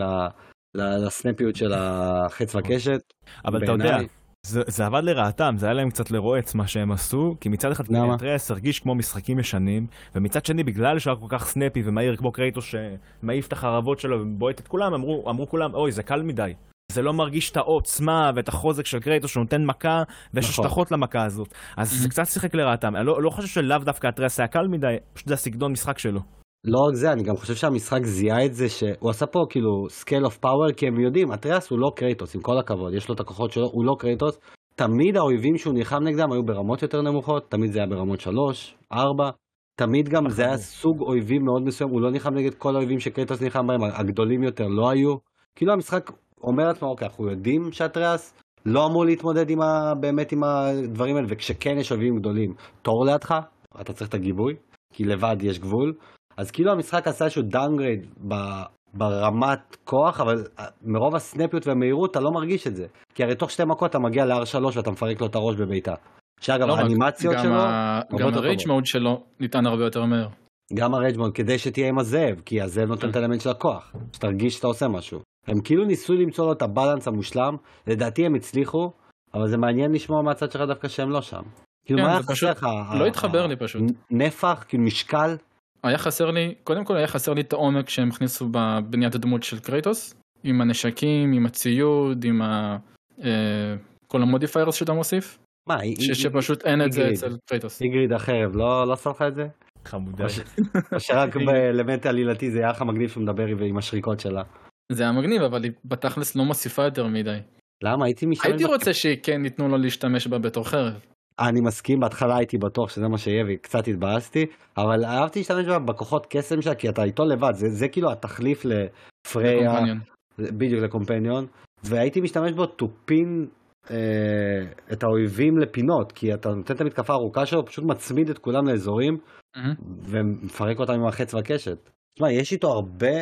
לסנפיות של החץ וקשת. אבל אתה יודע, זה עבד לרעתם, זה היה להם קצת לרועץ מה שהם עשו, כי מצד אחד אטריאס הרגיש כמו משחקים ישנים, ומצד שני בגלל שהוא כל כך סנפי ומהיר כמו קרייטוס שמעיף את החרבות שלו ובועט את כולם, אמרו כולם, אוי זה קל מדי. זה לא מרגיש את העוצמה ואת החוזק של קרייטוס שהוא נותן מכה ויש השטחות למכה הזאת. אז זה קצת שיחק לרעתם. אני לא חושב שלאו דווקא אטריאס היה קל מדי, פשוט זה הסגנון משחק שלו. לא רק זה, אני גם חושב שהמשחק זיהה את זה שהוא עשה פה כאילו scale of power, כי הם יודעים, אטריאס הוא לא קרייטוס, עם כל הכבוד, יש לו את הכוחות שלו, הוא לא קרייטוס. תמיד האויבים שהוא נלחם נגדם היו ברמות יותר נמוכות, תמיד זה היה ברמות 3, 4, תמיד גם זה היה סוג אויבים מאוד מסוים, הוא לא נלחם נגד כל האויבים שקרייטוס נלחם בהם, הגדולים יותר לא היו. כאילו המשחק אומר לעצמו, אוקיי, אנחנו יודעים שאטריאס לא אמור להתמודד באמת עם הדברים האלה, וכשכן יש אויבים גדולים, תור לידך, אתה צריך את הגיבוי, כי לבד יש גבול. אז כאילו המשחק עשה איזשהו דאונגרייד ברמת כוח, אבל מרוב הסנפיות והמהירות אתה לא מרגיש את זה. כי הרי תוך 2 מכות אתה מגיע ל-R3 ואתה מפרק לו את הראש בביתה. שאגב, האנימציות שלו... גם הרייג' מוד שלו ניתן הרבה יותר מהר. גם הרייג' מוד, כדי שתהיה עם הזאב, כי הזאב נותן את האלמנט של הכוח. שתרגיש שאתה עושה משהו. הם כאילו ניסו למצוא לו את הבלנס המושלם, לדעתי הם הצליחו, אבל זה מעניין לשמוע מהצד שלך דווקא שהם לא שם. כאילו מה היה חסר לך? לא התחבר לי פשוט. נפח, כאילו משקל? היה חסר לי, קודם כל היה חסר לי את העומק שהם הכניסו בבניית הדמות של קרייטוס, עם הנשקים, עם הציוד, עם כל המודיפיירס שאתה מוסיף. מה? שפשוט אין את זה אצל קרייטוס. איגריד החרב, לא עשה לך את זה? חמודה. או שרק באלמנט עלילתי זה היה לך מגניב שהוא מדבר עם השריקות שלה. זה היה מגניב, אבל היא בתכלס לא מוסיפה יותר מדי. למה? הייתי רוצה שכן ניתנו לו להשתמש בה בתור חרב. אני מסכים, בהתחלה הייתי בטוח שזה מה שיהיה וקצת התבאסתי, אבל אהבתי להשתמש בה בכוחות קסם שלה, כי אתה איתו לבד, זה כאילו התחליף לפריה, בדיוק לקומפניון, והייתי משתמש בו טופין את האויבים לפינות, כי אתה נותן את המתקפה הארוכה שלו, פשוט מצמיד את כולם לאזורים, ומפרק אותם עם החץ והקשת. תשמע, יש איתו הרבה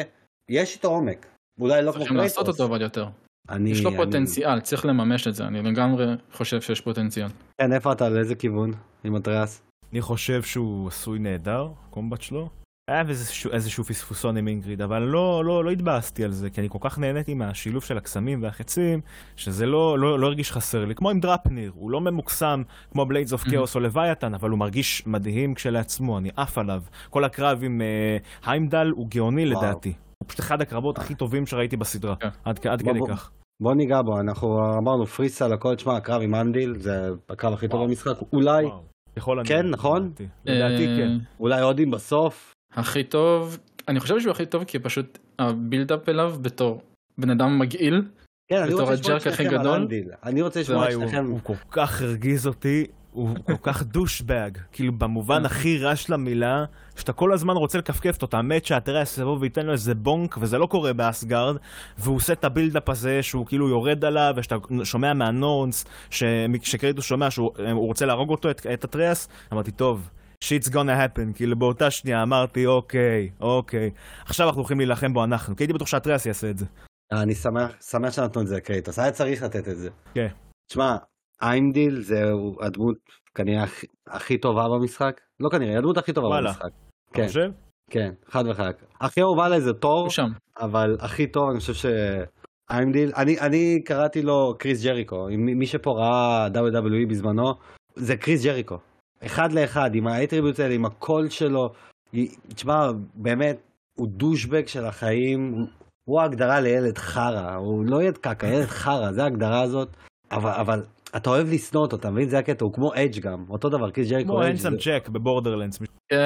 יש איתו עומק. אולי לא כמו צריכים לעשות אותו אבל יותר. יש לו פוטנציאל, צריך לממש את זה, אני לגמרי חושב שיש פוטנציאל. כן, איפה אתה? לאיזה כיוון עם אטריאס? אני חושב שהוא עשוי נהדר, קומבט שלו. היה איזשהו פספוסון עם אינגריד, אבל לא התבאסתי על זה, כי אני כל כך נהניתי מהשילוב של הקסמים והחצים, שזה לא הרגיש חסר לי. כמו עם דראפניר, הוא לא ממוקסם כמו בליידס אוף כאוס או לוויתן, אבל הוא מרגיש מדהים כשלעצמו, אני עף עליו. כל הקרב עם היימדל הוא גאוני לדעתי. הוא פשוט אחד הקרבות הכי טובים שראיתי בסדרה, עד כדי כך. בוא ניגע בו, אנחנו אמרנו פריסה לכל, תשמע, הקרב עם אנדיל, זה הקרב הכי טוב במשחק, אולי, כן, נכון? לדעתי כן. אולי הודים בסוף. הכי טוב, אני חושב שהוא הכי טוב כי פשוט הבילדאפ אליו בתור בן אדם מגעיל, כן, אני בתור רוצה לשמוע הג'אק הכי אצלכם על גדול. אנדיל. אני רוצה לשמוע אצלכם. הוא כל כך הרגיז אותי, הוא כל כך דושבג, כאילו במובן הכי רע של המילה, שאתה כל הזמן רוצה לקפקף אותו, אתה מת שהאטריאס יבוא וייתן לו איזה בונק, וזה לא קורה באסגרד, והוא עושה את הבילדאפ הזה שהוא כאילו יורד עליו, ושאתה שומע מהנורנס, שקריטוס שומע שהוא רוצה להרוג אותו, את אטריאס, אמרתי, טוב, shit's gonna happen, כאילו באותה שנייה אמרתי, אוקיי, עכשיו אנחנו הולכים להילחם בו אנחנו, כי הייתי בטוח שאטריאס יעשה את זה. אני שמח שנתנו את זה קריטוס, היה צריך לתת את זה. כן. תשמע, איימדיל זה הדמות כנראה הכי טובה במשחק, לא כנראה, הדמות הכי טובה במשחק. אתה חושב? כן, חד וחלק. הכי אהובה עליי זה תור, אבל הכי טוב אני חושב שאיימדיל, אני קראתי לו קריס ג'ריקו, מי שפה ראה WWE בזמנו, זה קריס ג'ריקו. אחד לאחד, עם האטריביוט האלה, עם הקול שלו, תשמע, באמת, הוא דושבג של החיים, הוא ההגדרה לילד חרה, הוא לא ילד קקה, ילד חרה, זה ההגדרה הזאת, אבל אתה אוהב לסנוע אותו, אתה מבין? זה הקטע, הוא כמו אדג' גם, אותו דבר, קריס ג'ריקו. כמו אנסם צ'ק בבורדרלנדס.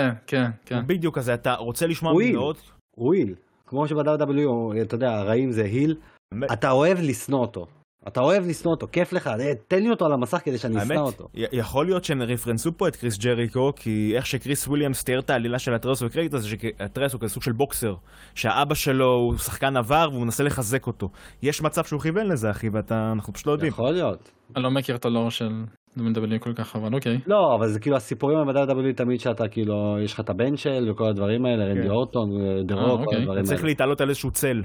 כן. בדיוק כזה, אתה רוצה לשמוע מאוד? הוא היל, כמו שב-WWE, אתה יודע, הרעים זה היל, אתה אוהב לסנוע אותו. אתה אוהב לסנוע אותו, כיף לך, תן לי אותו על המסך כדי שאני אסנע אותו. יכול להיות שהם רפרנסו פה את קריס ג'ריקו, כי איך שקריס וויליאמס תיאר את העלילה של אטריאס וקריטוס, זה שאטריאס הוא כזה סוג של בוקסר, שהאבא שלו הוא שחקן עבר והוא מנסה לחזק אותו. יש מצב שהוא כיוון לזה, אחי, ואנחנו פשוט לא יודעים. יכול להיות. אני לא מכיר את הלור של WWE כל כך, אבל אוקיי. לא, אבל זה כאילו הסיפורים ב-WWE תמיד שאתה כאילו, יש לך את הבן של וכל הדברים האלה, רנדי אורטון, דרוק, כל הדברים האלה. צריך להתעלות על איזשהו צל.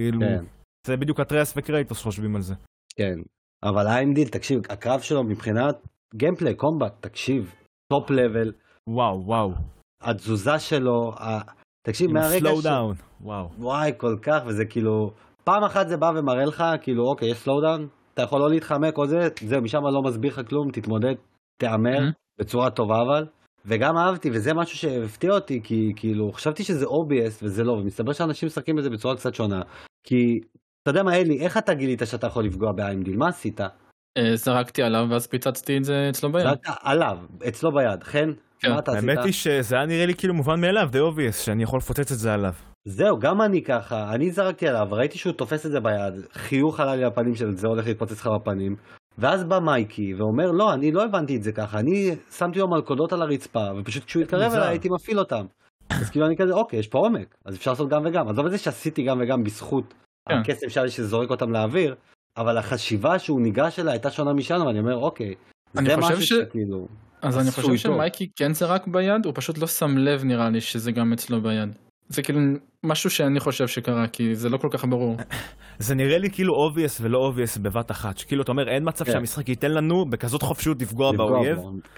זה בדיוק אטריאס וקריטוס חושבים על זה. כן, אבל איימדיל, תקשיב, הקרב שלו מבחינת גיימפליי, קומבט, תקשיב, טופ לבל. וואו. התזוזה שלו, תקשיב, מהרגע slow down, וואי, כל כך, וזה כאילו, פעם אחת זה בא ומראה לך, כאילו, אוקיי, יש slow down, אתה יכול לא להתחמק או זהו, משם לא מסביר לך כלום, תתמודד, תאמר, בצורה טובה אבל, וגם אהבתי, וזה משהו שהפתיע אותי, כי כאילו, חשבתי שזה OBS וזה לא, ומסתבר שאנשים משחקים בזה בצורה קצת שונה, כי אתה יודע מה, אלי, איך אתה גילית שאתה יכול לפגוע באיימדיל? מה עשית? זרקתי עליו ואז פיצצתי את זה אצלו ביד. זרקת עליו, אצלו ביד, כן? מה אתה עשית? האמת היא שזה היה נראה לי כאילו מובן מאליו, די obvious, שאני יכול לפוצץ את זה עליו. זהו, גם אני ככה, אני זרקתי עליו, ראיתי שהוא תופס את זה ביד, חיוך עלה לי לפנים של זה הולך להתפוצץ לך בפנים, ואז בא מייקי ואומר, לא, אני לא הבנתי את זה ככה, אני שמתי לו מלכודות על הרצפה, ופשוט כשהוא התקרב אליי הייתי מפעיל אותם. אז כאילו אני כזה, אוקיי, יש פה עומק, אז אפשר לעשות גם וגם. אז לא בזה שעשיתי גם וגם בזכות הקסם שלי שזורק אותם לאוויר, אבל החשיבה שהוא ניגש אליה הייתה שונה משלנו, ואני אומר, אוקיי, זה משהו שכאילו... אז אני חושב שמייקי כן זרק ביד, הוא פשוט לא שם לב נראה לי שזה גם אצלו ביד. זה כאילו משהו שאני חושב שקרה, כי זה לא כל כך ברור. זה נראה לי כאילו obvious ולא obvious בבת אחת, שכאילו אתה אומר אין מצב שהמשחק ייתן לנו בכזאת חופשיות לפגוע באויב.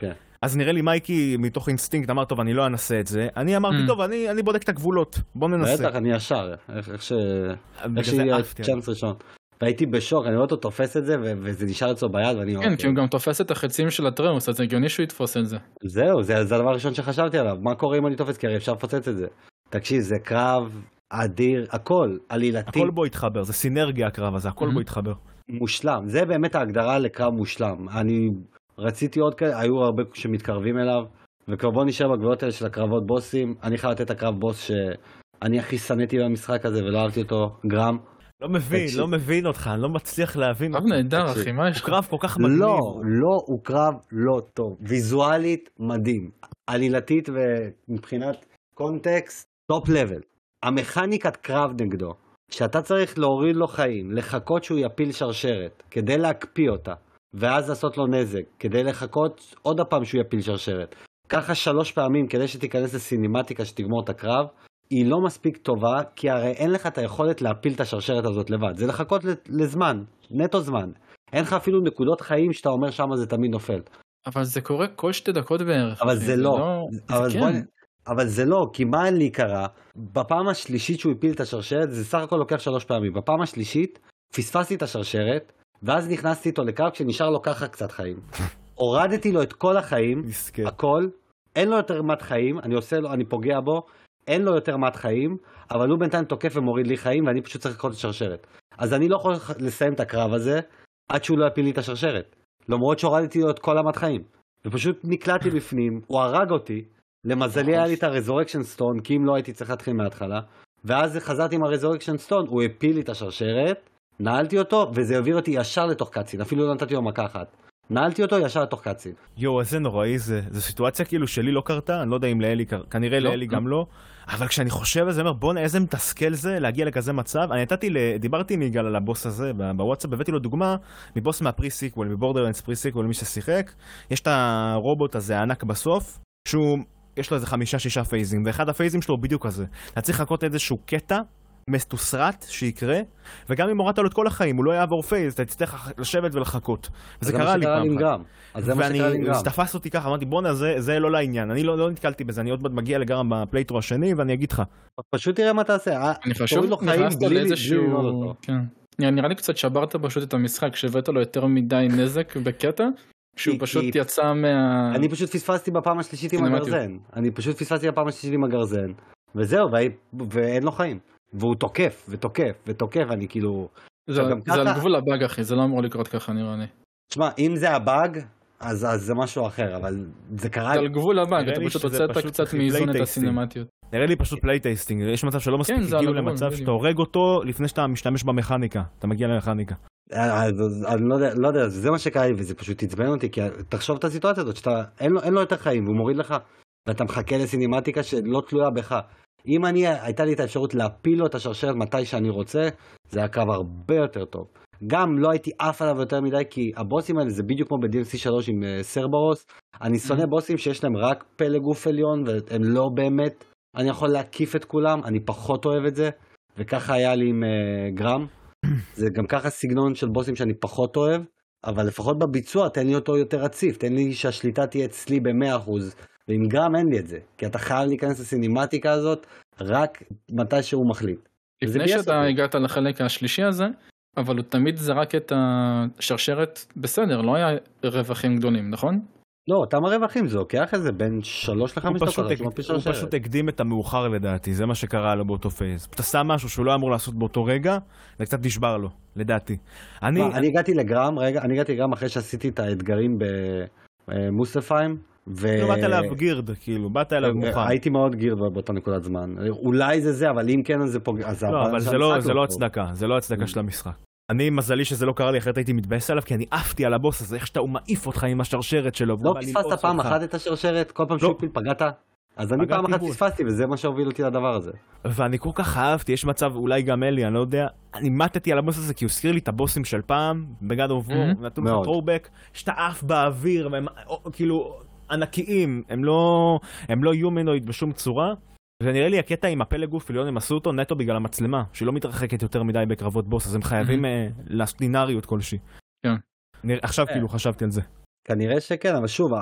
אז נראה לי מייקי מתוך אינסטינקט אמר טוב אני לא אנסה את זה, אני אמרתי טוב אני בודק את הגבולות, בוא ננסה. בטח אני ישר, איך שיהיה צ'אנס ראשון. והייתי בשוק, אני רואה אותו תופס את זה וזה נשאר אצלו ביד ואני כן, כי הוא גם תופס את החצים של הטראוס, אז זה הגיוני שהוא יתפוס את זה. זהו, זה הדבר הראשון שחשבתי עליו, מה קורה אם אני תופס, כי הרי אפשר לפוצץ את זה. תקשיב, זה קרב אדיר, הכל, עלילתי. הכל בו התחבר, זה סינרגיה הקרב הזה, הכל בו התחבר. מושלם, זה באמת ההגדרה לקרב מושלם. אני רציתי עוד כאלה, היו הרבה שמתקרבים אליו, וכבר בוא נשאר בגבולות האלה של הקרבות בוסים. אני חייב לתת את הקרב בוס שאני הכי שנאתי במשחק הזה ולא אהבתי אותו גרם. לא מבין אותך, אני לא מצליח להבין. קרב נהדר אחי, מה יש? הוא קרב כל כך מגניב. לא, הוא קרב לא טוב. ויזואלית מדהים. עלילתית ומבחינת קונטקסט, טופ לבל. המכניקת קרב נגדו, שאתה צריך להוריד לו חיים, לחכות שהוא יפיל שרשרת, כדי להקפיא אותה, ואז לעשות לו נזק, כדי לחכות עוד הפעם שהוא יפיל שרשרת. ככה 3 פעמים כדי שתיכנס לסינימטיקה שתגמור את הקרב, היא לא מספיק טובה, כי הרי אין לך את היכולת להפיל את השרשרת הזאת לבד. זה לחכות לזמן, נטו זמן. אין לך אפילו נקודות חיים שאתה אומר שמה זה תמיד נופל. אבל זה קורה כל 2 דקות בערך. אבל זה לא. אבל זה לא, כי מה אין לי קרה? בפעם השלישית שהוא הפיל את השרשרת, זה סך הכל לוקח 3 פעמים. בפעם השלישית, פספסתי את השרשרת, ואז נכנסתי איתו לקרב כשנשאר לו ככה קצת חיים. הורדתי לו את כל החיים, הכל, אין לו יותר מת חיים, אני פוגע בו, אין לו יותר מת חיים, אבל הוא בינתיים תוקף ומוריד לי חיים, ואני פשוט צריך לקרות את השרשרת. אז אני לא יכול לסיים את הקרב הזה, עד שהוא לא יפיל לי את השרשרת. למרות שהורדתי לו את כל המת חיים. ופשוט נקלעתי בפנים, הוא הרג אותי, למזלי היה לי את הרזורקשן סטון, כי אם לא הייתי צריך להתחיל מההתחלה, ואז חזרתי עם הרזורקשן סטון, הוא הפיל לי את השרשרת, נעלתי אותו, וזה העביר אותי ישר לתוך קאצין, אפילו לא נתתי לו מכה אחת. נעלתי אותו ישר לתוך קאצין. יו, איזה נוראי זה. זו סיטואציה כאילו שלי לא קרתה, אני לא יודע אם לאלי קרתה, כנראה לאלי גם לא, אבל כשאני חושב על זה, אומר, בוא, איזה מתסכל זה להגיע לכזה מצב. אני דיברתי עם יגאל על הבוס הזה בוואטסאפ, הבאתי לו דוגמה מבוס מהפרי-סיקוול, מבורדרלנדס פרי-סיקוול, מי ששיחק. יש את הרובוט הזה הענק בסוף, שהוא, יש לו איזה 5-6 פייזים, ואחד הפייזים שלו הוא בדיוק כזה. אתה צריך לחכות איזשהו קטע מסתוסרט שיקרה, וגם אם הורדת לו את כל החיים, הוא לא יעבור פייז, אתה תצטרך לשבת ולחכות. וזה קרה לי פעם אחת. ואני, זה תפס אותי ככה, אמרתי, בונה, זה לא לעניין. אני לא נתקלתי בזה, אני עוד מעט מגיע לגרם בפלייטרו השני, ואני אגיד לך. פשוט תראה מה תעשה. אני חשוב, נכנסת לאיזשהו... נראה לי קצת שברת פשוט את המשחק, שהבאת לו יותר מדי נזק בקטע, שהוא פשוט יצא מה... אני פשוט פספסתי בפעם השלישית עם הגרזן. וזהו, ואין לו חיים. והוא תוקף, ותוקף, אני כאילו... זה על גבול הבאג, אחי, זה לא אמור לקרות ככה, נראה לי. תשמע, אם זה הבאג, אז זה משהו אחר, אבל זה קרה... זה על גבול הבאג, אתה פשוט הוצאת קצת מאיזון את הסינמטיות. נראה לי פשוט פלייטייסטינג, יש מצב שלא מספיק הגיעו למצב שאתה הורג אותו לפני שאתה משתמש במכניקה, אתה מגיע למכניקה. אני לא יודע, זה מה שקרה לי, וזה פשוט עצבן אותי, כי תחשוב את הסיטואציה הזאת, שאתה, אין לו יותר חיים, והוא מוריד לך, ואתה מחכה לסינמטיקה שלא תלויה בך. אם הייתה לי את האפשרות להפיל לו את השרשרת מתי שאני רוצה, זה היה קרב הרבה יותר טוב. גם לא הייתי אף עליו יותר מדי, כי הבוסים האלה זה בדיוק כמו ב-DLC 3 עם סרברוס. אני שונא בוסים שיש להם רק פלא גוף עליון, והם לא באמת, אני יכול להקיף את כולם, אני פחות אוהב את זה, וככה היה לי עם גרם. זה גם ככה סגנון של בוסים שאני פחות אוהב, אבל לפחות בביצוע תן לי אותו יותר רציף, תן לי שהשליטה תהיה אצלי ב-100%. ועם גרם אין לי את זה, כי אתה חייב להיכנס לסינימטיקה הזאת רק מתי שהוא מחליט. לפני שאתה הגעת לחלק השלישי הזה, אבל הוא תמיד זרק את השרשרת בסדר, לא היה רווחים גדולים, נכון? לא, אותם הרווחים זה לוקח איזה בין 3 ל-5 דקות. הוא פשוט הקדים את המאוחר לדעתי, זה מה שקרה לו באותו פייז. אתה שם משהו שהוא לא אמור לעשות באותו רגע, זה קצת נשבר לו, לדעתי. אני הגעתי לגרם אחרי שעשיתי את האתגרים במוסטפיים, באת אליו גירד, כאילו, באת אליו מוכן. הייתי מאוד גירד באותה נקודת זמן. אולי זה, אבל אם כן, אז זה פוגע. לא, אבל זה לא הצדקה, זה לא הצדקה של המשחק. אני, מזלי שזה לא קרה לי, אחרת הייתי מתבאס עליו, כי אני עפתי על הבוס הזה, איך שאתה, הוא מעיף אותך עם השרשרת שלו. לא פספסת פעם אחת את השרשרת? כל פעם שהוא פיל פגעת? אז אני פעם אחת פספסתי, וזה מה שהוביל אותי לדבר הזה. ואני כל כך אהבתי, יש מצב, אולי גם אלי, אני לא יודע, אני מתתי על הבוס הזה, כי הוא הזכיר לי את הבוסים של פעם, בגד אוף וור, נתנו לך טרובק, שאתה עף באוויר, כאילו, ענקיים, הם לא יומנויד בשום צורה, ונראה לי הקטע עם הפלא גוף עליון, הם עשו אותו נטו בגלל המצלמה, שהיא לא מתרחקת יותר מדי בקרבות בוס, אז הם חייבים לעשות דינריות כלשהי. עכשיו כאילו חשבתי על זה. כנראה שכן, אבל שוב,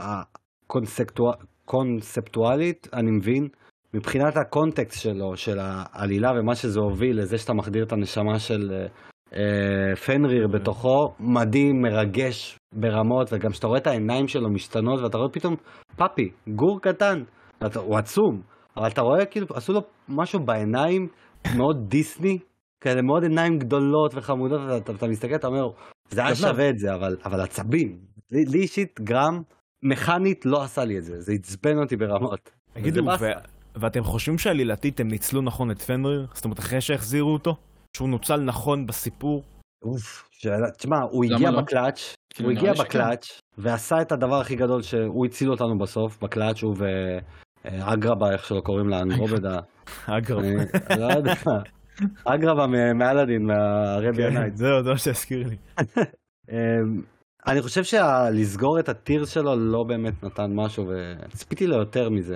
קונספטואלית, אני מבין, מבחינת הקונטקסט שלו, של העלילה ומה שזה הוביל, לזה שאתה מחדיר את הנשמה של פנריר בתוכו, מדהים, מרגש ברמות, וגם שאתה רואה את העיניים שלו משתנות, ואתה רואה פתאום, פאפי, גור קטן, הוא עצום, אבל אתה רואה כאילו, עשו לו משהו בעיניים מאוד דיסני, כאלה מאוד עיניים גדולות וחמודות, ואתה מסתכל, אתה אומר, זה היה שווה את זה, אבל עצבים, לי אישית גרם, מכנית לא עשה לי את זה, זה עצבן אותי ברמות. תגידו, ואתם חושבים שעלילתית הם ניצלו נכון את פנריר? זאת אומרת, אחרי שהחזירו אותו? שהוא נוצל נכון בסיפור? תשמע, הוא הגיע בקלאץ', ועשה את הדבר הכי גדול שהוא הציל אותנו בסוף, בקלאץ' הוא ואגרבה, איך שלא קוראים לה, אנדרומדה. אגרבה. לא יודע, אגרבה מאלאדין, מהרבי הנייט. זהו, זה מה שהזכיר לי. אני חושב שלסגור את הטיר שלו לא באמת נתן משהו, וציפיתי לו יותר מזה.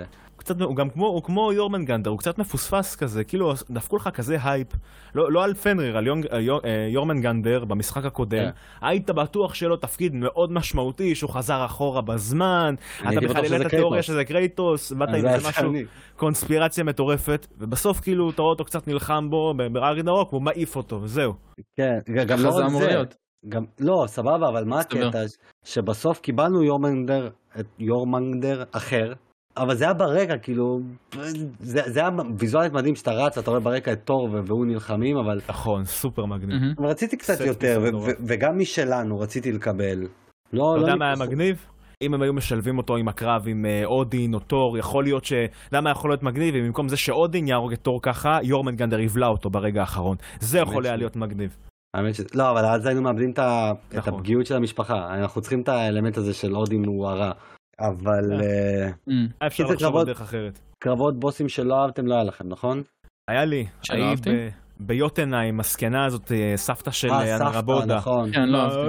הוא גם כמו יורמנגנדר, הוא קצת מפוספס כזה, כאילו דפקו לך כזה הייפ, לא על פנריר, על יורמנגנדר במשחק הקודם, היית בטוח שלו תפקיד מאוד משמעותי, שהוא חזר אחורה בזמן, אתה בכלל העלית התיאוריה שזה קרייטוס, באת עם איזה משהו, קונספירציה מטורפת, ובסוף כאילו אתה רואה אותו קצת נלחם בו, ברגנרוק, והוא מעיף אותו, וזהו. כן, גם לא רק זה. לא, סבבה, אבל מה הקטע? שבסוף קיבלנו יורמנגדר אחר, אבל זה היה ברקע, כאילו, זה היה ויזואלית מדהים שאתה רץ, אתה רואה ברקע את תור והוא נלחמים, אבל... נכון, סופר מגניב. רציתי קצת יותר, וגם משלנו רציתי לקבל. אתה יודע מה היה מגניב? אם הם היו משלבים אותו עם הקרב עם אודין או תור, יכול להיות למה יכול להיות מגניב? ובמקום זה שאודין יהרוג את תור ככה, יורמנגנדר יבלע אותו ברגע האחרון. זה יכול היה להיות מגניב. לא, אבל אז היינו מאבדים את הפגיעות של המשפחה. אנחנו צריכים את האלמנט הזה של אודין הוא הרע. אבל... אפשר לחשוב על דרך אחרת. קרבות בוסים שלא אהבתם לא היה לכם, נכון? היה לי. ביוטנהיים, הסקנה הזאת, סבתא של אנרבודה. נכון. כן, לא.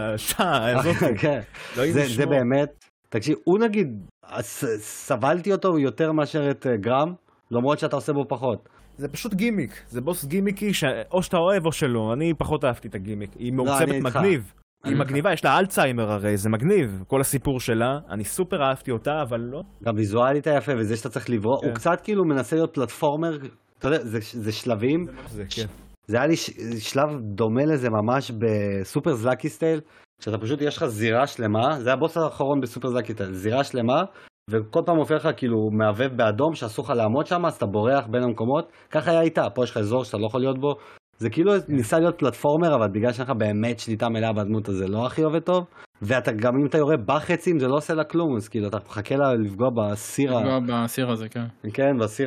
זה באמת, תקשיב, הוא נגיד, סבלתי אותו יותר מאשר את גרם, למרות שאתה עושה בו פחות. זה פשוט גימיק, זה בוס גימיקי, או שאתה אוהב או שלא, אני פחות אהבתי את הגימיק. היא מעוצבת מגניב. היא מגניבה, יש לה אלצהיימר הרי, זה מגניב, כל הסיפור שלה, אני סופר אהבתי אותה, אבל לא. גם ויזואלית היפה, וזה שאתה צריך לברוא, הוא קצת כאילו מנסה להיות פלטפורמר, אתה יודע, זה שלבים. זה היה לי שלב דומה לזה ממש בסופר זלאקי סטייל, שאתה פשוט, יש לך זירה שלמה, זה הבוס האחרון בסופר זלאקי סטייל, זירה שלמה, וכל פעם הופך לך כאילו מעבב באדום, שאסור לך לעמוד שם, אז אתה בורח בין המקומות, ככה היה איתה, פה יש לך אזור שאתה לא יכול להיות בו, זה כאילו ניסה להיות פלטפורמר, אבל בגלל שאתה באמת שליטה מלאה בדמות הזה לא הכי עובד טוב, ואתה גם אם אתה יורה בחצים זה לא עושה לה כלום, אז כאילו אתה מחכה לה לפגוע בסיר הזה, כן. כן, בסיר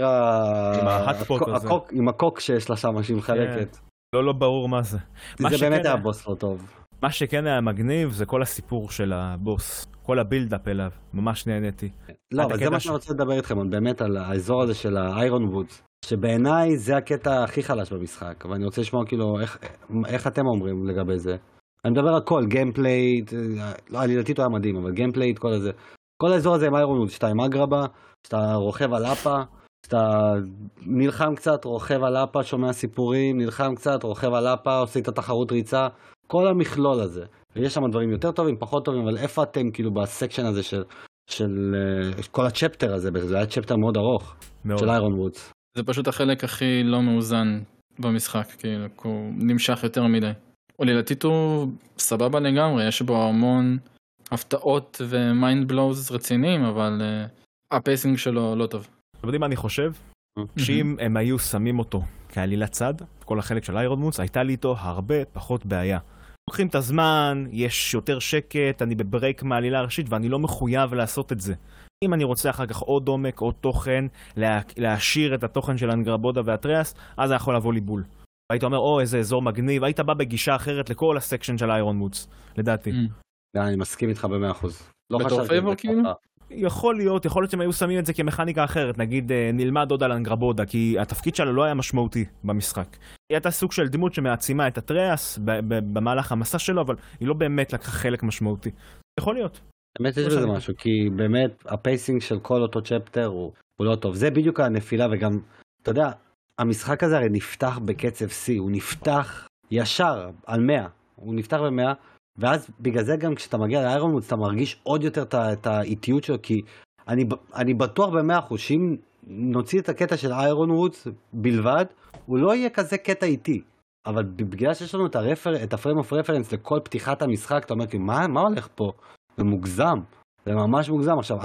עם הקוק שיש לה שם שהיא מחלקת. לא ברור מה זה. זה באמת היה בוס לא טוב. מה שכן היה מגניב זה כל הסיפור של הבוס, כל הבילדאפ אליו, ממש נהניתי. לא, אבל זה מה שאני רוצה לדבר איתכם, באמת על האזור הזה של האיירון וודס, שבעיניי זה הקטע הכי חלש במשחק, ואני רוצה לשמוע כאילו איך אתם אומרים לגבי זה. אני מדבר על כל, גיימפלייט, לא, עלילתית הוא היה מדהים, אבל גיימפלייט, כל הזה. כל האזור הזה עם איירון וודס, שאתה עם אגרבה, שאתה רוכב על אפה, שאתה נלחם קצת, רוכב על אפה, שומע סיפורים, נלחם קצת, רוכב על אפה, עושה את התחרות ריצה, כל המכלול הזה. ויש שם דברים יותר טובים, פחות טובים, אבל איפה אתם כאילו בסקשן הזה של כל הצ'פטר הזה, זה היה צ'פטר מאוד ארוך, של איירון וודס. זה פשוט החלק הכי לא מאוזן במשחק, כאילו, הוא נמשך יותר מדי. עלילתית הוא סבבה לגמרי, יש בו המון הפתעות ומיינד בלוז רציניים, אבל הפייסינג שלו לא טוב. אתם יודעים מה אני חושב? שאם הם היו שמים אותו כעלילת צד, כל החלק של איירון וודס, הייתה לי איתו הרבה פחות בעיה. לוקחים את הזמן, יש יותר שקט, אני בברייק מהעלילה הראשית ואני לא מחויב לעשות את זה. אם אני רוצה אחר כך עוד עומק, עוד תוכן, להשאיר את התוכן של אנגרבודה ואטריאס, אז זה יכול לבוא לי בול. היית אומר, איזה אזור מגניב, היית בא בגישה אחרת לכל הסקשן של איירון וודס, לדעתי. אני מסכים איתך ב100%. בתור פייבור כאילו? יכול להיות שהם היו שמים את זה כמכניקה אחרת, נגיד נלמד עוד על אנגרבודה, כי התפקיד שלה לא היה משמעותי במשחק. היא הייתה סוג של דמות שמעצימה את הטריאס במהלך המסע שלו, אבל היא לא באמת לקחה חלק משמעותי. יכול להיות. באמת יש בזה משהו, כי באמת הפייסינג של כל אותו צ'פטר הוא לא טוב. זה בדיוק הנפילה, וגם, אתה יודע, המשחק הזה הרי נפתח בקצב C, הוא נפתח ישר על 100, הוא נפתח ב100, ואז בגלל זה גם כשאתה מגיע לאיירון וודס אתה מרגיש עוד יותר את האיטיות שלו, כי אני בטוח ב100% שאם נוציא את הקטע של איירון וודס בלבד, הוא לא יהיה כזה קטע איטי. אבל בגלל שיש לנו את הפריים אוף רפרנס לכל פתיחת המשחק, אתה אומר, מה הולך פה? זה מוגזם, זה ממש מוגזם. עכשיו,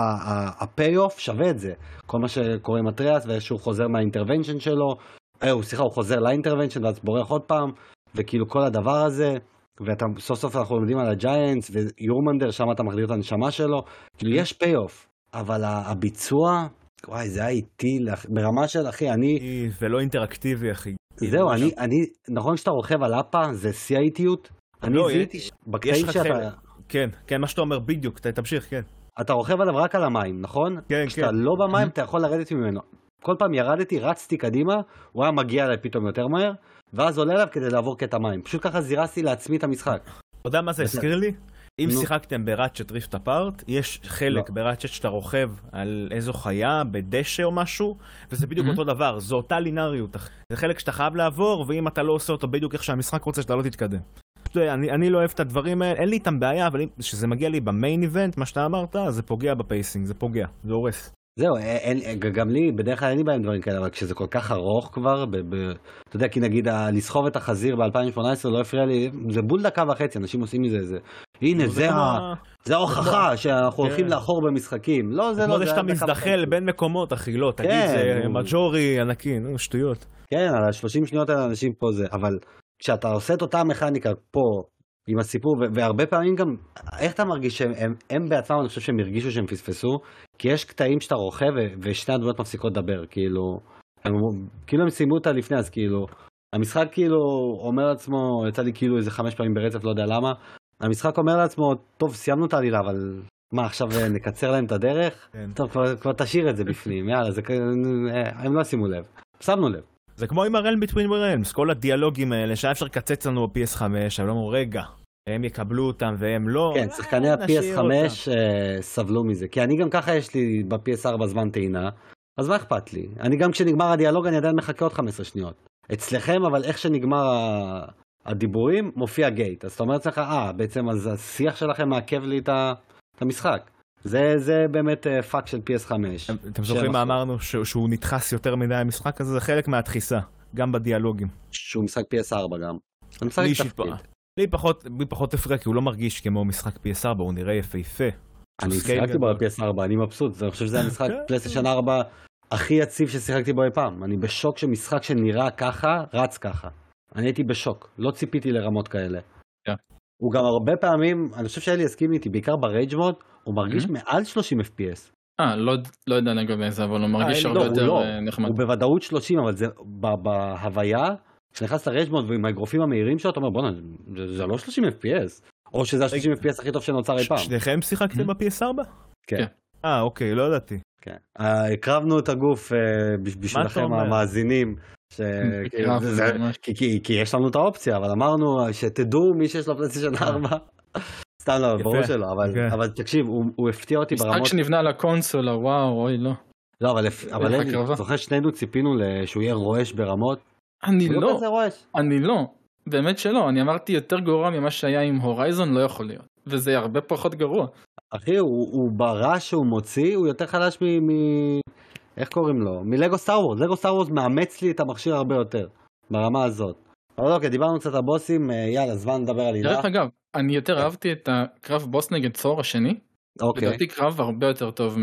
הפי-אוף שווה את זה. כל מה שקורה עם הטריאס, ושהוא חוזר מהאינטרוונשן שלו, הוא חוזר לאינטרוונשן, ואז בורח עוד פעם, וכאילו כל הדבר הזה, סוף סוף אנחנו לומדים על הג'יינטס, ויורמנדר, שם אתה מחדיר את הנשמה שלו, כאילו יש פי-אוף, אבל הביצוע, וואי, זה היה איטי, ברמה של, אחי, ולא אינטראקטיבי, אחי. זהו, נכון שאתה רוכב על אפה, זה שיא האיטיות, אני זיהיתי בקטעים שאתה... כן, מה שאתה אומר בדיוק, תמשיך, כן. אתה רוכב עליו רק על המים, נכון? כן. כשאתה לא במים, אתה יכול לרדת ממנו. כל פעם ירדתי, רצתי קדימה, הוא היה מגיע אליי פתאום יותר מהר, ואז עולה אליו כדי לעבור קטע מים. פשוט ככה זירסתי לעצמי את המשחק. אתה יודע מה זה הזכיר לי? אם שיחקתם בראצ'ט ריפט אפארט, יש חלק בראצ'ט שאתה רוכב על איזו חיה, בדשא או משהו, וזה בדיוק אותו דבר, זו אותה לינאריות. זה חלק שאתה חייב לעבור, ואם אתה לא עושה אותו בדיוק איך שהמשחק רוצה, שאתה לא תתקדם. אני לא אוהב את הדברים האלה, אין לי איתם בעיה, אבל כשזה מגיע לי במיין איבנט, מה שאתה אמרת, זה פוגע בפייסינג, זה פוגע, זה הורס. זהו, גם לי, בדרך כלל אין לי בהם דברים כאלה, אבל כשזה כל כך ארוך כבר, אתה יודע, כי נגיד, לסחוב את החזיר ב-2018 לא הפריע לי, זה בול דקה וחצי, אנשים עושים מזה, הנה, זה ההוכחה שאנחנו הולכים לאחור במשחקים. לא, זה לא, זה שאתה מזדחל בין מקומות, אחי, לא, תגיד, זה מג'ורי ענקי, שטויות. כן, על 30 שניות האלה אנשים פה זה, אבל כשאתה עושה את אותה מכניקה פה, עם הסיפור, והרבה פעמים גם, איך אתה מרגיש שהם בעצמם, אני חושב שהם הרגישו שהם פספסו, כי יש קטעים שאתה רוכב, ושני הדמויות מפסיקות לדבר, כאילו הם סיימו אותה לפני, אז כאילו, המשחק כאילו אומר לעצמו, יצא לי כאילו איזה 5 פעמים ברצף, לא יודע למה, המשחק אומר לעצמו, טוב, סיימנו את העלילה, אבל מה, עכשיו נקצר להם את הדרך? טוב, כבר תשאיר את זה בפנים, יאללה, הם לא שימו לב, שמנו לב. זה כמו עם הרלם ביטווין ורלמס, כל הדיאלוגים האלה שהיה אפשר לקצץ לנו ב-PS5, אבל אמרו רגע, הם יקבלו אותם והם לא. כן, שחקני ה-PS5 סבלו מזה, כי אני גם ככה יש לי ב-PS4 זמן טעינה, אז מה אכפת לי? אני גם כשנגמר הדיאלוג אני עדיין מחכה עוד 15 שניות. אצלכם אבל איך שנגמר הדיבורים מופיע גייט, אז אתה אומר אצלך, בעצם אז השיח שלכם מעכב לי את המשחק. זה באמת פאק של PS5. אתם זוכרים מה אמרנו? שהוא נדחס יותר מדי המשחק הזה? זה חלק מהתחיסה, גם בדיאלוגים. שהוא משחק PS4 גם. לי פחות הפריע, כי הוא לא מרגיש כמו משחק PS4, הוא נראה יפהפה. אני שיחקתי בו ב-PS4, אני מבסוט, אני חושב שזה המשחק פלייסטיישן 4 הכי יציב ששיחקתי בו אי פעם. אני בשוק שמשחק שנראה ככה, רץ ככה. אני הייתי בשוק, לא ציפיתי לרמות כאלה. הוא גם הרבה פעמים, אני חושב שאלי יסכים איתי, בעיקר ברייג' מוד, הוא מרגיש מעל 30 FPS. לא יודע לגבי זה, אבל הוא מרגיש הרבה יותר נחמד. הוא בוודאות 30, אבל זה בהוויה, כשנכנס לרייג' מוד ועם האגרופים המהירים שלו, אתה אומר, בוא'נה, זה לא 30 FPS, או שזה ה-30 FPS הכי טוב שנוצר אי פעם. שניכם שיחקתם ב-PS4? כן. אוקיי, לא ידעתי. כן. הקרבנו את הגוף בשבילכם המאזינים, כי יש לנו את האופציה, אבל אמרנו שתדעו מי שיש לו פלייסטיישן 4, סתם לא, ברור שלא, אבל תקשיב, הוא הפתיע אותי ברמות... משחק שנבנה על הקונסולה, וואו, אוי לא. לא, אבל אני זוכר שנינו ציפינו שהוא יהיה רועש ברמות. אני לא, באמת שלא, אני אמרתי יותר גרוע ממה שהיה עם הורייזון, לא יכול להיות, וזה הרבה פחות גרוע. אחי, הוא ברעש שהוא מוציא, הוא יותר חלש איך קוראים לו? מלגו סטאר וורס. לגו סטאר וורס מאמץ לי את המכשיר הרבה יותר, ברמה הזאת. אבל אוקיי, דיברנו קצת על בוסים, יאללה, זמן לדבר על עילה. דרך אגב, אני יותר אהבתי את הקרב בוס נגד צור השני. אוקיי. לדעתי קרב הרבה יותר טוב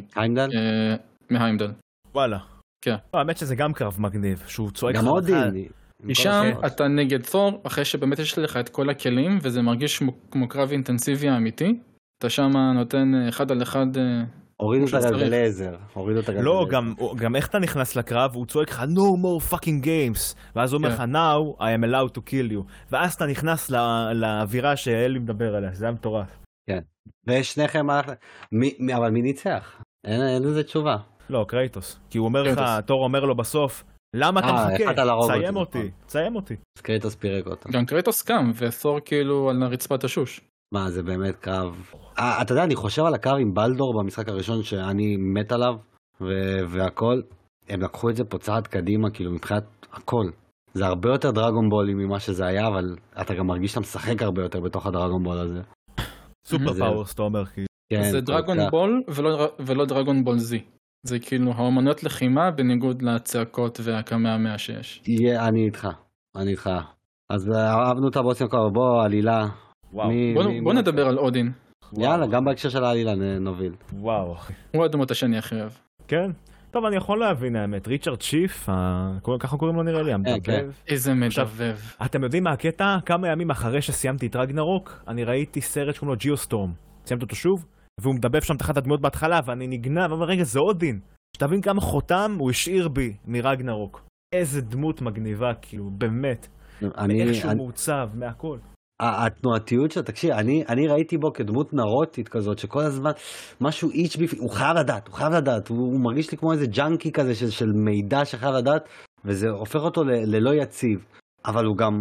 מהיימדל. וואלה. כן. האמת שזה גם קרב מגניב, שהוא צועק גם עוד משם אתה נגד צור, אחרי שבאמת יש לך את כל הכלים, וזה מרגיש כמו קרב אינטנסיבי אמיתי. אתה שם נותן אחד על אחד... הורידו את הגלגלי עזר. לא, גם איך אתה נכנס לקרב, הוא צועק לך, no more fucking games, ואז הוא אומר לך, now I am allowed to kill you, ואז אתה נכנס לאווירה שאלי מדבר עליה, זה היה מטורף. כן, ושניכם, אבל מי ניצח? אין לזה תשובה. לא, קרייטוס, כי הוא אומר לך, תור אומר לו בסוף, למה אתה מחכה? תסיים אותי. אז קרייטוס פירק אותו. גם קרייטוס קם, ותור כאילו על רצפת השוש. מה, זה באמת קרב... אתה יודע, אני חושב על הקרב עם בלדור במשחק הראשון שאני מת עליו, והכל, הם לקחו את זה פה צעד קדימה, כאילו מבחינת הכל. זה הרבה יותר דרגון בולי ממה שזה היה, אבל אתה גם מרגיש שאתה משחק הרבה יותר בתוך הדרגון בול הזה. סופר פאוורס, אתה אומר, כאילו. זה דרגון בול ולא דרגון בול זי. זה כאילו האומנויות לחימה בניגוד לצעקות והקמע שיש. אני איתך. אז אהבנו את הבוסים כבר, בוא, עלילה. בוא נדבר על אודין. יאללה, גם בהקשר של העלילה נוביל. וואו. הוא הדמות השני הכי אוהב. כן? טוב, אני יכול להבין האמת. ריצ'רד שיף, ככה קוראים לו נראה לי, המדבב. איזה מדבב. אתם יודעים מה הקטע? כמה ימים אחרי שסיימתי את רגנרוק, אני ראיתי סרט שקוראים לו ג'יוסטורם. סיימתי אותו שוב, והוא מדבב שם תחת הדמות בהתחלה, ואני נגנב, אבל רגע, זה אודין. שתבין כמה חותם הוא השאיר בי מרגנרוק. איזה דמות מגניבה, כאילו, באמת. איך שהוא מעוצב, מהכל. התנועתיות שלו, תקשיב, אני ראיתי בו כדמות נרוטית כזאת, שכל הזמן משהו איץ' בפי, הוא חייב לדעת, הוא מרגיש לי כמו איזה ג'אנקי כזה של מידע שחייב לדעת, וזה הופך אותו ללא יציב, אבל הוא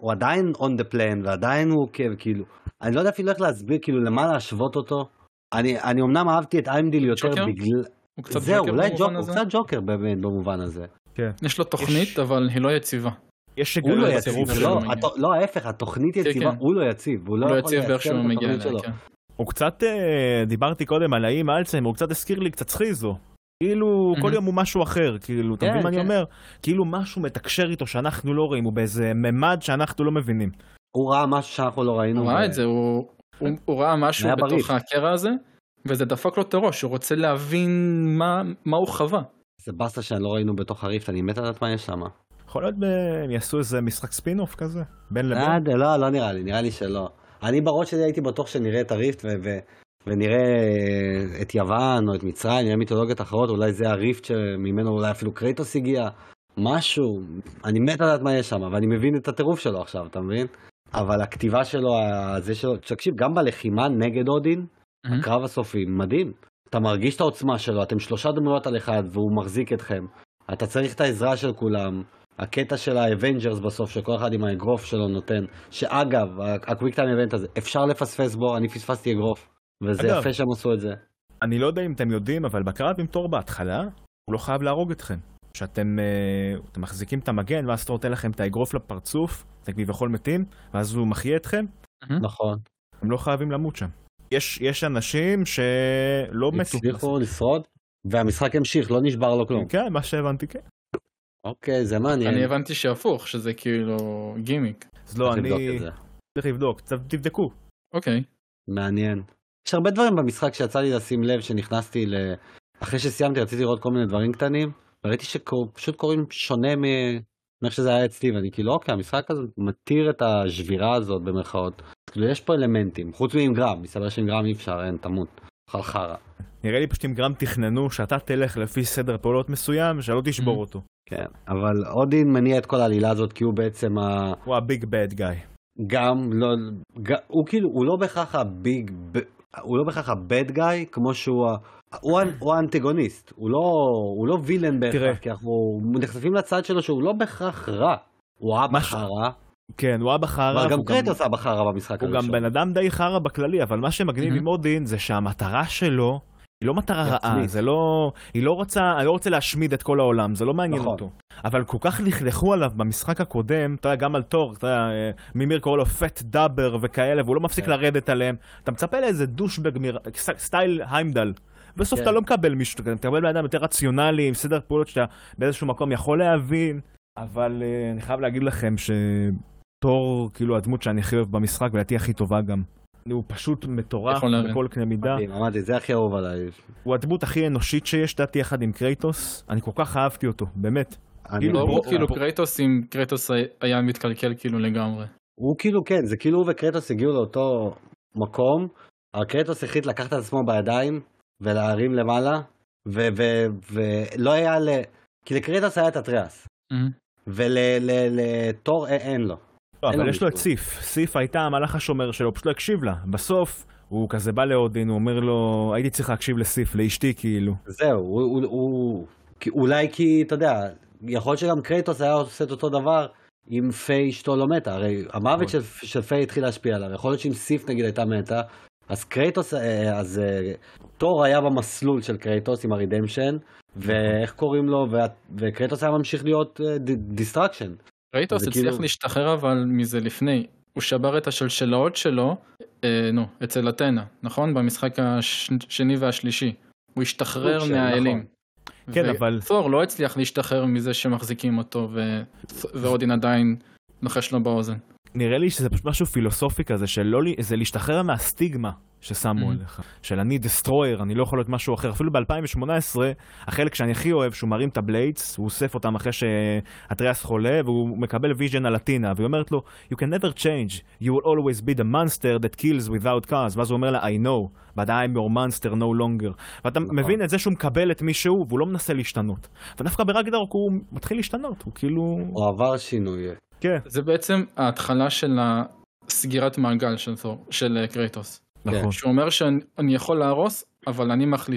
הוא עדיין on the plan, ועדיין הוא כאילו, אני לא יודע אפילו איך להסביר, כאילו, למה להשוות אותו. אני אמנם אהבתי את איימדיל יותר בגלל... הוא קצת זהו, ג'וקר אולי במובן הזה. הוא קצת ג'וקר באמת במובן הזה. יש לו תוכנית, אבל היא לא יציבה. יש הוא לא שגרה יציב, בצירוף שלו. לא ההפך, התוכנית יציבה, הוא לא יציב. הוא לא יציב באיך שהוא מגיע אליה, כן. הוא קצת, דיברתי קודם על האם אלצהיימר, הוא קצת הזכיר לי קצת סכיזו. כאילו, כל יום הוא משהו אחר, כאילו, אתה מבין מה אני אומר? כאילו משהו מתקשר איתו שאנחנו לא רואים, הוא באיזה ממד שאנחנו לא מבינים. הוא ראה משהו שאנחנו לא ראינו. הוא ראה את זה, הוא ראה משהו בתוך הקרע הזה, וזה דפק לו את הראש, הוא רוצה להבין מה הוא חווה. זה בסטה שאני לא ראינו בתוך הריפט, אני מת לדעת מה יש שם. יכול להיות הם יעשו איזה משחק ספין-אוף כזה? בין לבין? לא נראה לי שלא. אני בראש שלי הייתי בטוח שנראה את הריפט ונראה את יוון או את מצרים, נראה מיתולוגיות אחרות, אולי זה הריפט שממנו אולי אפילו קרייטוס הגיע, משהו. אני מת לדעת מה יש שם, ואני מבין את הטירוף שלו עכשיו, אתה מבין? אבל הכתיבה שלו, זה שלו, תקשיב, גם בלחימה נגד אודין, הקרב הסופי, מדהים. אתה מרגיש את העוצמה שלו, אתם 3 דמויות על אחד והוא מחזיק אתכם. אתה צריך את העזרה של כולם. הקטע של האבנג'רס בסוף, שכל אחד עם האגרוף שלו נותן, שאגב, הקוויק טיים איבנט הזה, אפשר לפספס בו, אני פספסתי אגרוף, וזה אגב, יפה שהם עשו את זה. אני לא יודע אם אתם יודעים, אבל בקרב עם תור בהתחלה, הוא לא חייב להרוג אתכם. שאתם מחזיקים את המגן, ואז תור נותן לכם את האגרוף לפרצוף, אתם כביכול מתים, ואז הוא מחיה אתכם. נכון. הם לא חייבים למות שם. יש אנשים שלא מתו. הצליחו לשרוד, והמשחק המשיך, לא נשבר לו כלום. כן, מה שהבנתי, כן. אוקיי, זה מעניין. אני הבנתי שהפוך, שזה כאילו גימיק. אז לא, אני צריך לבדוק, תבדקו. אוקיי. מעניין. יש הרבה דברים במשחק שיצא לי לשים לב, שנכנסתי אחרי שסיימתי, רציתי לראות כל מיני דברים קטנים, וראיתי שפשוט קוראים שונה מאיך שזה היה אצלי, ואני כאילו, אוקיי, המשחק הזה מתיר את השבירה הזאת במרכאות. כאילו, יש פה אלמנטים, חוץ מעם גרם, מסתבר שעם גרם אי אפשר, אין, תמות. חרחרה. נראה לי פשוט עם גרם תכננו שאתה תלך לפי סדר פעולות מסוים ושלא תשבור אותו. כן, אבל אודין מניע את כל העלילה הזאת כי הוא בעצם הוא הביג בד גאי. גם לא, הוא כאילו, הוא לא בהכרח הבד גאי כמו שהוא, הוא האנטגוניסט, הוא לא וילן בהכרח, כי אנחנו נחשפים לצד שלו שהוא לא בהכרח רע, הוא אבא חרא. כן, הוא אבא חרא. אבל גם קרייטוס אבא חרא במשחק הראשון. הוא גם בן אדם די חרא בכללי, אבל מה שמגניב עם אודין זה שהמטרה שלו היא לא מטרה רעה, זה לא, אני לא רוצה להשמיד את כל העולם, זה לא מעניין אותו. אבל כל כך לכלכו עליו במשחק הקודם, אתה יודע, גם על תור, אתה יודע, מימיר קורא לו פט דאבר וכאלה, והוא לא מפסיק לרדת עליהם. אתה מצפה לאיזה דושבג סטייל היימדל. בסוף אתה לא מקבל מישהו, אתה מקבל בן אדם יותר רציונלי, עם סדר פעולות שאתה באיזשהו מקום יכול להבין, אבל אני חייב להגיד לכם שתור, כאילו הדמות שאני הכי אוהב במשחק, ולדעתי הכי טובה גם. הוא פשוט מטורף בכל קנה מידה. אמרתי, זה הכי אהוב עליי. הוא הדמות הכי אנושית שיש, דעתי יחד עם קרייטוס. אני כל כך אהבתי אותו, באמת. כאילו קרייטוס עם קרייטוס היה מתקלקל כאילו לגמרי. הוא כאילו כן, זה כאילו הוא וקרייטוס הגיעו לאותו מקום, אבל קרייטוס החליט לקחת את עצמו בידיים ולהרים למעלה, ולא היה כי לקרייטוס היה את הטריאס. ולתור אין לו. לא, אבל יש לו את סיף. סיף הייתה המלאך השומר שלו, פשוט לא הקשיב לה. בסוף הוא כזה בא לאודין, הוא אומר לו, הייתי צריך להקשיב לסיף, לאשתי כאילו. זהו, אולי כי, אתה יודע, יכול להיות שגם קרייטוס היה עושה את אותו דבר אם פיי אשתו לא מתה. הרי המוות של פיי התחיל להשפיע עליו. יכול להיות שאם סיף נגיד הייתה מתה, אז קרייטוס, אז תור היה במסלול של קרייטוס עם הרידמפשן, ואיך קוראים לו, וקרייטוס היה ממשיך להיות דיסטרקשן. קרייטוס הצליח להשתחרר אבל מזה לפני, הוא שבר את השלשלאות שלו, אצל אתנה, נכון? במשחק השני והשלישי, הוא השתחרר מהאלים. כן, אבל תור לא הצליח להשתחרר מזה שמחזיקים אותו, ואודין עדיין נחש לו באוזן. נראה לי שזה פשוט משהו פילוסופי כזה, זה להשתחרר מהסטיגמה ששמו עליך, של אני דסטרויר, אני לא יכול להיות משהו אחר. אפילו ב-2018, החלק שאני הכי אוהב, שהוא מרים את הבליידס, הוא אוסף אותם אחרי שהטריאס חולה, והוא מקבל ויז'ן על אתינה, והיא אומרת לו, you can never change, you will always be the monster that kills without cause, ואז הוא אומר לה, I know, but I'm your monster no longer. ואתה מבין את זה שהוא מקבל את מי שהוא, והוא לא מנסה להשתנות. ודווקא ברגדרוק הוא מתחיל להשתנות, הוא כאילו... הוא עבר שינוי. כן. זה בעצם ההתחלה של הסגירת מעגל של קרייטוס. נכון. שהוא אומר שאני יכול להרוס, אבל אני מחליט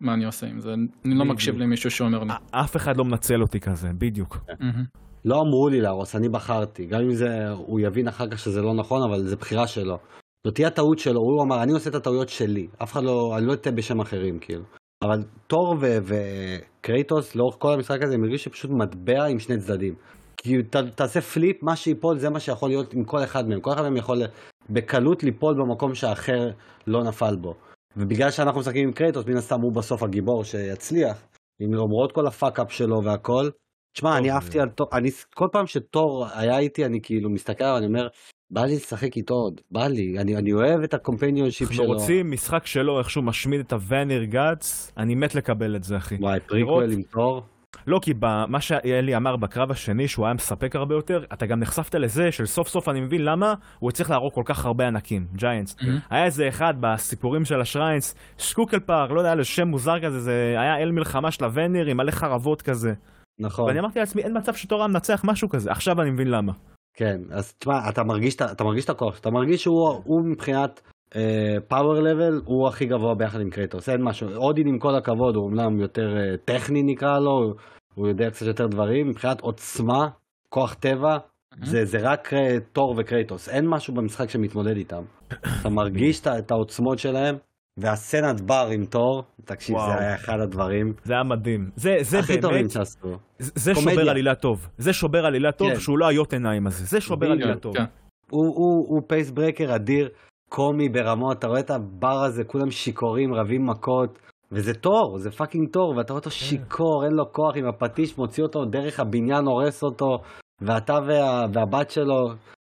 מה אני עושה עם זה. אני לא מקשיב למישהו שאומר לי. אף אחד לא מנצל אותי כזה, בדיוק. לא אמרו לי להרוס, אני בחרתי. גם אם זה, הוא יבין אחר כך שזה לא נכון, אבל זה בחירה שלו. זאת תהיה הטעות שלו, הוא אמר, אני עושה את הטעויות שלי. אף אחד לא, אני לא אתן בשם אחרים, כאילו. אבל תור וקרייטוס, לאורך כל המשחק הזה, הם הרגישו שפשוט מטבע עם שני צדדים. כי תעשה פליפ, מה שיפול זה מה שיכול להיות עם כל אחד מהם. כל אחד מהם יכול בקלות ליפול במקום שהאחר לא נפל בו. ובגלל שאנחנו משחקים עם קרייטוס, מן הסתם הוא בסוף הגיבור שיצליח. למרות כל הפאק-אפ שלו והכל. תשמע, אני אהבתי על תור, כל פעם שתור היה איתי, אני כאילו מסתכל, אני אומר, בא לי לשחק איתו עוד, בא לי, אני אוהב את הקומפניונשיפ שלו. אנחנו רוצים משחק שלו, איכשהו משמיד את הוונר גאץ, אני מת לקבל את זה, אחי. וואי, פריקוול עם תור? לא, כי מה שאלי אמר בקרב השני, שהוא היה מספק הרבה יותר, אתה גם נחשפת לזה של סוף סוף אני מבין למה הוא צריך להרוג כל כך הרבה ענקים, ג'יינטס. היה איזה אחד בסיפורים של השריינס, שקוקלפארק, לא יודע, לשם מוזר כזה, זה היה אל מלחמה של הוונר עם מלא חרבות כזה. נכון. ואני אמרתי לעצמי, אין מצב שתורה מנצח משהו כזה, עכשיו אני מבין למה. כן, אז תשמע, אתה מרגיש את הכוח, אתה מרגיש שהוא מבחינת פאוור לבל, הוא הכי גבוה ביחד עם קרייטוס, אין משהו, אודין עם כל הכבוד, הוא אמנם יותר טכני נקרא לו, הוא יודע קצת יותר דברים, מבחינת עוצמה, כוח טבע, זה רק תור וקרייטוס, אין משהו במשחק שמתמודד איתם, אתה מרגיש את העוצמות שלהם, והסצנת בר עם תור, תקשיב, זה היה אחד הדברים. זה היה מדהים. זה הכי באמת, טובים שעשו. זה שובר עלילה טוב. זה שובר עלילה טוב שהוא לא היות עיניים הזה. זה שובר עלילה טוב. הוא פייס ברקר אדיר, קומי ברמות, אתה רואה את הבר הזה, כולם שיכורים, רבים מכות, וזה תור, זה פאקינג תור, ואתה רואה אותו שיקור, אין לו כוח עם הפטיש, מוציא אותו דרך הבניין, הורס אותו, ואתה והבת שלו,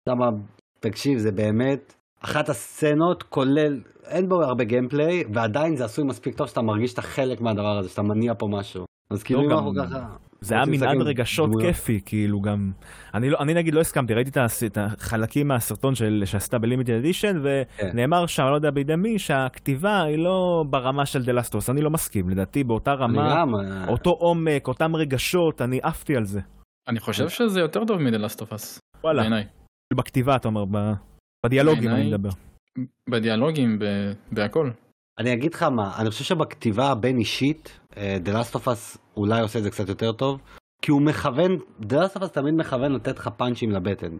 תקשיב, זה באמת אחת הסצנות, כולל, אין בו הרבה גיימפליי, ועדיין זה עשוי מספיק טוב שאתה מרגיש שאתה חלק מהדבר הזה, שאתה מניע פה משהו. אז כאילו אם אנחנו ככה... זה היה מנעד רגשות כיפי, כאילו גם... אני נגיד לא הסכמתי, ראיתי את החלקים מהסרטון שעשתה בלימיטד אדישן, ונאמר שם, לא יודע בידי מי, שהכתיבה היא לא ברמה של The Last of Us, אני לא מסכים, לדעתי באותה רמה, אותו עומק, אותם רגשות, אני עפתי על זה. אני חושב שזה יותר טוב מ-The Last of Us. וואלה. בכתיבה, אתה אומר, בדיאלוגים אני מדבר. בדיאלוגים, בהכל. אני אגיד לך מה, אני חושב שבכתיבה הבין אישית, The Last of Us אולי עושה את זה קצת יותר טוב, כי הוא מכוון, The Last of Us תמיד מכוון לתת לך פאנצ'ים לבטן,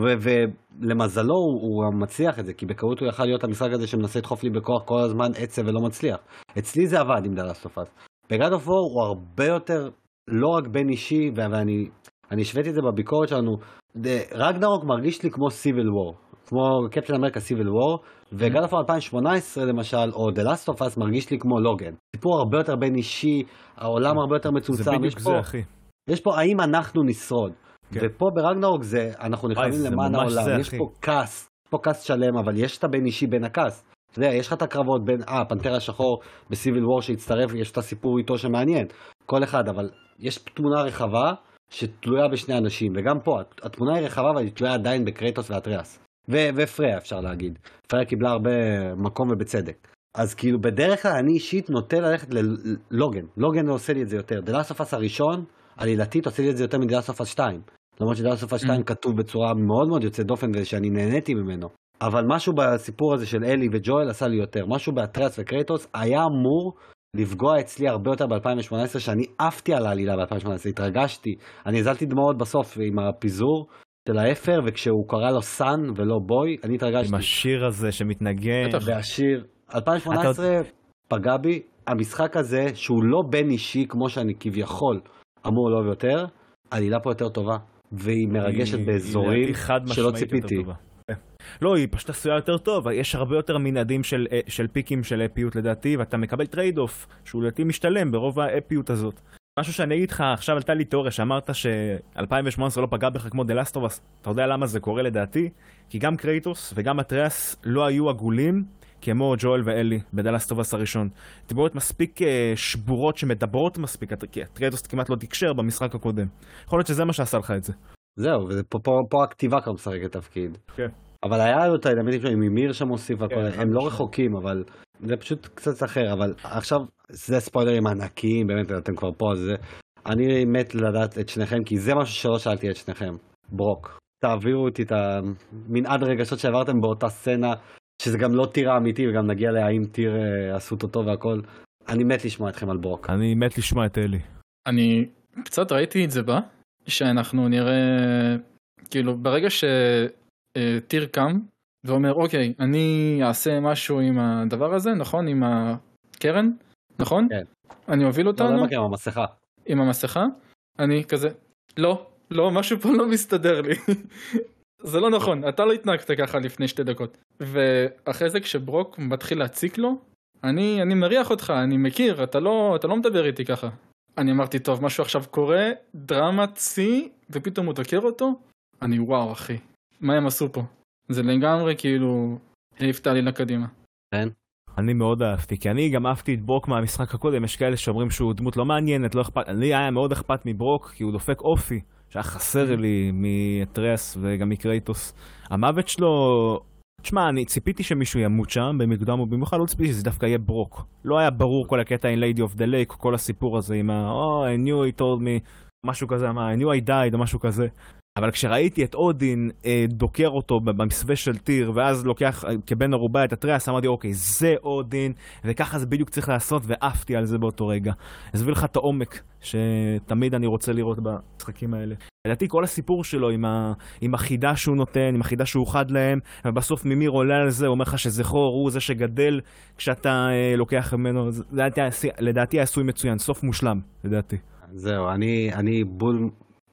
ולמזלו הוא מצליח את זה, כי בקרות הוא יכל להיות המשחק הזה שמנסה לדחוף לי בכוח כל הזמן עצב ולא מצליח. אצלי זה עבד עם The Last of Us. ב-God of War הוא הרבה יותר, לא רק בין אישי, ואני השוויתי את זה בביקורת שלנו, רגנרוק מרגיש לי כמו Civil War. כמו קפטן אמריקה סיביל וור, וגד אוף 2018 למשל, או The Last of Us מרגיש לי כמו לוגן. סיפור הרבה יותר בין אישי, העולם הרבה יותר מצומצם. זה בדיוק זה, אחי. יש פה האם אנחנו נשרוד. ופה ברגנרוק זה, אנחנו נלחמים למען העולם. יש פה קאסט שלם, אבל יש את הבין אישי בין הקאסט. אתה יודע, יש לך את הקרבות בין, פנתר השחור בסיביל וור שהצטרף, יש את הסיפור איתו שמעניין. כל אחד, אבל יש תמונה רחבה שתלויה בשני אנשים, וגם פה, התמונה היא רחבה, אבל היא תלויה עדיין בקרייטוס ואטריאס. ופריה אפשר להגיד. פריה קיבלה הרבה מקום ובצדק. אז כאילו בדרך כלל אני אישית נוטה ללכת ללוגן. לוגן לא עושה לי את זה יותר. The Last of Us הראשון, עלילתית עושה לי את זה יותר מ-The Last of Us 2. למרות ש-The Last of Us 2 כתוב בצורה מאוד מאוד יוצאת דופן ושאני נהניתי ממנו. אבל משהו בסיפור הזה של אלי וג'ואל עשה לי יותר. משהו באטריאס וקרייטוס היה אמור לפגוע אצלי הרבה יותר ב-2018, שאני עפתי על העלילה ב-2018, התרגשתי. אני הזלתי דמעות בסוף עם הפיזור. של האפר, וכשהוא קרא לו סן ולא בוי, אני התרגשתי. עם השיר הזה שמתנגן. והשיר, 2018 פגע בי, המשחק הזה, שהוא לא בין אישי, כמו שאני כביכול אמור לא יותר, עלילה פה יותר טובה, והיא מרגשת באזורים שלא ציפיתי. לא, היא פשוט עשויה יותר טוב, יש הרבה יותר מנעדים של פיקים של אפיות לדעתי, ואתה מקבל טרייד אוף, שהוא לדעתי משתלם ברוב האפיות הזאת. משהו שאני אגיד לך, עכשיו עלתה לי תיאוריה שאמרת ש-2018 לא פגע בך כמו The Last of Us. אתה יודע למה זה קורה לדעתי? כי גם קרייטוס וגם אטריאס לא היו עגולים כמו ג'ואל ואלי ב-The Last of Us הראשון. דמויות מספיק שבורות שמדברות מספיק, כי קרייטוס כמעט לא תקשר במשחק הקודם. יכול להיות שזה מה שעשה לך את זה. זהו, ופה הכתיבה כבר משחקת תפקיד. כן. אבל היה לו את האלמנטים שלהם, ממיר שם מוסיף והכל, הם לא רחוקים, אבל זה פשוט קצת אחר, אבל עכשיו זה ספוילרים ענקיים, באמת אתם כבר פה, אז אני מת לדעת את שניכם, כי זה משהו שלא שאלתי את שניכם. ברוק, תעבירו אותי את המנעד רגשות שעברתם באותה סצנה, שזה גם לא טיר האמיתי, וגם נגיע להאם טיר עשו אותו והכל. אני מת לשמוע אתכם על ברוק. אני מת לשמוע את אלי. אני קצת ראיתי את זה בה, שאנחנו נראה, כאילו ברגע שטיר קם ואומר אוקיי, אני אעשה משהו עם הדבר הזה, נכון? עם הקרן, נכון? כן. אני אוביל אותנו. לא עם המסכה. עם המסכה, אני כזה, לא, משהו פה לא מסתדר לי. זה לא נכון, אתה לא התנהגת ככה לפני 2 דקות. ואחרי זה כשברוק מתחיל להציק לו, אני מריח אותך, אני מכיר, אתה לא מדבר איתי ככה. אני אמרתי, טוב, משהו עכשיו קורה, דרמת סי, ופתאום הוא תוקר אותו. אני, וואו, אחי, מה הם עשו פה? זה לגמרי כאילו, העיף לי לקדימה. כן. אני מאוד אהבתי, כי אני גם אהבתי את ברוק מהמשחק הקודם, יש כאלה שאומרים שהוא דמות לא מעניינת, לא אכפת, לי היה מאוד אכפת מברוק, כי הוא דופק אופי, שהיה חסר לי מאטריאס וגם מקרייטוס. המוות שלו, תשמע, אני ציפיתי שמישהו ימות שם, במקדם ובמיוחד לא ציפיתי שזה דווקא יהיה ברוק. לא היה ברור כל הקטע עם Lady of the Lake, כל הסיפור הזה עם I knew he told me, משהו כזה, I knew I died, או משהו כזה. אבל כשראיתי את אודין דוקר אותו במסווה של טיר, ואז לוקח כבן ערובה את אטריאס, אמרתי, אוקיי, זה אודין, וככה זה בדיוק צריך לעשות, ועפתי על זה באותו רגע. הסביר לך את העומק שתמיד אני רוצה לראות במשחקים האלה. לדעתי כל הסיפור שלו עם החידה שהוא נותן, עם החידה שהוא חד להם, ובסוף מימיר עולה על זה, הוא אומר לך שזכור, הוא זה שגדל כשאתה לוקח ממנו, לדעתי עשוי מצוין, סוף מושלם, לדעתי. זהו, אני בול...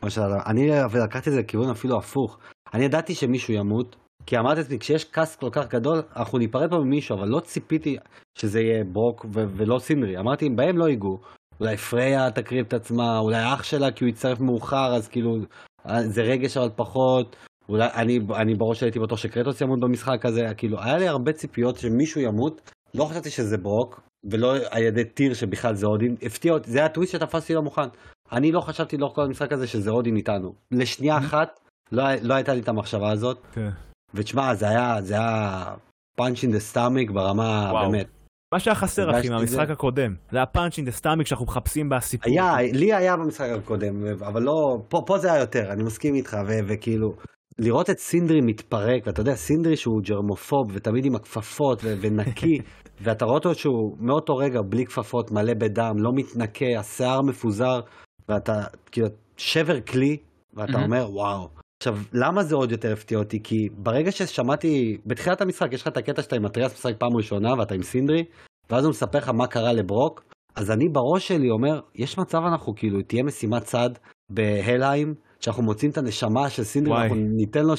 אני לקחתי את זה לכיוון אפילו הפוך. אני ידעתי שמישהו ימות, כי אמרתי לעצמי, כשיש קאסט כל כך גדול, אנחנו ניפרד פה ממישהו, אבל לא ציפיתי שזה יהיה ברוק ולא סינדרי. אמרתי, אם בהם לא ייגעו, אולי פריה תקריב את עצמה, אולי אח שלה כי הוא יצטרף מאוחר, אז כאילו, זה רגש אבל פחות. אולי, אני בראש הייתי בטוח שקרטוס ימות במשחק הזה, כאילו, היה לי הרבה ציפיות שמישהו ימות, לא חשבתי שזה ברוק, ולא על ידי טיר שבכלל זה אודין. הפתיע אותי, זה היה טוויסט שתפסתי לא מוכן. אני לא חשבתי לאורך כל המשחק הזה שזה אודין איתנו. לשנייה אחת לא הייתה לי את המחשבה הזאת. ותשמע, זה היה punch in the stomach ברמה באמת. מה שהיה חסר אחי מהמשחק הקודם, זה היה punch in the stomach שאנחנו מחפשים בסיפור. לי היה במשחק הקודם, אבל לא, פה זה היה יותר, אני מסכים איתך, וכאילו, לראות את סינדרי מתפרק, ואתה יודע, סינדרי שהוא ג'רמופוב, ותמיד עם הכפפות, ונקי, ואתה רואה אותו שהוא מאותו רגע בלי כפפות, מלא בדם, לא מתנקה, השיער מפוזר, ואתה כאילו שבר כלי, ואתה אומר וואו. עכשיו, למה זה עוד יותר הפתיע אותי? כי ברגע ששמעתי, בתחילת המשחק יש לך את הקטע שאתה עם אטריאס משחק פעם ראשונה, ואתה עם סינדרי, ואז הוא מספר לך מה קרה לברוק, אז אני בראש שלי אומר, יש מצב אנחנו כאילו, תהיה משימת צד בהלהיים, שאנחנו מוצאים את הנשמה של סינדרי, אנחנו ניתן לו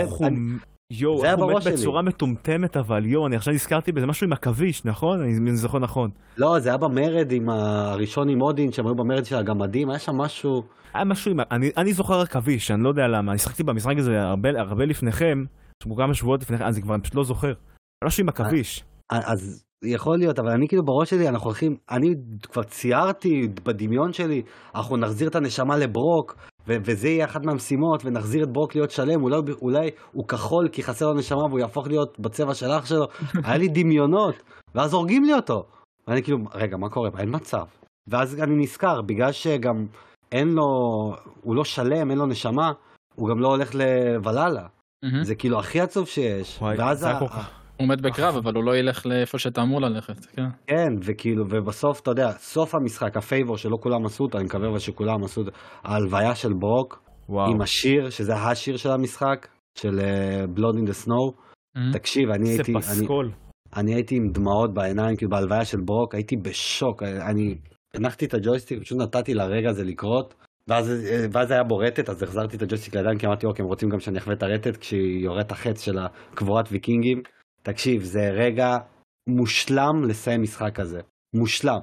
יו, הוא מת בצורה מטומטמת, אבל יו, אני עכשיו נזכרתי בזה משהו עם הכביש, נכון? אני זוכר נכון. לא, זה היה במרד עם הראשון עם אודין, שהם היו במרד של הגמדים, היה שם משהו... היה משהו עם... אני זוכר הכביש, אני לא יודע למה, אני שחקתי במשחק הזה הרבה לפניכם, כמה שבועות לפניכם, אז אני כבר פשוט לא זוכר. משהו עם הכביש. אז יכול להיות, אבל אני כאילו בראש שלי, אנחנו הולכים, אני כבר ציירתי בדמיון שלי, אנחנו נחזיר את הנשמה לברוק, וזה יהיה אחת מהמשימות, ונחזיר את ברוק להיות שלם, אולי הוא כחול כי חסר לו נשמה, והוא יהפוך להיות בצבע של אח שלו, היה לי דמיונות, ואז הורגים לי אותו, ואני כאילו, רגע, מה קורה? אין מצב. ואז אני נזכר, בגלל שגם אין לו, הוא לא שלם, אין לו נשמה, הוא גם לא הולך לוולאלה. זה כאילו הכי עצוב שיש. ואז הוא עומד בקרב, אבל הוא לא ילך לאיפה שאתה אמור ללכת, כן. כן, וכאילו, ובסוף, אתה יודע, סוף המשחק, הפייבור שלא כולם עשו אותה, אני מקווה שכולם עשו אותה, ההלוויה של ברוק, עם השיר, שזה השיר של המשחק, של Blood in the Snow. תקשיב, אני הייתי עם דמעות בעיניים, כאילו בהלוויה של ברוק, הייתי בשוק, אני הנחתי את הג'ויסטיק, פשוט נתתי לרגע הזה לקרות, ואז היה בו רטט, אז החזרתי את הג'ויסטיק לידיים, כי אמרתי, אוקיי, הם רוצים גם שאני אחווה את הרטט, כשהיא יורד את החץ של הקבורת ויקינגים. תקשיב, זה רגע מושלם לסיים משחק הזה. מושלם.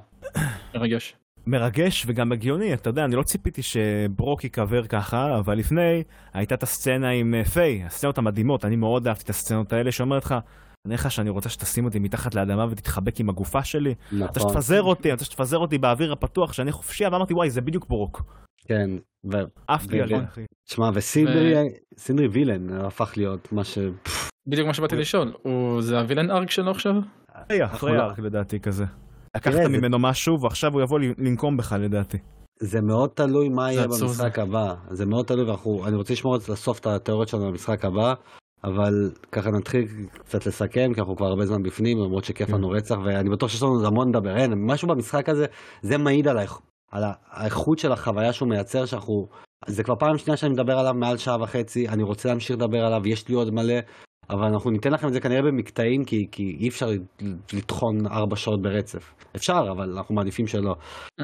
מרגש וגם הגיוני, אתה יודע, אני לא ציפיתי שברוק יקבר ככה, אבל לפני הייתה את הסצנה עם פיי, הסצנות המדהימות, אני מאוד אהבתי את הסצנות האלה שאומרת לך, אני לך שאני רוצה שתשים אותי מתחת לאדמה ותתחבק עם הגופה שלי, אני רוצה שתפזר אותי באוויר הפתוח, שאני חופשי, ואמרתי וואי, זה בדיוק ברוק. כן, אהבתי על זה, אחי. תשמע, וסינדרי וילן הפך להיות מה ש... בדיוק מה שבאתי לשאול, זה הווילן ארק שלו עכשיו? אחרי ארק לדעתי כזה. לקחת ממנו משהו ועכשיו הוא יבוא לנקום בך לדעתי. זה מאוד תלוי מה יהיה במשחק הבא. זה מאוד תלוי, אני רוצה לשמור לסוף את התיאוריות שלנו במשחק הבא, אבל ככה נתחיל קצת לסכם, כי אנחנו כבר הרבה זמן בפנים, למרות שכיף לנו רצח, ואני בטוח שיש לנו המון לדבר. משהו במשחק הזה, זה מעיד על האיכות של החוויה שהוא מייצר, זה כבר פעם שנייה שאני מדבר עליו מעל שעה וחצי, אני רוצה להמשיך לדבר עליו, יש לי עוד מלא, אבל אנחנו ניתן לכם את זה כנראה במקטעים, כי אי אפשר לטחון 4 שעות ברצף. אפשר, אבל אנחנו מעדיפים שלא.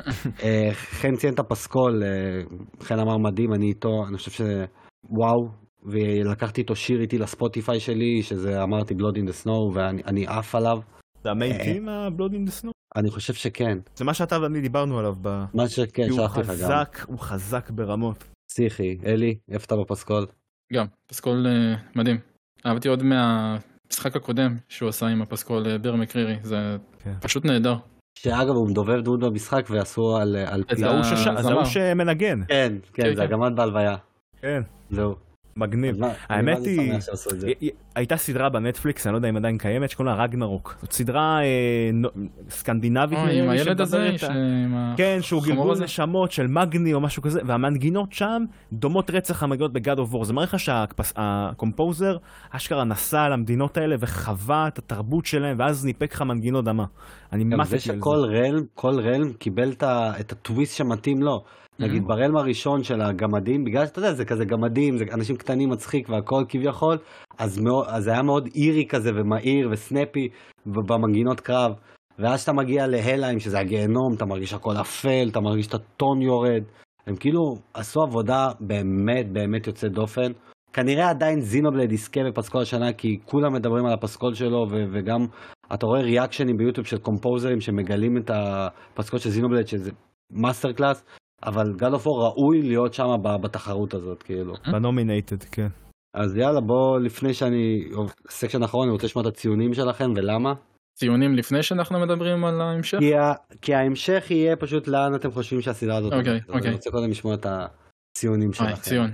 חן ציין את הפסקול, חן אמר מדהים, אני איתו, אני חושב שזה וואו, ולקחתי איתו שיר איתי לספוטיפיי שלי, שזה אמרתי Blood in the Snow, ואני עף עליו. זה המייקים ה-Blood in the Snow? אני חושב שכן. זה מה שאתה ואני דיברנו עליו. מה שכן, שלחתי לך גם. הוא חזק ברמות. פסיכי. אלי, איפה אתה בפסקול? גם, פסקול מדהים. אהבתי עוד מהמשחק הקודם שהוא עשה עם הפסקול בר מקרירי, זה פשוט נהדר. שאגב הוא מדובב דמות במשחק ועשו על זה הוא שמנגן. כן, זה הגמד בהלוויה. כן. זהו. מגניב. האמת היא, הייתה סדרה בנטפליקס, אני לא יודע אם עדיין קיימת, שקוראים לה רגנרוק. זאת סדרה סקנדינבית. עם הילד הזה? כן, שהוא גלגול נשמות של מגני או משהו כזה, והמנגינות שם דומות רצח המנגינות בגד אוף וור. זה מראה לך שהקומפוזר אשכרה נסע על המדינות האלה וחווה את התרבות שלהם, ואז ניפק לך מנגינות דמה. אני ממש זה שכל רלם קיבל את הטוויסט שמתאים לו. נגיד ברלם הראשון של הגמדים, בגלל שאתה יודע, זה כזה גמדים, זה אנשים קטנים מצחיק והכל כביכול, אז זה היה מאוד אירי כזה ומהיר וסנפי במנגינות קרב, ואז שאתה מגיע להליים, שזה הגיהנום, אתה מרגיש הכל אפל, אתה מרגיש את הטון יורד, הם כאילו עשו עבודה באמת יוצא דופן. כנראה עדיין זינובלד יזכה בפסקול השנה, כי כולם מדברים על הפסקול שלו, וגם אתה רואה ריאקשנים ביוטיוב של קומפוזרים שמגלים את הפסקול של זינובלד, שזה מאסטר קלאס, אבל God of War ראוי להיות שם בתחרות הזאת, כאילו. בנומינטד, כן. אז יאללה, בוא, לפני סקשן האחרון, אני רוצה לשמוע את הציונים שלכם, ולמה? ציונים לפני שאנחנו מדברים על ההמשך? כי ההמשך יהיה פשוט לאן אתם חושבים שהסדרה הזאת. אוקיי. אני רוצה קודם לשמוע את הציונים שלכם. ציון.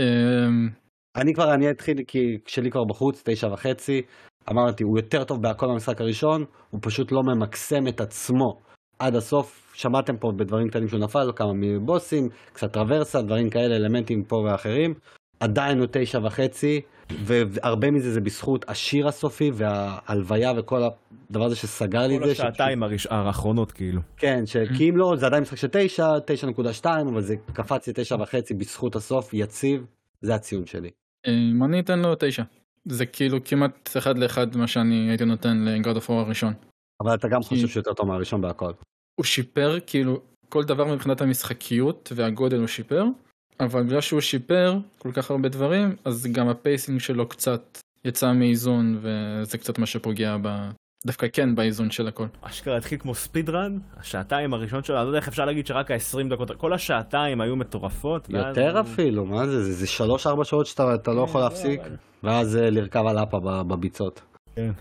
אני אתחיל, כי שלי כבר בחוץ, 9.5, אמרתי, הוא יותר טוב בהכל במשחק הראשון, הוא פשוט לא ממקסם את עצמו עד הסוף. שמעתם פה בדברים קטנים שהוא נפל, כמה מבוסים, קצת טרוורסה, דברים כאלה, אלמנטים פה ואחרים. עדיין הוא 9.5, והרבה מזה זה בזכות השיר הסופי וההלוויה וכל הדבר הזה שסגר לי את זה. כל השעתיים האחרונות כאילו. כן, כי אם לא, זה עדיין משחק של 9, 9.2, אבל זה קפץ לי 9.5 בזכות הסוף, יציב, זה הציון שלי. אני אתן לו 9. זה כאילו כמעט 1-1 מה שאני הייתי נותן ל-God of War הראשון. אבל אתה גם חושב שיותר טוב מהראשון בהכל. הוא שיפר, כאילו, כל דבר מבחינת המשחקיות והגודל הוא שיפר, אבל בגלל שהוא שיפר כל כך הרבה דברים, אז גם הפייסינג שלו קצת יצא מאיזון, וזה קצת מה שפוגע דווקא כן באיזון של הכל. אשכרה התחיל כמו ספידרן, השעתיים הראשון שלו, אני לא יודע איך אפשר להגיד שרק ה-20 דקות, כל השעתיים היו מטורפות. יותר אפילו, מה זה? זה 3-4 שעות שאתה לא יכול להפסיק, ואז לרכב על אפה בביצות. כן.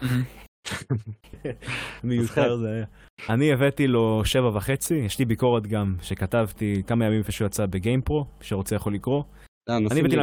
מיותר זה היה. אני הבאתי לו 7.5, יש לי ביקורת גם שכתבתי כמה ימים לפני שהוא יצא בגיימפרו, שרוצה יכול לקרוא. אני הבאתי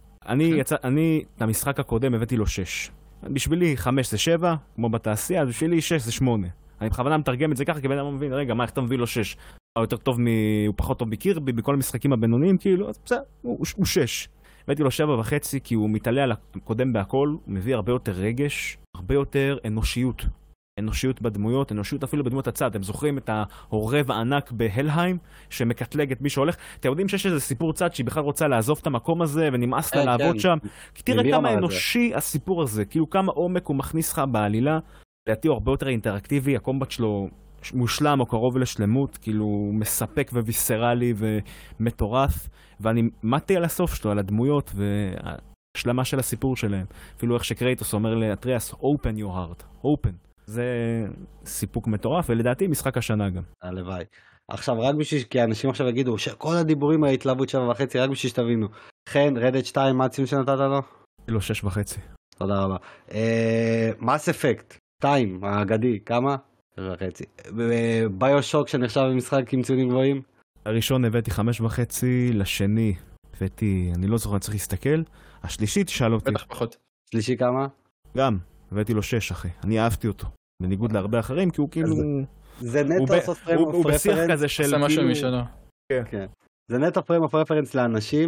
למשחק הקודם הבאתי לו 6. בשבילי 5 זה 7, כמו בתעשייה, אז בשבילי 6 זה 8. אני בכוונה מתרגם את זה ככה, כי בן אדם מבין, רגע, מה, איך אתה מביא לו 6? הוא פחות טוב בקירבי, בכל המשחקים הבינוניים, כאילו, אז בסדר, הוא 6. הבאתי לו 7.5, כי הוא מתעלה על הקודם בהכל, הוא מביא הרבה יותר רגש, הרבה יותר אנושיות. אנושיות בדמויות, אנושיות אפילו בדמות הצד. אתם זוכרים את העורב הענק בהלהיים, שמקטלג את מי שהולך? אתם יודעים שיש איזה סיפור צד שהיא בכלל רוצה לעזוב את המקום הזה, ונמאס לה לעבוד שם? תראה כמה אנושי הסיפור הזה, כאילו כמה עומק הוא מכניס לך בעלילה, לדעתי הוא הרבה יותר אינטראקטיבי, הקומבט שלו מושלם או קרוב לשלמות, כאילו מספק וויסרלי ומטורף, ואני מתי על הסוף שלו, על הדמויות והשלמה של הסיפור שלהם. אפילו איך שקרייטוס אומר לאטריאס, open your heart, open. זה סיפוק מטורף, ולדעתי משחק השנה גם. הלוואי. עכשיו רק בשביל, כי האנשים עכשיו יגידו שכל הדיבורים על התלהבות 7.5, רק בשביל שתבינו. חן, רדד 2, מה הציון שנתת לו? לא 6.5. תודה רבה. מס אפקט 2, האגדי, כמה? 6.5. ביושוק שנחשב במשחק עם ציונים גבוהים? הראשון הבאתי 5.5, לשני הבאתי, אני לא זוכר, אני צריך להסתכל. השלישי תשאל אותי. בטח פחות. שלישי כמה? גם, הבאתי לו 6 אחי. אני אהבתי אותו. בניגוד להרבה אחרים, כי הוא כאילו... זה נטו פריים אוף רפרנס. הוא בשיח כזה של כאילו... משהו משלו. כן. זה נטו פריים אוף רפרנס לאנשים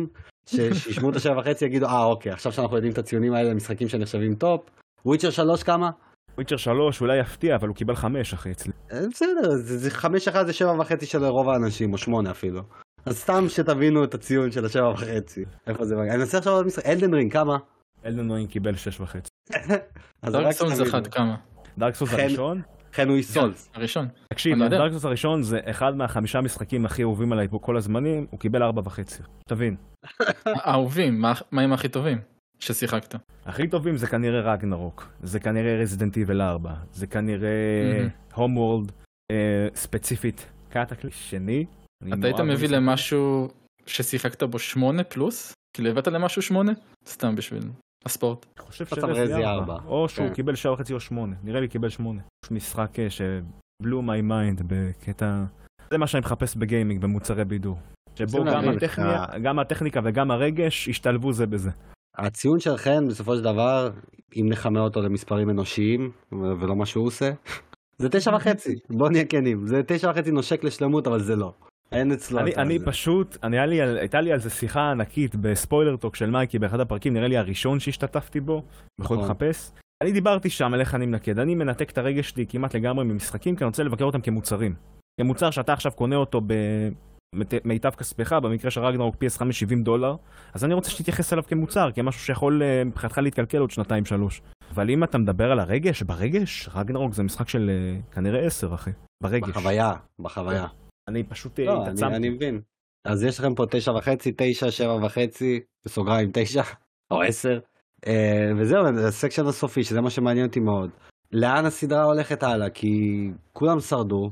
שישמעו את ה7.5 יגידו, אוקיי, עכשיו שאנחנו יודעים את הציונים האלה למשחקים שנחשבים טופ. וויצ'ר 3 כמה? וויצ'ר 3 אולי יפתיע, אבל הוא קיבל 5 אחי אצלי. בסדר, 5-1 זה 7.5 של רוב האנשים, או 8 אפילו. אז סתם שתבינו את הציון של ה7.5. איפה זה מגיע? אני מנסה עכשיו עוד משחק. אלדן רינג כמה? אלדן רינג קיבל 6.5. דארק סולס 1 כמה? דארק סולס הראשון? חנוי סולס. הראשון. תקשיב, דארק סולס הראשון זה אחד מה5 משחקים הכי אהובים עליי פה כל הזמנים, הוא קיבל 4.5. תבין. האהובים, מה הם הכי טובים ששיחקת? הכי טובים זה כנראה רגנרוק, זה כנראה רזידנט איבל 4, זה כנראה הום וורלד, ספציפית קטקליסט שני. אתה היית מביא למשהו ששיחקת בו 8 פלוס? כאילו הבאת למשהו 8? סתם בשביל הספורט. אני חושב שרזי 4, או שהוא כן. קיבל 7.5 או 8, נראה לי קיבל 8. יש משחק שבלו מי מיינד בקטע, זה מה שאני מחפש בגיימינג, במוצרי בידור. שבו גם הטכניקה וגם הרגש השתלבו זה בזה. הציון שלכם בסופו של דבר, אם נחמה אותו למספרים אנושיים, ולא מה שהוא עושה, זה 9.5, בוא נהיה כנים, זה 9.5 נושק לשלמות, אבל זה לא. אין אצלו. אני פשוט, הייתה לי על זה שיחה ענקית בספוילר טוק של מייקי באחד הפרקים, נראה לי הראשון שהשתתפתי בו, בכל לחפש. אני דיברתי שם על איך אני מנקד, אני מנתק את הרגש שלי כמעט לגמרי ממשחקים, כי אני רוצה לבקר אותם כמוצרים. כמוצר שאתה עכשיו קונה אותו מיטב כספך, במקרה של רגנרוק PS5 $70, אז אני רוצה שתתייחס אליו כמוצר, כמשהו שיכול מבחינתך להתקלקל עוד 2-3. אבל אם אתה מדבר על הרגש, ברגש, רגנרוק זה משחק של כנראה 10, אחי. ברגש. בחוויה. אני פשוט התעצמתי. אני מבין. אז יש לכם פה 9.5, 9, 7.5, בסוגריים 9, או 10. וזהו, הסקשן הסופי, שזה מה שמעניין אותי מאוד. לאן הסדרה הולכת הלאה? כי כולם שרדו,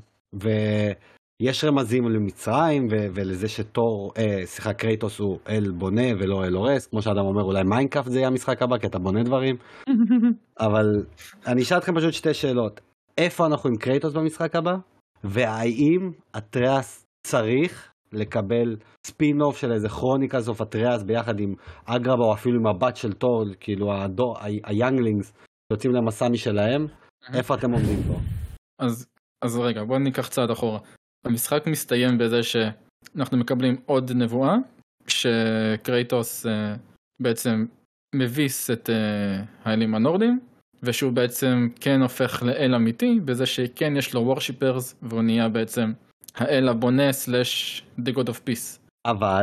יש רמזים למצרים ולזה שתור, קרייטוס הוא אל בונה ולא אל הורס, כמו שאדם אומר, אולי מיינקראפט זה יהיה המשחק הבא, כי אתה בונה דברים. אבל אני אשאל אתכם פשוט 2 שאלות. איפה אנחנו עם קרייטוס במשחק הבא? והאם אטריאס צריך לקבל ספין-אוף של איזה כרוניקה סוף אטריאס ביחד עם אגרבה או אפילו עם הבת של תור, כאילו היאנגלינגס יוצאים למסע משלהם? איפה אתם עומדים פה? אז רגע, בואו ניקח צעד אחורה. המשחק מסתיים בזה שאנחנו מקבלים עוד נבואה, שקרייטוס בעצם מביס את האלים הנורדים, ושהוא בעצם כן הופך לאל אמיתי, בזה שכן יש לו וורשיפרס, והוא נהיה בעצם האל הבונה / the God of Peace. אבל,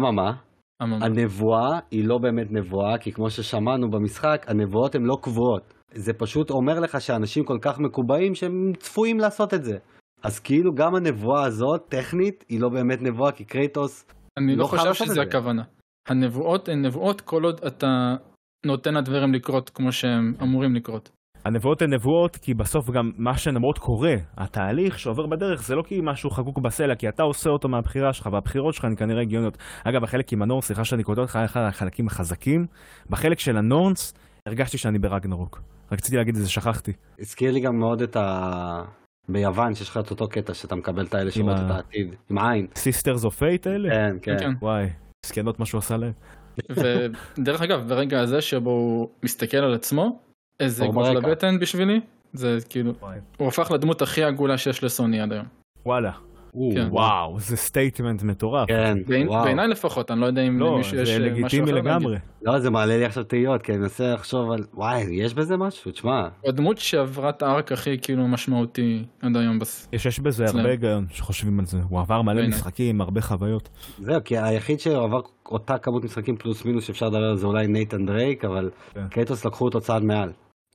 הנבואה היא לא באמת נבואה, כי כמו ששמענו במשחק, הנבואות הן לא קבועות. זה פשוט אומר לך שאנשים כל כך מקובעים שהם צפויים לעשות את זה. אז כאילו גם הנבואה הזאת, טכנית, היא לא באמת נבואה, כי קרייטוס אני לא חושב שזה הכוונה. הנבואות הן נבואות כל עוד אתה נותן הדברים לקרות כמו שהם אמורים לקרות. הנבואות הן נבואות כי בסוף גם מה שנמרות קורה, התהליך שעובר בדרך זה לא כי משהו חקוק בסלע, כי אתה עושה אותו מהבחירה שלך, והבחירות שלך הן כנראה הגיוניות. אגב, החלק עם הנורנס, סליחה שאני קוטע אותך, אחד החלקים החזקים, בחלק של הנורנס הרגשתי שאני ברגנרוק. רציתי להגיד את זה, שכחתי. הזכיר לי גם מאוד את ביוון שיש לך את אותו קטע שאתה מקבל את האלה שרואות את העתיד, עם העין. Sisters of Fate האלה? כן. וואי, סקנות משהו עשה להם. ודרך אגב, ברגע הזה שבו הוא מסתכל על עצמו, איזה גוף לבטן בשבילי, זה כאילו, הוא הופך לדמות הכי עגולה שיש לסוני עד היום. וואלה. וואו, זה סטייטמנט מטורף. בעיניי לפחות, אני לא יודע אם למישהו יש זה לגיטימי לגמרי. לא, זה מעלה לי עכשיו תהיות, כי אני מנסה לחשוב על, וואי, יש בזה משהו, תשמע. הדמות שעברה את הארק הכי כאילו משמעותי עד היום. יש בזה הרבה היגיון שחושבים על זה. הוא עבר מלא משחקים, הרבה חוויות. זהו, כי היחיד שעבר אותה כמות משחקים פלוס מינוס שאפשר לדבר על זה אולי נייתן דרייק, אבל קרייטוס לקחו אותו צעד מעל.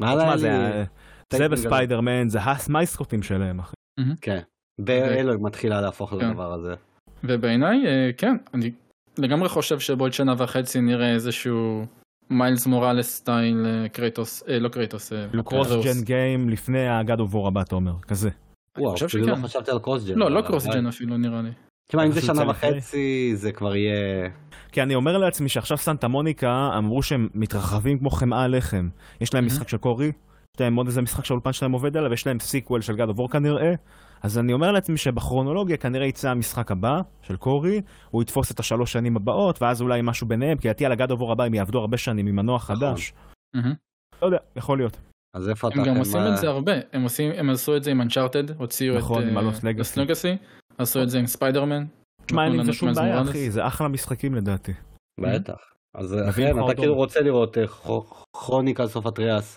זה בספיידרמן, זה המייסקוטים שלהם, אחי. כן. ואלו מתחילה להפוך לדבר הזה. ובעיניי, כן, אני לגמרי חושב שבעוד 1.5 שנה נראה איזשהו מיילס מוראלס סטייל קרייטוס, לא קרייטוס, קרוס ג'ן גיים לפני הגד אוף וור הבא, אתה אומר, כזה. וואו, אפילו לא חשבתי על קרוס ג'ן. לא קרוס ג'ן אפילו נראה לי. כמה אם זה 1.5 זה כבר יהיה... כי אני אומר לעצמי שעכשיו סנטה מוניקה אמרו שהם מתרחבים כמו חמאה לחם. יש להם משחק של קורי, יש להם עוד איזה משחק שהאולפן שלהם עובד עליו, ויש להם סיקוול של גד אוף וור כנראה. אז אני אומר לעצמי שבכרונולוגיה כנראה יצא המשחק הבא של קורי, הוא יתפוס את 3 שנים הבאות, ואז אולי משהו ביניהם, כי על הגד אוף וור הבא הם יעבדו הרבה שנים עם מנוע חדש. לא יודע, יכול להיות. אז איפה אתה... הם גם עושים את זה הרבה, הם עשו את זה עם אנצ'ארטד, הוציאו את לוסט לגאסי, עשו את זה עם ספיידרמן. תשמע, אין לי זה שום בעיה, אחי, זה אחלה משחקים לדעתי. בטח. אז אכן, אתה כאילו רוצה לראות כרוניקה סוף אטריאס.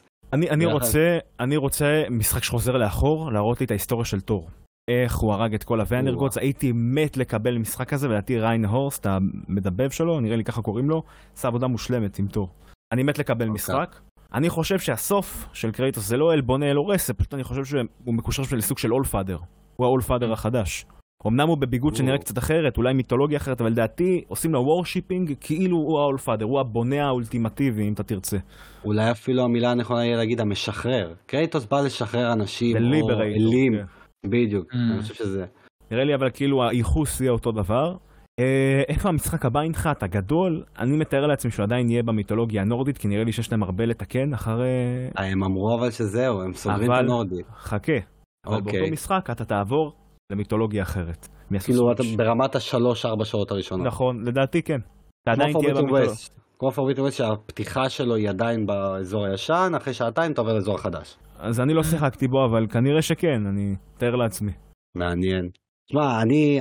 אני רוצה משחק שחוזר לאחור, להראות לי את ההיסטוריה של תור. איך הוא הרג את כל הוונרגוטס, הייתי מת לקבל משחק כזה, ולדעתי ריין הורסט, המדבב שלו, נראה לי ככה קוראים לו, עשה עבודה מושלמת עם תור. אני מת לקבל משחק. אני חושב שהסוף של קרייטוס זה לא אל בונה אל הורס, פשוט אני חושב שהוא מקושר לסוג של אולפאדר. הוא האולפאדר החדש. אמנם הוא בביגוד שנראה קצת אחרת, אולי מיתולוגיה אחרת, אבל לדעתי עושים לו וורשיפינג כאילו הוא האולפאדר, הוא הבונה האולטימטיבי, אם אתה תרצה. אולי אפילו המילה הנכונה יהיה להגיד המשחרר. קרייטוס בא לשחרר אנשים או אלים. בדיוק, אני חושב שזה. נראה לי אבל כאילו הייחוס יהיה אותו דבר. איפה המשחק הבא איתך? אתה גדול? אני מתאר לעצמי שהוא עדיין יהיה במיתולוגיה הנורדית, כי נראה לי שיש להם הרבה לתקן אחרי... הם אמרו אבל שזהו, הם סוגרים את הנורדית. חכה. אבל באותו משחק אתה תעבור למיתולוגיה אחרת. כאילו אתה ברמת ה3-4 שעות הראשונות. נכון, לדעתי כן. אתה עדיין תהיה במיתולוגיה. כמו פורביטן ווסט שהפתיחה שלו היא עדיין באזור הישן, אחרי שעתיים אתה עובר לאזור החדש. אז אני לא שיחקתי בו, אבל כנראה שכן, אני מתאר לעצמי. מעניין. תשמע,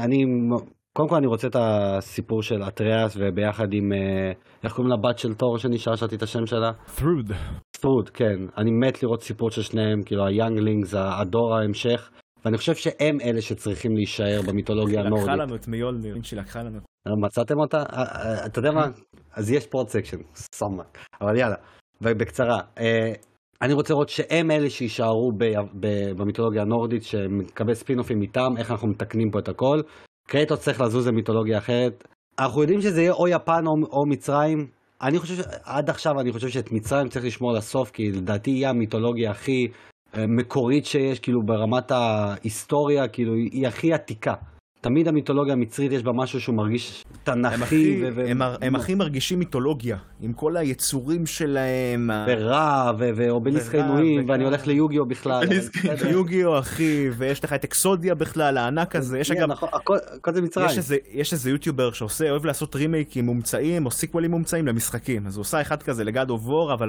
קודם כל אני רוצה את הסיפור של אטריאס, וביחד עם, איך קוראים לבת של תור שנשאר, שאתי את השם שלה? ת'רוד, כן. אני מת לראות סיפור של שניהם, כאילו היאנגלינגס, הדור ההמשך, ואני חושב שהם אלה שצריכים להישאר במיתולוגיה הנורדית. לקחה לנו את מיולניר, שלקחה לנו. מצאתם אותה? אתה יודע מה? אז יש פה עוד סקשן, סומק. אבל יאללה, ובקצרה. אני רוצה לראות שהם אלה שישארו במיתולוגיה הנורדית, שמקבל ספינופים איתם, איך אנחנו מתקנים פה את הכל. קרייטוס צריך לזוז למיתולוגיה אחרת. אנחנו יודעים שזה יהיה או יפן או מצרים. אני חושב, עד עכשיו אני חושב שאת מצרים צריך לשמור לסוף, כי לדעתי היא המיתולוגיה הכי מקורית שיש, כאילו ברמת ההיסטוריה, כאילו היא הכי עתיקה. תמיד המיתולוגיה המצרית יש בה משהו שהוא מרגיש תנכי. הם הכי מרגישים מיתולוגיה, עם כל היצורים שלהם. ורע, ואובליסק עינויים, ואני הולך ליוגיו בכלל. יוגיו אחי, ויש לך את אקסודיה בכלל, הענק הזה. נכון, הכל זה מצרים. יש איזה יוטיובר שעושה, אוהב לעשות רימייקים מומצאים, או סיקוולים מומצאים למשחקים. אז הוא עושה אחד כזה לגד אוף וור, אבל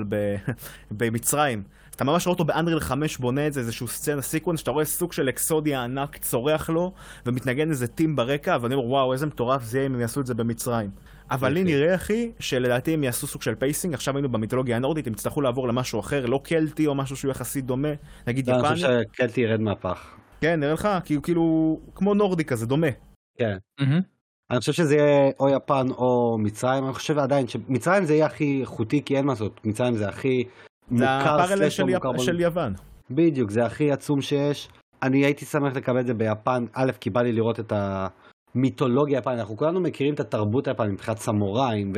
במצרים. אתה ממש רואה אותו באנריל 5 בונה את זה, איזשהו סצנה סיקוונס, שאתה רואה סוג של אקסודיה ענק צורח לו, ומתנגן איזה טים ברקע, ואני אומר, וואו, איזה מטורף זה אם הם יעשו את זה במצרים. אבל לי נראה, אחי, שלדעתי הם יעשו סוג של פייסינג, עכשיו היינו במיתולוגיה הנורדית, הם יצטרכו לעבור למשהו אחר, לא קלטי או משהו שהוא יחסית דומה, נגיד יפן. אני חושב שקלטי ירד מהפח. כן, נראה לך, כאילו, כמו נורדי כזה, דומה. כן. אני חושב שזה יהיה או יפן או מצרים, אני חושב עדיין שמצרים זה יהיה הכי איכותי, כי אין מה לעשות, מצרים זה הכי זה הפרלה של יוון. בדיוק, זה הכי עצום שיש. אני הייתי שמח לקבל את זה ביפן. א', כי בא לי לראות את המיתולוגיה היפנית. אנחנו כולנו מכירים את התרבות היפנית, מבחינת סמוראים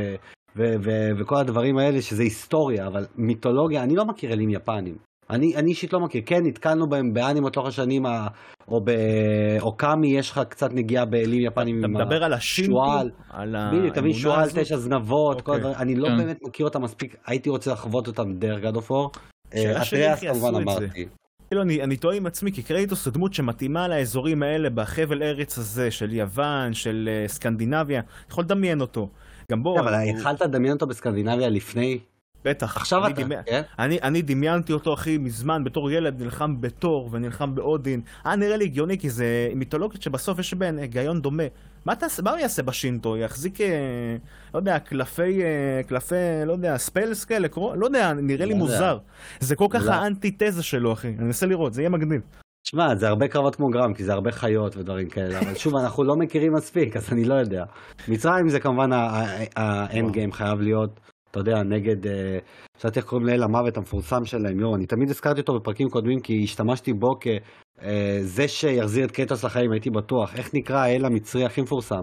וכל הדברים האלה, שזה היסטוריה, אבל מיתולוגיה, אני לא מכיר אלים יפנים. אני אישית לא מכיר. כן, נתקלנו בהם באנימות לאורך השנים, או באוקאמי, יש לך קצת נגיעה באלים יפנים. אתה מדבר על השינטו? בדיוק, תבין, שואל 9 זנבות, כל הדברים. אני לא באמת מכיר אותם מספיק, הייתי רוצה לחוות אותם דרך God of War. אטריאס כמובן אמרתי. כאילו, אני טועה עם עצמי, כי קרייטוס זה דמות שמתאימה לאזורים האלה, בחבל ארץ הזה, של יוון, של סקנדינביה. יכול לדמיין אותו. גם בו... אבל התחלת לדמיין אותו בסקנדינביה לפני... בטח. עכשיו אתה, כן? אני דמיינתי אותו הכי מזמן, בתור ילד נלחם בתור ונלחם באודין. נראה לי הגיוני, כי זה מיתולוגית שבסוף יש בין היגיון דומה. מה הוא יעשה בשינטו? יחזיק, לא יודע, קלפי, לא יודע, ספלס כאלה, לא יודע, נראה לי מוזר. זה כל כך האנטי-תזה שלו, אחי. אני אנסה לראות, זה יהיה מגניב. תשמע, זה הרבה קרבות כמו גרם, כי זה הרבה חיות ודברים כאלה, אבל שוב, אנחנו לא מכירים מספיק, אז אני לא יודע. מצרים זה כמובן האנד גיים חייב להיות, אתה יודע, נגד, שאתה קוראים לאל המוות המפורסם שלהם, אני תמיד הזכרתי אותו בפרקים קודמים, כי השתמשתי בו כזה שיחזיר את קרייטוס לחיים, הייתי בטוח. איך נקרא האל המצרי הכי מפורסם?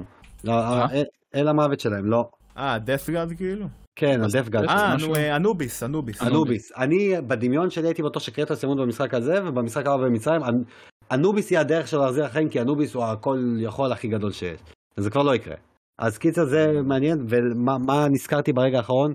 אל המוות שלהם, לא. דף גאד כאילו? כן, הדף גאד. אנוביס. אני בדמיון שלי הייתי בטוח שקרייטוס ימות במשחק הזה, ובמשחק הבא במצרים, אנוביס היא הדרך שלו להחזיר לחיים, כי אנוביס הוא הכל יכול הכי גדול שיש. זה כבר לא יקרה. אז קיצר זה מעניין, ומה נזכרתי ברגע האחרון,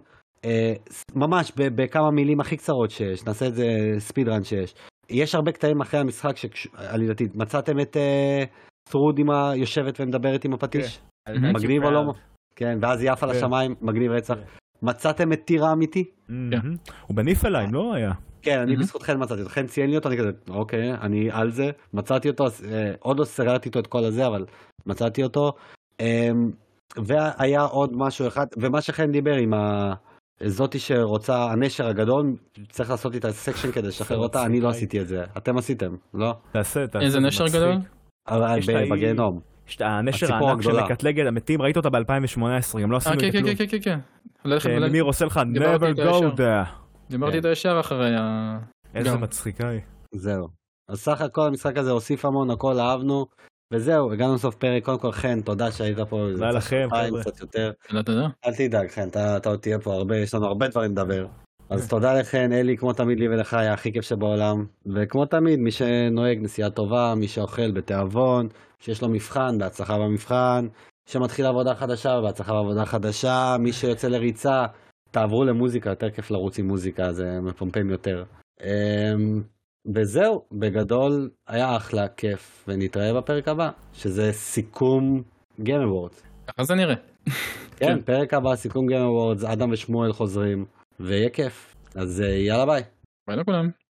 ממש בכמה מילים הכי קצרות שיש, נעשה את זה ספידרן שיש. יש הרבה קטעים אחרי המשחק שעלילתית, מצאתם את ת'רוד יושבת ומדברת עם הפטיש? מגניב או לא? כן, ואז היא עפה לשמיים, מגניב רצח. מצאתם את טיר האמיתי? הוא בניף אליי, לא היה? כן, אני בזכות חן מצאתי אותו, חן ציין לי אותו, אני כזה, אוקיי, אני על זה, מצאתי אותו, עוד לא סררתי אותו את כל הזה, אבל מצאתי אותו. והיה עוד משהו אחד, ומה שכן דיבר עם זאתי שרוצה, הנשר הגדול, צריך לעשות איתה סקשן כדי לשחרר אותה, אני לא עשיתי את זה. אתם עשיתם, לא? תעשה. איזה נשר גדול? בגיהנום. יש את הנשר הענק שמקטלג את המתים, ראית אותה ב-2018, גם לא עשינו את זה כלום. כן. מי עושה לך never go there. דיברתי איתו ישר אחרי איזה מצחיקה היא. זהו. אז סך הכל המשחק הזה הוסיף המון, הכל אהבנו, וזהו, הגענו לסוף פרק. קודם כל חן, תודה שהיית פה. תודה לכם, חבר'ה. קצת יותר. תודה. אל תדאג חן, אתה עוד תהיה פה הרבה, יש לנו הרבה דברים לדבר. אז תודה לכן, אלי, כמו תמיד לי ולך היה הכי כיף שבעולם, וכמו תמיד, מי שנוהג נסיעה טובה, מי שאוכל בתיאבון, שיש לו מבחן, בהצלחה במבחן, שמתחיל עבודה חדשה, בהצלחה בעבודה חדשה, מי שיוצא לריצה, תעברו למוזיקה, יותר כיף לרוץ עם מוזיקה, זה מפומפם יותר. וזהו, בגדול היה אחלה, כיף, ונתראה בפרק הבא, שזה סיכום Game Awards. ככה זה נראה. כן, פרק הבא, סיכום Game Awards, אדם ושמואל חוזרים, ויהיה כיף. אז יאללה ביי. ביי לכולם.